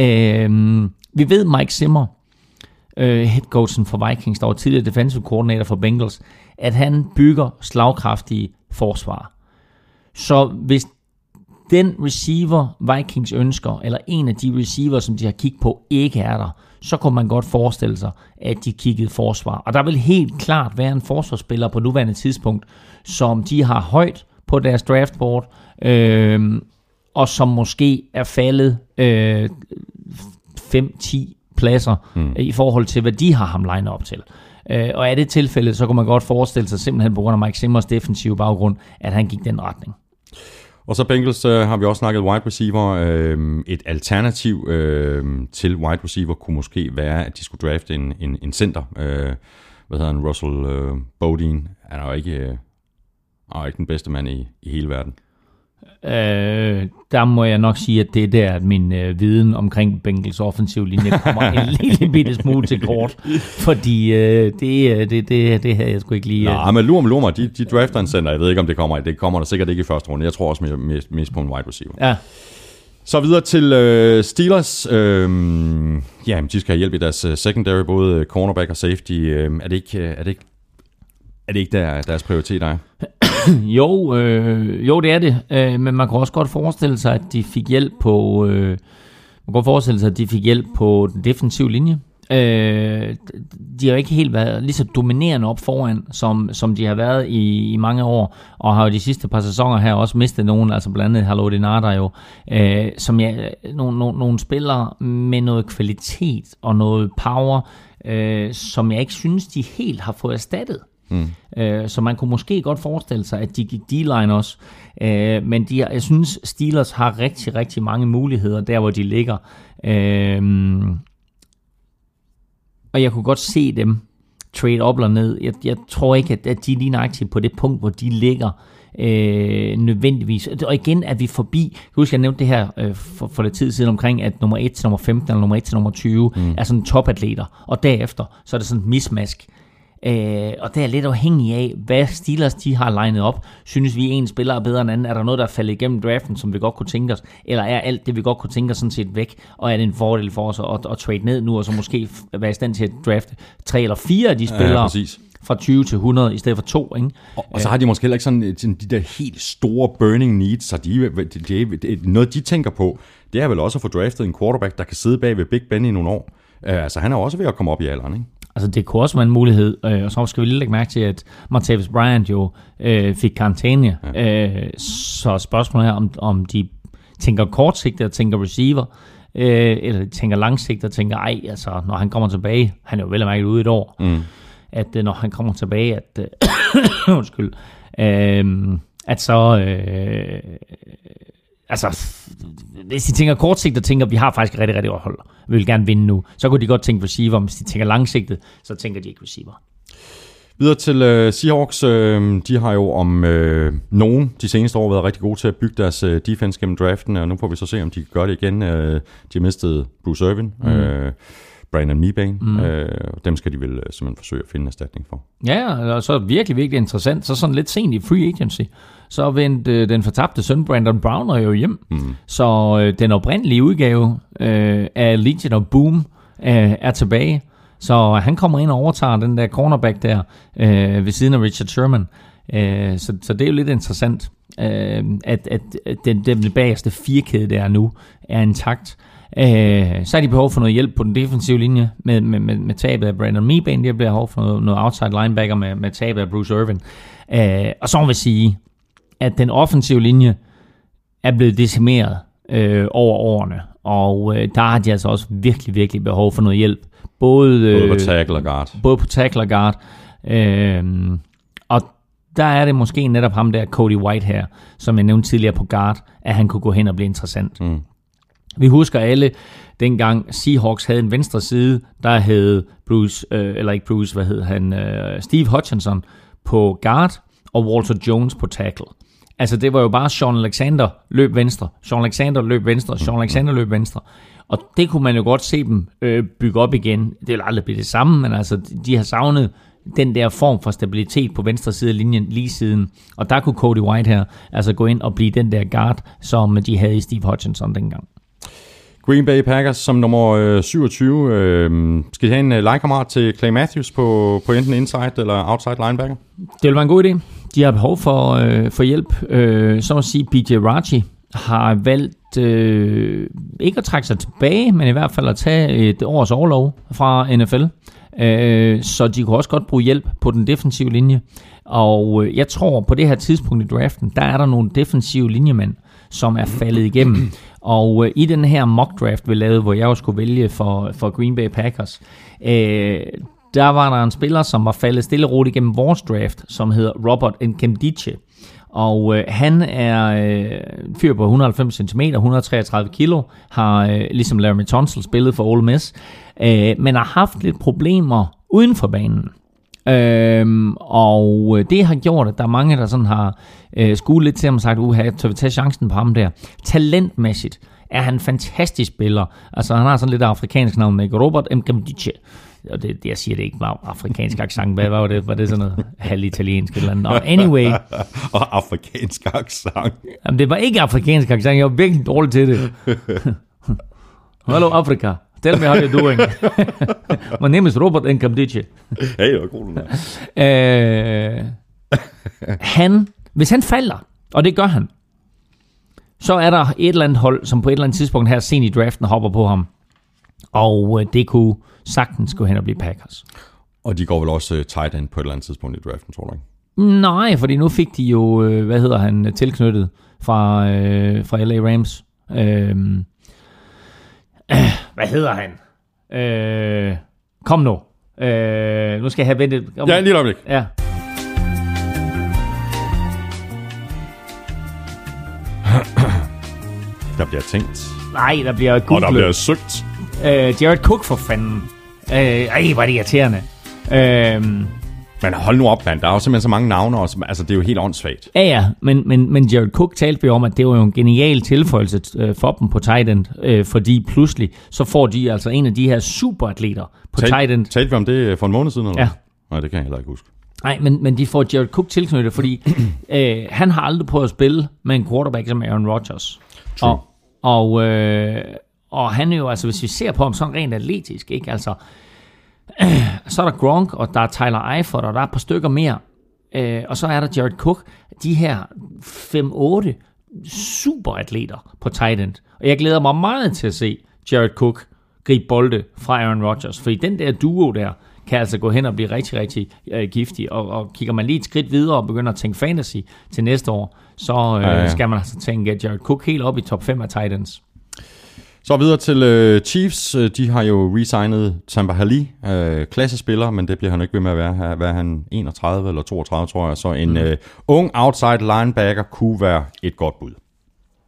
Øh, vi ved Mike Zimmer, Uh, headcoachen for Vikings, der var tidligere defensive coordinator for Bengals, at han bygger slagkraftige forsvar. Så hvis den receiver Vikings ønsker, eller en af de receiver, som de har kigget på, ikke er der, så kunne man godt forestille sig, at de kiggede forsvar. Og der vil helt klart være en forsvarsspiller på nuværende tidspunkt, som de har højt på deres draftboard, øh, og som måske er faldet øh, fem ti pladser mm. i forhold til, hvad de har ham legnet op til. Øh, og er det tilfældet, så kunne man godt forestille sig, simpelthen på grund af Mike Zimmers defensive baggrund, at han gik den retning. Og så Bengals øh, har vi også snakket wide receiver. Øh, et alternativ øh, til wide receiver kunne måske være, at de skulle drafte en, en, en center. Øh, hvad hedder han? Russell øh, Bodine. Han er jo ikke, øh, er ikke den bedste mand i, i hele verden. Øh, der må jeg nok sige, at det er der, at min øh, viden omkring Bengals offensiv linje kommer en lille bitte smule til kort, fordi øh, det, det, det, det havde jeg sgu ikke lige... Nej, øh. men lur mig, lur mig, de, de drafter en center, jeg ved ikke, om det kommer, det kommer der sikkert ikke i første runde, jeg tror også mest, mest på en wide receiver. Ja. Så videre til øh, Steelers. Øh, ja, de skal have hjælp i deres secondary, både cornerback og safety. Øh, er det ikke, er det ikke, er det ikke der, deres prioritet er? jo, øh, jo, det er det, øh, men man kan også godt forestille sig, at de fik hjælp på, øh, man kan godt forestille sig, at de fik hjælp på den defensive linje. Øh, de har jo ikke helt været lige så dominerende op foran, som, som de har været i, i mange år, og har jo de sidste par sæsoner her også mistet nogen, altså blandt andet Haloti Ngata jo, øh, som jeg, nogle, nogle, nogle spillere med noget kvalitet og noget power, øh, som jeg ikke synes, de helt har fået erstattet. Mm. Øh, så man kunne måske godt forestille sig, at de gik D-line også, øh, men de, jeg synes Steelers har rigtig, rigtig mange muligheder der, hvor de ligger, øh, og jeg kunne godt se dem trade op eller ned. Jeg, jeg tror ikke, at, at de er lige nøjagtigt på det punkt, hvor de ligger øh, nødvendigvis. Og igen er vi forbi, jeg husker, jeg nævnte det her øh, for, for lidt tid siden omkring, at nummer et til nummer femten eller nummer et til nummer tyve mm. er sådan topatleter, og derefter så er det sådan en mismask. Øh, og det er lidt afhængig af, hvad Steelers de har legnet op. Synes vi, en spiller er bedre end anden? Er der noget, der er faldet igennem draften, som vi godt kunne tænke os? Eller er alt det, vi godt kunne tænke os, sådan set væk? Og er det en fordel for os at, at trade ned nu, og så måske være i stand til at drafte tre eller fire af de spillere? Ja, fra tyve til hundrede i stedet for to, ikke? Og, og så har de måske heller ikke sådan, sådan de der helt store burning needs, så de, de, de, noget de tænker på, det er vel også at få draftet en quarterback, der kan sidde bag ved Big Ben i nogle år. Uh, altså han er også ved at komme op i alderen, ikke? Altså det kunne også være en mulighed, øh, og så skal vi lige lægge mærke til, at Martavis Bryant jo øh, fik karantæne. Ja. Øh, så spørgsmålet er, om, om de tænker kortsigtet og tænker receiver, øh, eller de tænker langsigtet og tænker, ej, altså når han kommer tilbage, han er jo vel og mærket ude et år, mm. at øh, når han kommer tilbage, at øh, undskyld, øh, at så øh, altså, hvis de tænker kortsigtet, tænker vi har faktisk rigtig, rigtig godt hold. Vi vil gerne vinde nu. Så kunne de godt tænke receiver. Hvis de tænker langsigtet, så tænker de ikke receiver. Videre til øh, Seahawks. Øh, de har jo om øh, nogen de seneste år været rigtig gode til at bygge deres øh, defense gennem draften, og nu får vi så se, om de kan gøre det igen. Øh, de har mistet Bruce Irvin, mm. øh, Brandon Mebane. Mm. Øh, dem skal de vel øh, simpelthen forsøge at finde en erstatning for. Ja, og så virkelig, virkelig interessant. Så sådan lidt sent i free agency, så vendte øh, den fortabte søn Brandon Browner jo hjem. Mm. Så øh, den oprindelige udgave øh, af Legion of Boom øh, er tilbage. Så han kommer ind og overtager den der cornerback der øh, ved siden af Richard Sherman. Øh, så, så det er jo lidt interessant, øh, at, at, at den, den bagerste firkæde der nu er intakt. Øh, så har de behov for noget hjælp på den defensive linje med, med, med, med tabet af Brandon Mebane. De har behov for noget, noget outside linebacker med, med tabet af Bruce Irvin. Øh, og så må vi sige, at den offensive linje er blevet decimeret øh, over årene. Og øh, der har de altså også virkelig, virkelig behov for noget hjælp. Både, både på tackle og guard. Både på tackle og guard. Øh, og der er det måske netop ham der, Cody White her, som jeg nævnte tidligere på guard, at han kunne gå hen og blive interessant. Mm. Vi husker alle, dengang Seahawks havde en venstre side, der hed Bruce, øh, eller ikke Bruce, hvad hed han, øh, Steve Hutchinson på guard, og Walter Jones på tackle. Altså det var jo bare Sean Alexander løb venstre, Sean Alexander løb venstre, Sean Alexander løb venstre. Og det kunne man jo godt se dem øh, bygge op igen. Det vil aldrig blive det samme, men altså de har savnet den der form for stabilitet på venstre side af linjen lige siden. Og der kunne Cody White her altså gå ind og blive den der guard, som de havde i Steve Hutchinson dengang. Green Bay Packers som nummer øh, syvogtyve. Øh, skal de have en øh, legekammerat til Clay Matthews på, på enten inside eller outside linebacker? Det vil være en god idé. De har behov for, øh, for hjælp. Øh, så at sige, B J Raji har valgt øh, ikke at trække sig tilbage, men i hvert fald at tage et års overlov fra N F L. Øh, så de kunne også godt bruge hjælp på den defensive linje. Og øh, jeg tror, på det her tidspunkt i draften, der er der nogle defensive linjemænd, som er faldet igennem. Og øh, i den her mock draft, vi lavede, hvor jeg også skulle vælge for, for Green Bay Packers, øh, der var der en spiller, som var faldet stille og roligt igennem vores draft, som hedder Robert Nkemdiche. Og øh, han er øh, fyr på et hundrede og halvfems centimeter, et hundrede og treogtredive kilo, har øh, ligesom Laremy Tunsil spillet for Ole Miss, øh, men har haft lidt problemer uden for banen. Øhm, og det har gjort, at der er mange, der sådan har øh, skudt lidt til ham og sagt, uha, tør vi tage chancen på ham der. Talentmæssigt er han en fantastisk spiller. Altså han har sådan lidt afrikansk navn, ikke? Robert Nkemdiche. Og det, det, jeg siger det ikke var afrikansk accent. Hvad var det? Var det sådan noget halvitaliensk eller andet? Og anyway. Og afrikansk accent. Jamen, det var ikke afrikansk accent. Jeg var virkelig dårlig til det. Hello, Africa. Tell me how you're doing. My name is Robert Nkemdiche. Hey, det var cool. øh, han, hvis han falder, og det gør han, så er der et eller andet hold, som på et eller andet tidspunkt her sent i draften hopper på ham. Og det kunne sagtens gå hen og blive Packers. Og de går vel også tight end på et eller andet tidspunkt i draften, tror du ikke? Nej, fordi nu fik de jo, hvad hedder han, tilknyttet fra, øh, fra L A Rams. Øh, hvad hedder han? Øh, kom nu. Øh, nu skal jeg have ventet. Kom. Ja, lige et øjeblik. Ja. Der bliver tænkt. Nej, der bliver googlet. Og der bliver søgt. Øh, Jared Cook for fanden. Øh, ej, hvor er det irriterende. Øh, Men hold nu op, mand. Der er jo simpelthen så mange navne. Og, altså, det er jo helt åndssvagt. Ja, ja. Men, men, men Jared Cook talte vi om, at det var jo en genial tilføjelse øh, for dem på tight end. Øh, fordi pludselig, så får de altså en af de her superatleter på Tal, tight end. Talte vi om det for en måned siden? Eller? Ja. Nej, det kan jeg heller ikke huske. Nej, men, men de får Jared Cook tilknyttet, fordi øh, han har aldrig prøvet at spille med en quarterback som Aaron Rodgers. True. Og, og, øh, og han er jo, altså hvis vi ser på ham sådan rent atletisk, ikke? Altså, øh, så er der Gronk, og der er Tyler Eifert, og der er et par stykker mere. Øh, og så er der Jared Cook. De her fem otte superatleter på tight end. Og jeg glæder mig meget til at se Jared Cook gribe bolde fra Aaron Rodgers, fordi den der duo der, kan altså gå hen og blive rigtig, rigtig øh, giftig. Og, og kigger man lige et skridt videre og begynder at tænke fantasy til næste år, så øh, ja, ja. skal man altså tænke Jared Cook helt op i top fem af tight ends. Så videre til øh, Chiefs. De har jo resignet Tamba Hali, øh, klassespiller, men det bliver han ikke ved med at være. Hvad er han? enogtredive eller toogtredive, tror jeg. Så en mm. øh, ung outside linebacker kunne være et godt bud.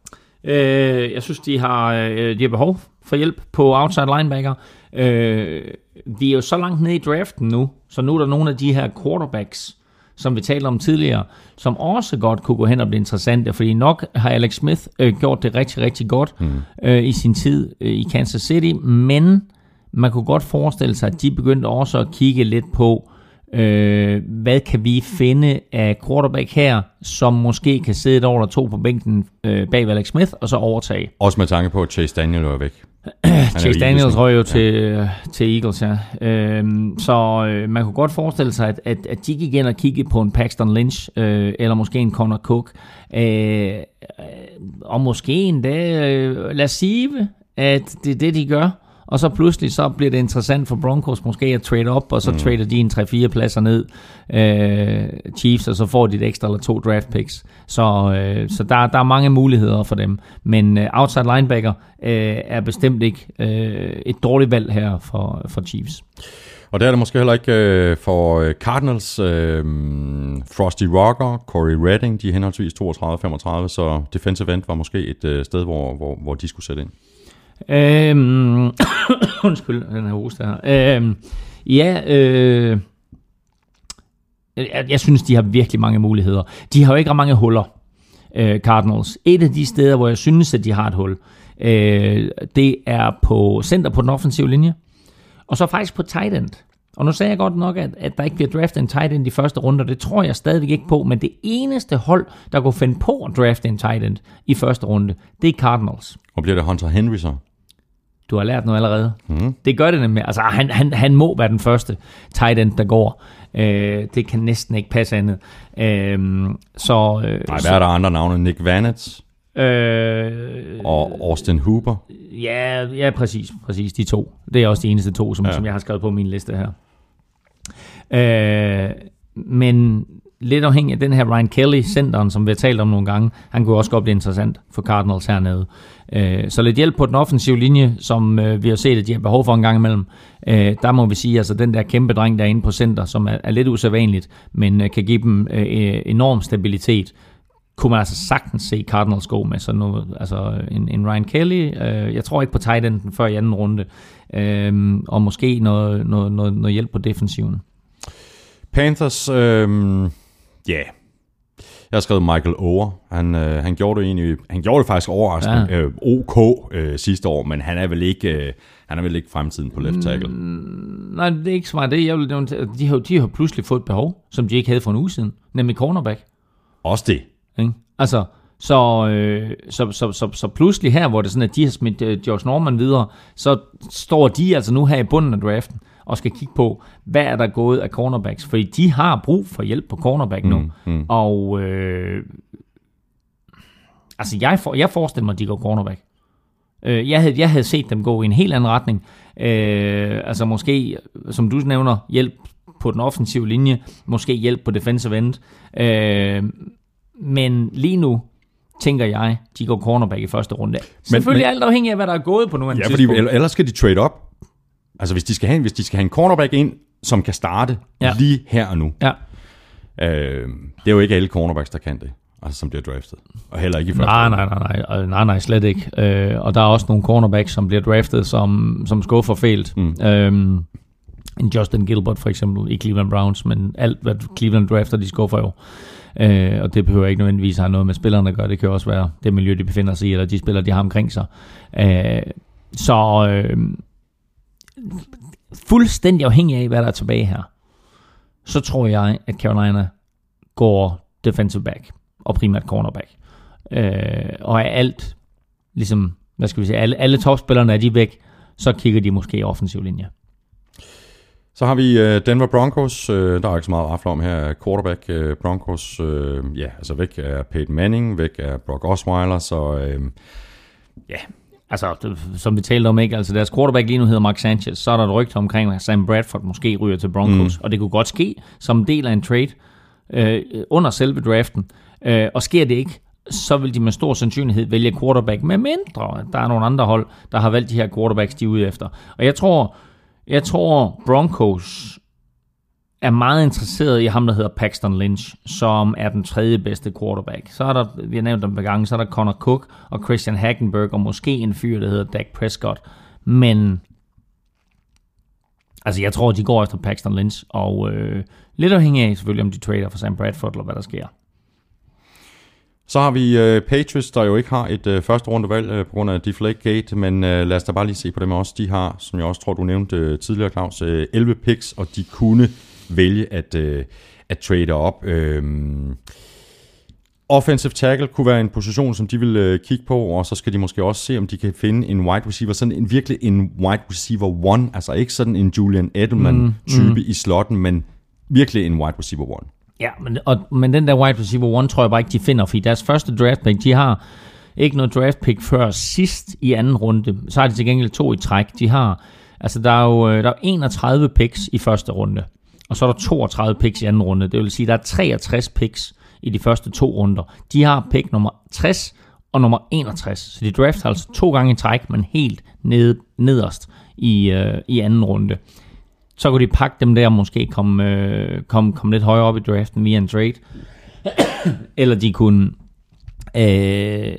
Øh, jeg synes, de har, øh, de har behov for hjælp på outside linebacker. Øh, vi er jo så langt nede i draften nu, så nu er der nogle af de her quarterbacks, som vi talte om tidligere, som også godt kunne gå hen og blive interessante, fordi nok har Alex Smith øh, gjort det rigtig, rigtig godt mm. øh, i sin tid øh, i Kansas City, men man kunne godt forestille sig, at de begyndte også at kigge lidt på, øh, hvad kan vi finde af quarterback her, som måske kan sidde et år eller to på bænken øh, bag Alex Smith, og så overtage. Også med tanke på, at Chase Daniel er væk. Chase Daniels røg jo ja. til, til Eagles, ja. Øhm, så øh, man kunne godt forestille sig, at, at, at de gik ind og kiggede på en Paxton Lynch, øh, eller måske en Connor Cook, øh, og måske endda, øh, lad os sige, at det er det, de gør. Og så pludselig så bliver det interessant for Broncos måske at trade op, og så mm. trader de en tre fire pladser ned, øh, Chiefs, og så får de et ekstra eller to draft picks. Så, øh, så der, der er mange muligheder for dem. Men øh, outside linebacker øh, er bestemt ikke øh, et dårligt valg her for, for Chiefs. Og der er det måske heller ikke øh, for Cardinals. Øh, Frosty Rocker, Corey Redding, de er henholdsvis toogtredive og femogtredive, så defensive end var måske et øh, sted, hvor, hvor, hvor de skulle sætte ind. Øhm, undskyld, den her hoste her. Øhm, ja, øh, jeg, jeg synes, de har virkelig mange muligheder. De har jo ikke ret mange huller, øh, Cardinals. Et af de steder, hvor jeg synes, at de har et hul, øh, det er på center på den offensive linje, og så faktisk på tight end. Og nu sagde jeg godt nok, at, at der ikke bliver draftet en tight end i første runde, det tror jeg stadigvæk ikke på, men det eneste hold, der kunne finde på at drafte en tight end i første runde, det er Cardinals. Og bliver det Hunter Henry så? Du har lært noget allerede. Mm. Det gør det nemlig. Altså, han, han, han må være den første tight end, der går. Øh, det kan næsten ikke passe andet. Øh, så, øh, Nej, hvad er der andre navne? Nick Vanitz? Øh, og Austin Hooper? Ja, ja præcis, præcis. De to. Det er også de eneste to, som, ja. som jeg har skrevet på min liste her. Øh, men lidt afhængig af den her Ryan Kelly, centeren, som vi har talt om nogle gange, han kunne også godt blive interessant for Cardinals hernede. Øh, så lidt hjælp på den offensive linje, som øh, vi har set, at de har behov for en gang imellem. Øh, der må vi sige, altså den der kæmpe dreng derinde på center, som er, er lidt usædvanligt, men øh, kan give dem øh, enorm stabilitet, kunne man altså sagtens se Cardinals gå med sådan noget, altså en, en Ryan Kelly, øh, jeg tror ikke på tight enden før i anden runde, øh, og måske noget, noget, noget, noget hjælp på defensiven. Panthers, øh, ja, yeah. Jeg har skrevet Michael Oher. Han, øh, han gjorde det egentlig, han gjorde det faktisk overraskende ja. øh, OK øh, sidste år, men han er vel ikke, øh, han er vel ikke fremtiden på left tackle. Mm, nej, det er ikke så meget det. Jeg vil, de har de har pludselig fået et behov, som de ikke havde for en uge siden, nemlig cornerback. Også det. Ikke? Altså, så, øh, så, så, så, så pludselig her, hvor det er sådan, at de har smidt øh, George Norman videre, så står de altså nu her i bunden af draften og skal kigge på, hvad er der gået af cornerbacks, fordi de har brug for hjælp på cornerback nu. Mm, mm. Og øh, altså jeg, for, jeg forestiller mig, at de går cornerback. Øh, jeg, havde, jeg havde set dem gå i en helt anden retning. Øh, altså måske, som du nævner, hjælp på den offensive linje, måske hjælp på defensive end. Øh, men lige nu tænker jeg, de går cornerback i første runde. Selvfølgelig men, alt afhængig af, hvad der er gået på nuværende ja, tidspunkt. Fordi ellers skal de trade op. Altså hvis de skal have, hvis de skal have en cornerback ind, som kan starte ja. lige her og nu. Ja. Øh, det er jo ikke alle cornerbacks, der kan det, altså som bliver draftet. Og heller ikke i første nej, nej, nej, nej, nej, nej, slet ikke. Øh, og der er også nogle cornerbacks, som bliver draftet, som, som skuffer fælt. Mm. Øhm, en Justin Gilbert for eksempel i Cleveland Browns, men alt hvad Cleveland drafter, de skuffer jo. Øh, og det behøver ikke nødvendigvis have noget med spillerne at gøre. Det kan også være det miljø, de befinder sig i, eller de spillere, de har omkring sig. Øh, så øh, fuldstændig afhængig af, hvad der er tilbage her, så tror jeg, at Carolina går defensive back og primært cornerback. Øh, og er alt, ligesom, hvad skal vi sige, alle, alle topspillerne er de væk, så kigger de måske offensiv linje. Så har vi uh, Denver Broncos. Uh, der er ikke så meget at rafle om her. Quarterback uh, Broncos, uh, ja, altså væk er Peyton Manning, væk er Brock Osweiler, så uh, ja. Yeah. Altså, det, som vi talte om, ikke? Altså deres quarterback lige nu hedder Mark Sanchez, så er der et rygte omkring, at Sam Bradford måske ryger til Broncos, mm. og det kunne godt ske som en del af en trade øh, under selve draften, øh, og sker det ikke, så vil de med stor sandsynlighed vælge quarterback, med mindre der er nogle andre hold, der har valgt de her quarterbacks, de er ude efter. Og jeg tror, jeg tror Broncos er meget interesseret i ham, der hedder Paxton Lynch, som er den tredje bedste quarterback. Så er der, vi har nævnt dem et gange, så er der Connor Cook og Christian Hackenberg, og måske en fyr, der hedder Dak Prescott. Men altså, jeg tror, de går efter Paxton Lynch, og øh, lidt afhængig af selvfølgelig, om de trader for Sam Bradford, eller hvad der sker. Så har vi øh, Patriots, der jo ikke har et øh, første rundevalg øh, på grund af Deflategate, men øh, lad os da bare lige se på dem også. De har, som jeg også tror, du nævnte øh, tidligere, Claus, øh, elleve picks, og de kunne vælge at, øh, at trade op. Øh, offensive tackle kunne være en position, som de vil øh, kigge på, og så skal de måske også se, om de kan finde en wide receiver, sådan en virkelig en wide receiver one, altså ikke sådan en Julian Edelman-type mm, mm. i slotten, men virkelig en wide receiver one. Ja, men, og, men den der wide receiver one tror jeg bare ikke, de finder, fordi deres første draft pick, de har ikke noget draft pick før sidst i anden runde. Så har de til gengæld to i træk. De har, altså der er jo der er enogtredive picks i første runde, og så er der toogtredive picks i anden runde. Det vil sige, der er treogtres picks i de første to runder. De har pick nummer tres og nummer enogtres, så de drafter altså to gange i træk, men helt ned, nederst i, øh, i anden runde. Så kunne de pakke dem der og måske komme, øh, komme, komme lidt højere op i draften via en trade. Eller de kunne øh,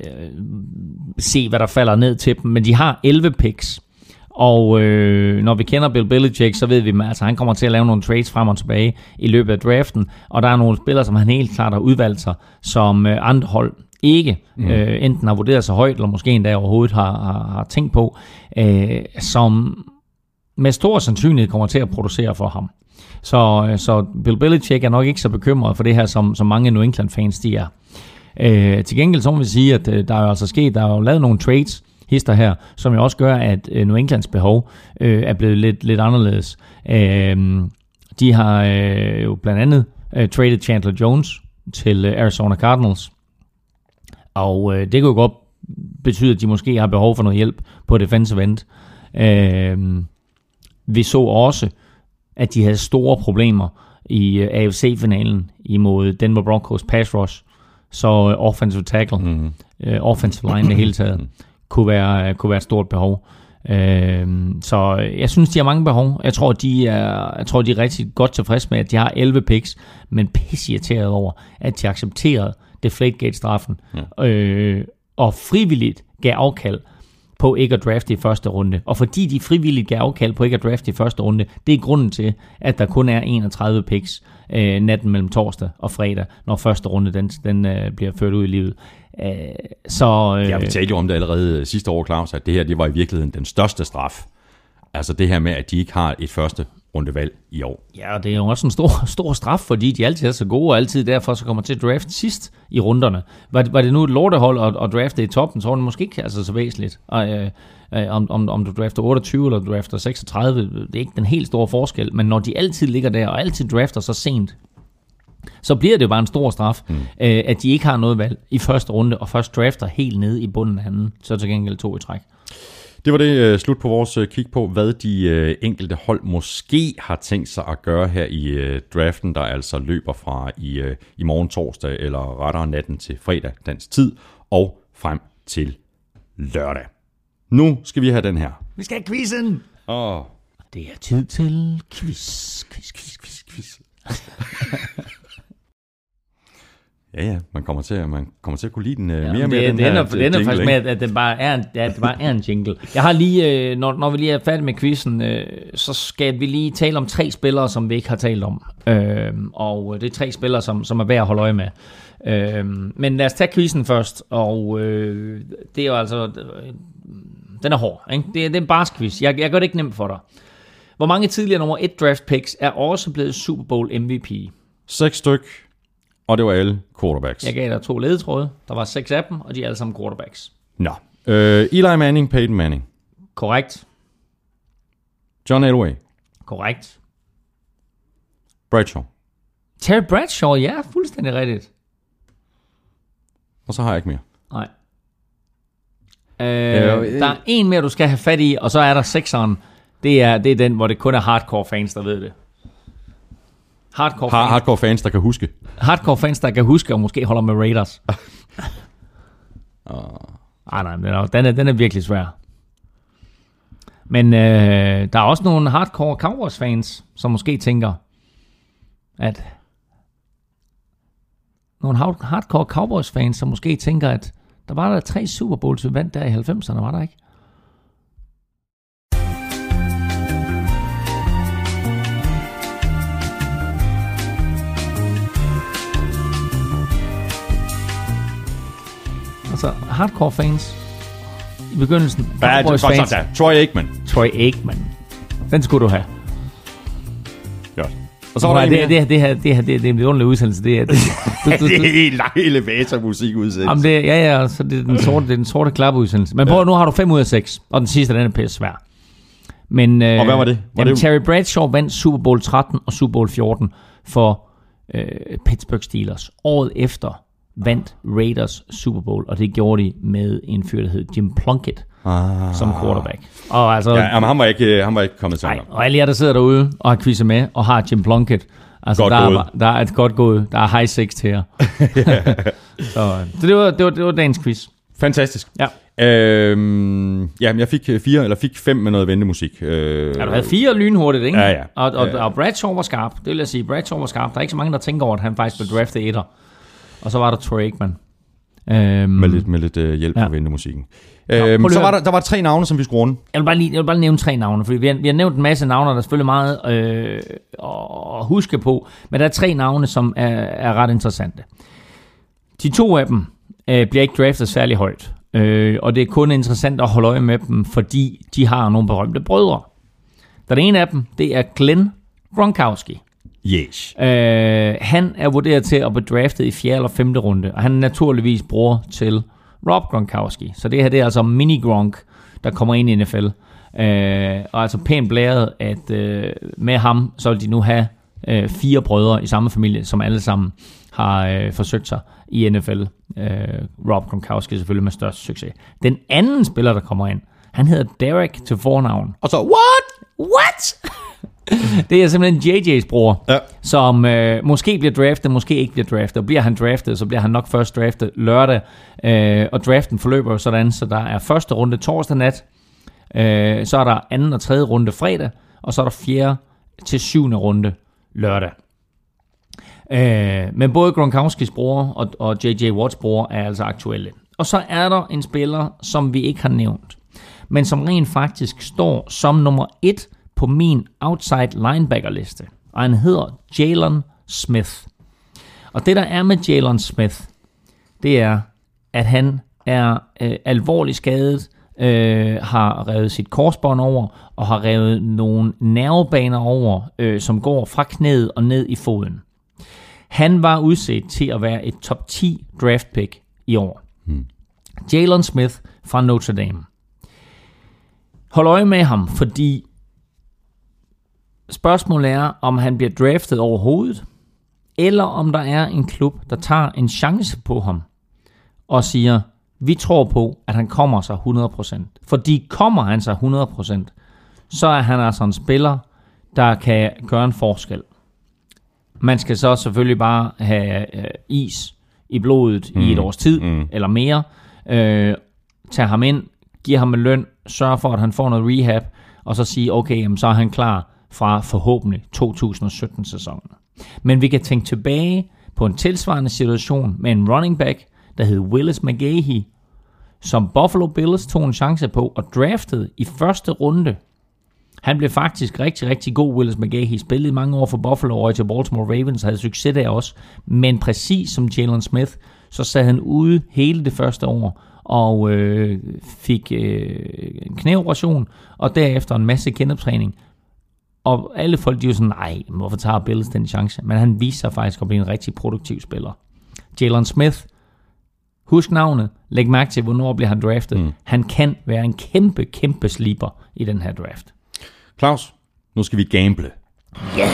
se, hvad der falder ned til dem. Men de har elleve picks. Og øh, når vi kender Bill Belichick, så ved vi, at altså, han kommer til at lave nogle trades frem og tilbage i løbet af draften. Og der er nogle spillere, som han helt klart har udvalgt sig, som øh, andre hold ikke mm. øh, enten har vurderet sig højt, eller måske endda overhovedet har, har, har tænkt på, øh, som med stor sandsynlighed kommer til at producere for ham. Så, så Bill Belichick er nok ikke så bekymret for det her, som, som mange New England-fans de er. Øh, til gengæld så må vi sige, at øh, der er jo altså sket, der er jo lavet nogle trades, hister her, som jo også gør, at øh, New Englands behov øh, er blevet lidt, lidt anderledes. Øh, de har øh, jo blandt andet øh, traded Chandler Jones til øh, Arizona Cardinals, og øh, det kan jo godt betyde, at de måske har behov for noget hjælp på defensive end. Øh, Vi så også, at de havde store problemer i A F C-finalen imod Denver Broncos pass rush, så offensive tackle, mm-hmm. uh, offensive line det hele taget, kunne være, kunne være et stort behov. Uh, så jeg synes, de har mange behov. Jeg tror, de er, jeg tror, de er rigtig godt tilfredse med, at de har elleve picks, men pisseirriteret over, at de accepterede Deflategate-straffen ja. uh, og frivilligt gav afkald på ikke at drafte i første runde. Og fordi de frivilligt gav afkald på ikke at drafte i første runde, det er grunden til, at der kun er enogtredive picks øh, natten mellem torsdag og fredag, når første runde den, den øh, bliver ført ud i livet. Øh, så, øh, ja, vi talte jo om det allerede sidste år, Claus, at det her det var i virkeligheden den største straf. Altså det her med, at de ikke har et første rundevalg i år. Ja, og det er jo også en stor, stor straf, fordi de altid er så gode, og altid derfor så kommer til at draft sidst i runderne. Var, var det nu et lortehold at, at drafte i toppen, så var det måske ikke altså så væsentligt. Og, øh, om, om, om du drafter otteogtyve eller du drafter seksogtredive, det er ikke den helt store forskel, men når de altid ligger der, og altid drafter så sent, så bliver det jo bare en stor straf, mm. øh, at de ikke har noget valg i første runde, og først drafter helt nede i bunden af anden, så til gengæld to i træk. Det var det uh, slut på vores uh, kig på, hvad de uh, enkelte hold måske har tænkt sig at gøre her i uh, draften, der altså løber fra i, uh, i morgen torsdag, eller rettere natten til fredag dansk tid, og frem til lørdag. Nu skal vi have den her. Vi skal have quizzen! Åh. Det er tid til quiz, quiz, quiz, quiz, quiz. Ja, ja, man kommer til, man kommer til at kunne lide den uh, ja, mere og mere, det, den det her ender, Det ender faktisk med, at det bare er en, at det bare er en jingle. Jeg har lige, øh, når, når vi lige er færdige med quizzen, øh, så skal vi lige tale om tre spillere, som vi ikke har talt om. Øh, og det er tre spillere, som, som er værd at holde øje med. Øh, men lad os tage quizzen først, og øh, det er jo altså, øh, den er hård, ikke? Det, det er en barsk-quiz. Jeg, jeg gør det ikke nemt for dig. Hvor mange tidligere nummer et draft picks er også blevet Super Bowl M V P? Seks styk. Og det var alle quarterbacks. Jeg gav dig to ledetråde. Der var seks af dem, og de er alle sammen quarterbacks. Nå. Øh, Eli Manning, Peyton Manning. Korrekt. John Elway. Korrekt. Bradshaw. Terry Bradshaw, ja, fuldstændig rigtigt. Og så har jeg ikke mere. Nej. Øh, øh, der er en mere, du skal have fat i, og så er der sekseren. Det er, det er den, hvor det kun er hardcore fans, der ved det. Hardcore, ha- hardcore fans, der kan huske. Hardcore fans, der kan huske, og måske holder med Raiders. Ah, nej, den er, den, er, den er virkelig svær. Men øh, der er også nogle hardcore Cowboys fans, som måske tænker, at nogle hardcore Cowboys-fans, som måske tænker, at der var der tre Super Bowls, vi vandt der i halvfemserne, var der ikke? Altså, hardcore fans i begyndelsen. Ja, det er godt sagt. Troy Aikman. Troy Aikman. Den skulle du have. Ja. Og så var der det, det, det, her, det her, det, det er en underlig udsendelse. Det er, det, du, du, du, det er helt lang elevatormusikudsendelse. Jamen det, ja, ja, så det er den sorte, det er den sorte klappeudsendelse. Men prøv, ja. Nu har du fem ud af seks, og den sidste, den er pisse svær. Men, øh, og hvad var det? Var jamen, det? Terry Bradshaw vandt Super Bowl tretten og Super Bowl fjorten for øh, Pittsburgh Steelers. Året efter vandt Raiders Super Bowl, og det gjorde de med en fyr, der hed Jim Plunkett ah. som quarterback. Og altså, ja, men han var ikke, han var ikke kommet til. Nej, og alle jer, der sidder derude og har quizet med, og har Jim Plunkett, altså godt der, er, der er et godt gået, der er high six til jer. så, så det var, det var, det var dagens quiz. Fantastisk. Ja. Øhm, ja, jeg fik fire, eller fik fem med noget ventemusik. Øh, ja, du havde fire lynhurtigt, ikke? Ja, ja. Og, og, og Bradshaw var skarp, det vil jeg sige. Bradshaw var skarp. Der er ikke så mange, der tænker over, at han faktisk blev draftet etter. Og så var der Troy Aikman. Øhm, med lidt, med lidt uh, hjælp ja. På ventemusikken. Øhm, Nå, så var der, der var tre navne, som vi skulle runde. Jeg vil bare, lige, jeg vil bare nævne tre navne, fordi vi har, vi har nævnt en masse navne, der er selvfølgelig meget øh, at huske på, men der er tre navne, som er, er ret interessante. De to af dem øh, bliver ikke draftet særlig højt, øh, og det er kun interessant at holde øje med dem, fordi de har nogle berømte brødre. Den ene af dem, det er Glenn Gronkowski. Yes. Øh, han er vurderet til at blive draftet i fjerde eller femte runde, og han er naturligvis bror til Rob Gronkowski. Så det her, det er altså mini-Gronk, der kommer ind i N F L. Øh, og altså pænt blæret, at øh, med ham, så vil de nu have øh, fire brødre i samme familie, som alle sammen har øh, forsøgt sig i N F L. Øh, Rob Gronkowski selvfølgelig med størst succes. Den anden spiller, der kommer ind, han hedder Derek til fornavn. Og så, what? What? Det er simpelthen J J's bror, ja. som øh, måske bliver draftet, måske ikke bliver draftet. Og bliver han draftet, så bliver han nok først draftet lørdag. Øh, og draften forløber jo sådan, så der er første runde torsdag nat. Øh, så er der anden og tredje runde fredag. Og så er der fjerde til syvende runde lørdag. Øh, men både Gronkowskis bror og, og J J Watts bror er altså aktuelle. Og så er der en spiller, som vi ikke har nævnt, men som rent faktisk står som nummer et på min outside linebacker-liste. Og han hedder Jalen Smith. Og det, der er med Jalen Smith, det er, at han er øh, alvorligt skadet, øh, har revet sit korsbånd over, og har revet nogle nervebaner over, øh, som går fra knæet og ned i foden. Han var udset til at være et top ti draft pick i år. Hmm. Jalen Smith fra Notre Dame. Hold øje med ham, fordi spørgsmålet er, om han bliver draftet overhovedet, eller om der er en klub, der tager en chance på ham og siger, vi tror på, at han kommer sig hundrede procent. Fordi kommer han sig hundrede procent, så er han altså en spiller, der kan gøre en forskel. Man skal så selvfølgelig bare have øh, is i blodet mm. i et års tid, mm. eller mere. Øh, tage ham ind, give ham en løn, sørge for, at han får noget rehab, og så sige, okay, jamen, så er han klar fra forhåbentlig to tusind sytten-sæsonen. Men vi kan tænke tilbage på en tilsvarende situation med en running back, der hed Willis McGahee, som Buffalo Bills tog en chance på og draftede i første runde. Han blev faktisk rigtig, rigtig god, Willis McGahee. Spillede mange år for Buffalo og til Baltimore Ravens, havde succes der også. Men præcis som Jalen Smith, så sad han ude hele det første år og øh, fik øh, en knæoperation, og derefter en masse genoptræning. Og alle folk, de er jo sådan, nej, hvorfor tager Bills den chance? Men han viser sig faktisk at blive en rigtig produktiv spiller. Jalen Smith, husk navnet, læg mærke til, hvornår bliver han draftet. Mm. Han kan være en kæmpe, kæmpe sleeper i den her draft. Claus, nu skal vi gamble. Yeah.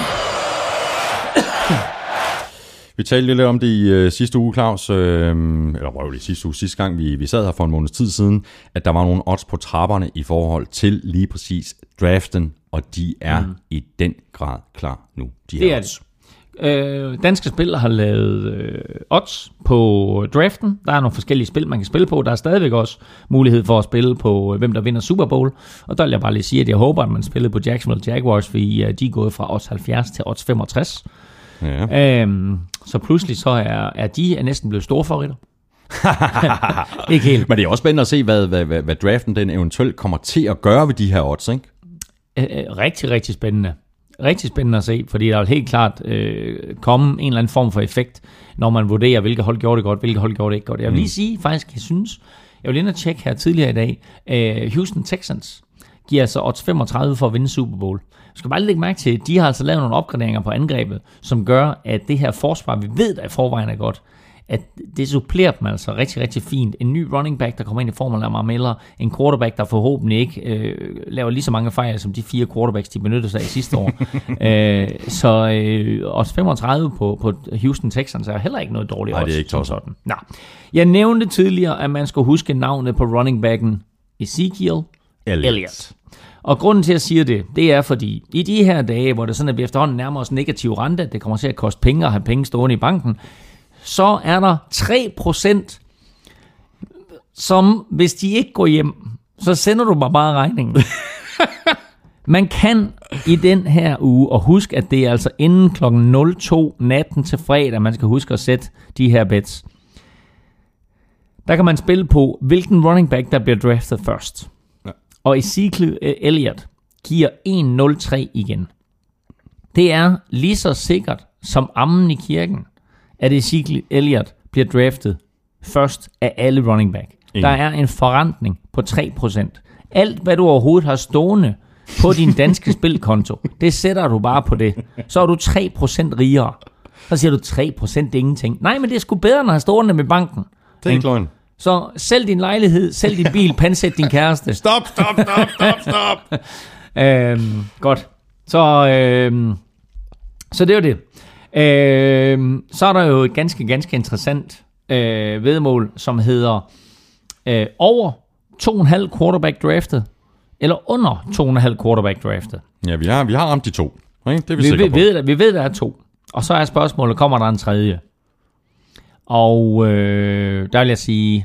Vi talte lidt om det i uh, sidste uge, Claus, øh, eller var jo det sidste uge, sidste gang vi, vi sad her for en måneds tid siden, at der var nogle odds på trapperne i forhold til lige præcis draften, og de er mm. i den grad klar nu. De det er odds. Det. Øh, danske spillere har lavet øh, odds på draften. Der er nogle forskellige spil, man kan spille på. Der er stadigvæk også mulighed for at spille på, hvem der vinder Super Bowl. Og der vil jeg bare lige sige, at jeg håber, at man spillede på Jacksonville Jaguars, fordi de er gået fra odds halvfjerds til odds femogtres. Ja. Øhm, så pludselig så er, er de er næsten blevet store favoritter. Ikke helt. Men det er også spændende at se, hvad, hvad, hvad, hvad draften den eventuelt kommer til at gøre ved de her odds, ikke? Øh, rigtig, rigtig spændende. Rigtig spændende at se, fordi der vil helt klart øh, komme en eller anden form for effekt, når man vurderer, hvilke hold gjorde det godt, hvilke hold gjorde det ikke godt. Jeg vil lige sige, faktisk, jeg synes, jeg vil ind og tjekke her tidligere i dag, øh, Houston Texans giver altså odds femogtredive for at vinde Super Bowl. Jeg skal bare lige lægge mærke til, at de har altså lavet nogle opgraderinger på angrebet, som gør, at det her forsvar, vi ved, der i forvejen er godt, at det supplerer dem altså rigtig, rigtig fint. En ny running back, der kommer ind i form af Lamar Miller. En quarterback, der forhåbentlig ikke øh, laver lige så mange fejl, som de fire quarterbacks, de benyttede sig af sidste år. øh, så øh, odds femogtredive på, på Houston Texans er heller ikke noget dårligt. Nej, det er ikke tosset. sådan. Nå. Jeg nævnte tidligere, at man skulle huske navnet på running backen Ezekiel Elliott. Elliott. Og grunden til, at jeg siger det, det er fordi, i de her dage, hvor det sådan, at vi efterhånden nærmer os negativ rente, det kommer til at koste penge at have penge stående i banken, så er der tre procent, som hvis de ikke går hjem, så sender du mig bare regningen. Man kan i den her uge, og husk, at det er altså inden klokken nul to natten til fredag, man skal huske at sætte de her bets. Der kan man spille på, hvilken running back, der bliver draftet først. Ja. Og Ezekiel Elliott giver en komma nul tre igen. Det er lige så sikkert som ammen i kirken, at Ezekiel Elliott bliver draftet først af alle running back. Ingen. Der er en forrentning på tre procent. Alt, hvad du overhovedet har stående på din danske spilkonto, det sætter du bare på det. Så er du tre procent rigere. Så siger du tre procent ingenting. Nej, men det er sgu bedre, end at have stående med banken. Det er ikke løgn. Så sælg din lejlighed, sælg din bil, pansæt din kæreste. Stop, stop, stop, stop, stop. øhm, godt. Så, øhm, så det er jo det. Øh, så er der jo et ganske, ganske interessant øh, vedmål, som hedder øh, over to komma fem quarterback draftet, eller under to komma fem quarterback draftet. Ja, vi har, vi har ramt de to. Ikke? Det er vi, vi sikre ved, på. Ved, vi ved, der er to. Og så er spørgsmålet, kommer der en tredje? Og øh, der vil jeg sige,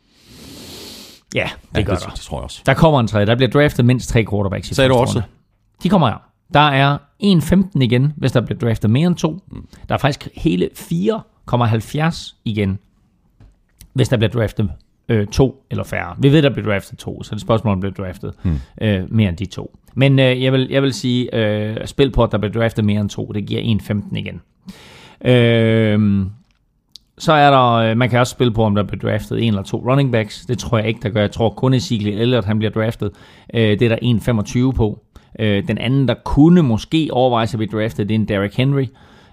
ja, det ja, gør det, der. Det tror jeg også. Der kommer en tredje. Der bliver draftet mindst tre quarterbacks i Sagde du også? De kommer her. Der er en komma femten igen, hvis der bliver draftet mere end to. Mm. Der er faktisk hele fire komma halvfjerds igen, hvis der bliver draftet øh, to eller færre. Vi ved, der bliver draftet to, så det er spørgsmål, om der bliver draftet mm. øh, mere end de to. Men øh, jeg, vil, jeg vil sige, øh, spil på, at der bliver draftet mere end to, det giver en komma femten igen. Øh, så er der, øh, man kan også spille på, om der bliver draftet en eller to running backs. Det tror jeg ikke, der gør. Jeg tror kun Ezekiel Elliott, han bliver draftet. Øh, det er der en komma femogtyve på. Øh, den anden, der kunne måske overvejes at blive draftet, det er en Derrick Henry.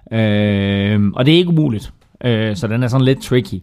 Øh, og det er ikke umuligt. Øh, så den er sådan lidt tricky.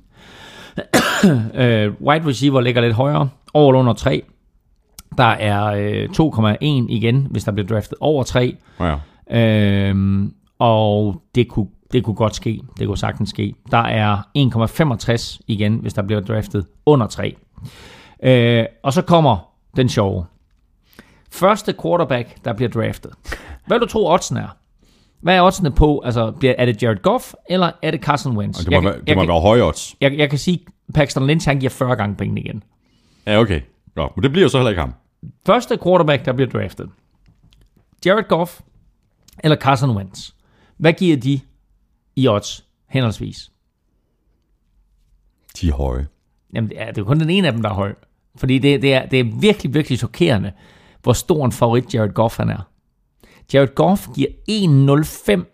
øh, wide receiver ligger lidt højere. Over eller under tre. Der er øh, to komma en igen, hvis der bliver draftet over tre. Ja. Øh, og det kunne, det kunne godt ske. Det kunne sagtens ske. Der er en komma femogtres igen, hvis der bliver draftet under tre. Øh, og så kommer den sjove. Første quarterback, der bliver draftet. Hvad du tror oddsene er? Hvad er oddsene på? Altså, er det Jared Goff, eller er det Carson Wentz? Det må, jeg, være, det jeg, må jeg, være høje odds. Jeg, jeg kan sige, Paxton Lynch, han giver fyrre gange penge igen. Ja, okay. Nå, men det bliver jo så heller ikke ham. Første quarterback, der bliver draftet. Jared Goff, eller Carson Wentz. Hvad giver de i odds, henholdsvis? De er høje. Jamen, det er, det er kun den ene af dem, der er høj. Fordi det, det, er, det er virkelig, virkelig chokerende, hvor stor en favorit Jared Goff han er. Jared Goff giver en komma nul fem.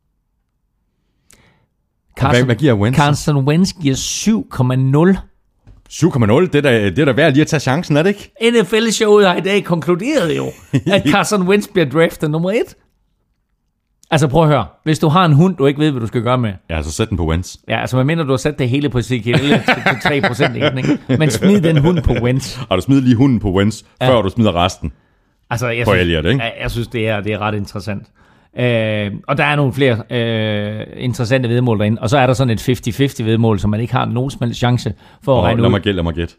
Carson, hvad, hvad giver Wentz? Carson Wentz giver syv komma nul. syv komma nul, det er da, det er da værd lige at tage chancen, er det ikke? N F L-showet har i dag konkluderet jo, at Carson Wentz bliver draftet nummer et. Altså prøv at høre, hvis du har en hund, du ikke ved, hvad du skal gøre med. Ja, så sæt den på Wentz. Ja, altså hvad mener du har sat det hele på Ezekiel Elliott til tre procent igen, ikke? Men smid den hund på Wentz. Og du smider lige hunden på Wentz, ja. Før du smider resten. Altså, jeg på synes, Elliott, ikke? Jeg, jeg synes, det er, det er ret interessant. Øh, og der er nogle flere øh, interessante vedmål derinde. Og så er der sådan et halvtreds halvtreds vedmål, som man ikke har nogen som helst chance for at og regne lad ud. Mig gæt, lad mig gætte.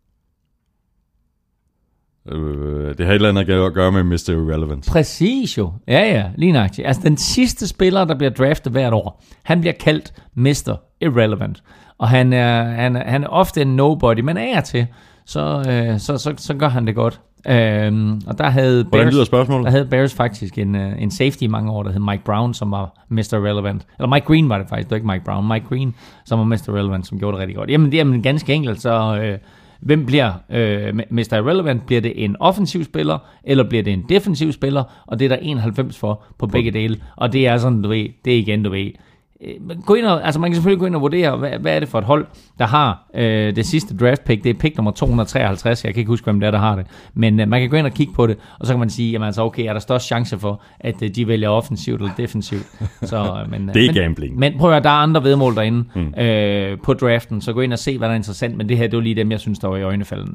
Øh, det har et eller andet at gøre med mister Irrelevant. Præcis jo. Ja, ja, lige nøjagtigt. Altså den sidste spiller, der bliver draftet hvert år, han bliver kaldt mister Irrelevant. Og han er, han, han er ofte en nobody, men af og til, så, øh, så, så, så gør han det godt. Øhm, og der havde Hvordan Bears, lyder spørgsmålet? Der havde Bears faktisk en, uh, en safety i mange år, der hed Mike Brown, som var mister Relevant. Eller Mike Green var det faktisk, det var ikke Mike Brown. Mike Green, som var mister Relevant, som gjorde det rigtig godt. Jamen, det er ganske enkelt, så øh, hvem bliver øh, mister Irrelevant? Bliver det en offensiv spiller, eller bliver det en defensiv spiller? Og det er der enoghalvfems for på begge dele. Og det er sådan, du ved, det er igen, du ved. Gå ind og, altså man kan selvfølgelig gå ind og vurdere, hvad, hvad er det for et hold, der har øh, det sidste draft pick. Det er pick nummer to hundrede treoghalvtreds. Jeg kan ikke huske, hvem det er, der har det. Men øh, man kan gå ind og kigge på det, og så kan man sige, jamen altså okay, er der størst chance for, at øh, de vælger offensivt eller defensivt. Så, øh, men, det er men, gambling. Men prøv at høre, der er andre vedmål derinde mm. øh, på draften, så gå ind og se, hvad der er interessant. Men det her, det er lige dem, jeg synes, der var i øjnefaldende.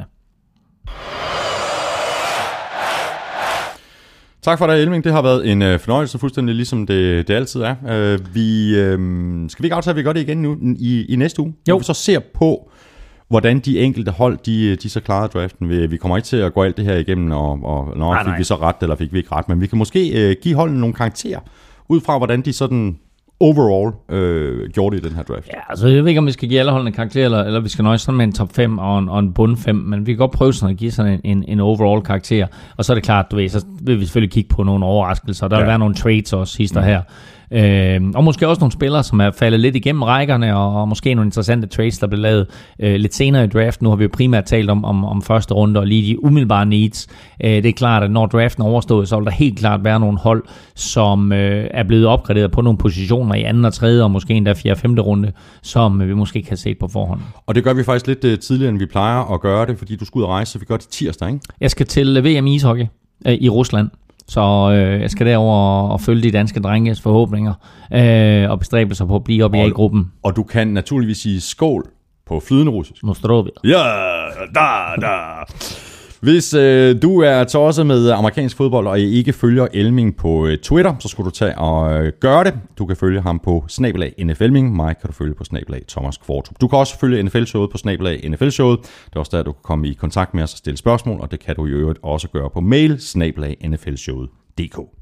Tak for dig, Elming. Det har været en øh, fornøjelse, fuldstændig ligesom det, det altid er. Øh, vi, øh, skal vi ikke aftale, at vi gør det igen nu i, i næste uge? Jo. Vi så ser på, hvordan de enkelte hold, de, de så klarede draften. Vi, vi kommer ikke til at gå alt det her igennem, og, og nå, nej, fik nej. vi så ret, eller fik vi ikke ret. Men vi kan måske øh, give holdene nogle karakterer, ud fra hvordan de sådan overall øh, gjorde det i den her draft. Ja, altså jeg ved ikke, om vi skal give alle holdene karakter, eller, eller vi skal nøjes sådan med en top fem og en, og en bund fem, men vi kan godt prøve sådan at give sådan en, en, en overall karakter, og så er det klart, du ved, så vil vi selvfølgelig kigge på nogle overraskelser, der ja. vil være nogle trades også, hister mm. her. Øh, og måske også nogle spillere, som er faldet lidt igennem rækkerne, og, og måske nogle interessante trades, der blev lavet øh, lidt senere i draften. Nu har vi jo primært talt om, om, om første runde og lige de umiddelbare needs. Øh, det er klart, at når draften er overstået, så vil der helt klart være nogle hold, som øh, er blevet opgraderet på nogle positioner i anden og tredje, og måske endda fjerde og femte runde, som øh, vi måske kan se på forhånd. Og det gør vi faktisk lidt øh, tidligere, end vi plejer at gøre det, fordi du skal ud og rejse, så vi gør det tirsdag, ikke? Jeg skal til V M ishockey øh, i Rusland. Så øh, jeg skal derover og følge de danske drenges forhåbninger øh, og bestræbelser på at blive op i A-gruppen. Og du kan naturligvis sige skål på flydende russisk. Nostrovia. Ja, da, da. Hvis øh, du er tosset med amerikansk fodbold, og ikke følger Elming på øh, Twitter, så skulle du tage og øh, gøre det. Du kan følge ham på snabelag N F Elming. Mig kan du følge på snabelag Thomas Kvartrup. Du kan også følge N F L-showet på snabelag N F L-showet. Det er også der, du kan komme i kontakt med os og stille spørgsmål, og det kan du i øvrigt også gøre på mail snabelag N F L showet punktum d k.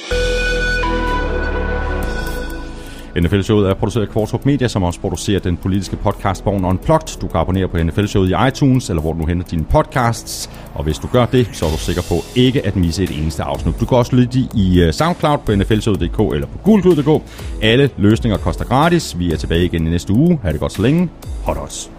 N F L-showet er produceret af Kvartrup Media, som også producerer den politiske podcast Born Unplugged. Du kan abonnere på N F L-showet i iTunes, eller hvor du nu henter dine podcasts. Og hvis du gør det, så er du sikker på ikke at misse et eneste afsnit. Du kan også lytte i SoundCloud på N F L showet punktum d k eller på gulklud punktum d k. Alle løsninger koster gratis. Vi er tilbage igen i næste uge. Ha' det godt så længe. Hot odds.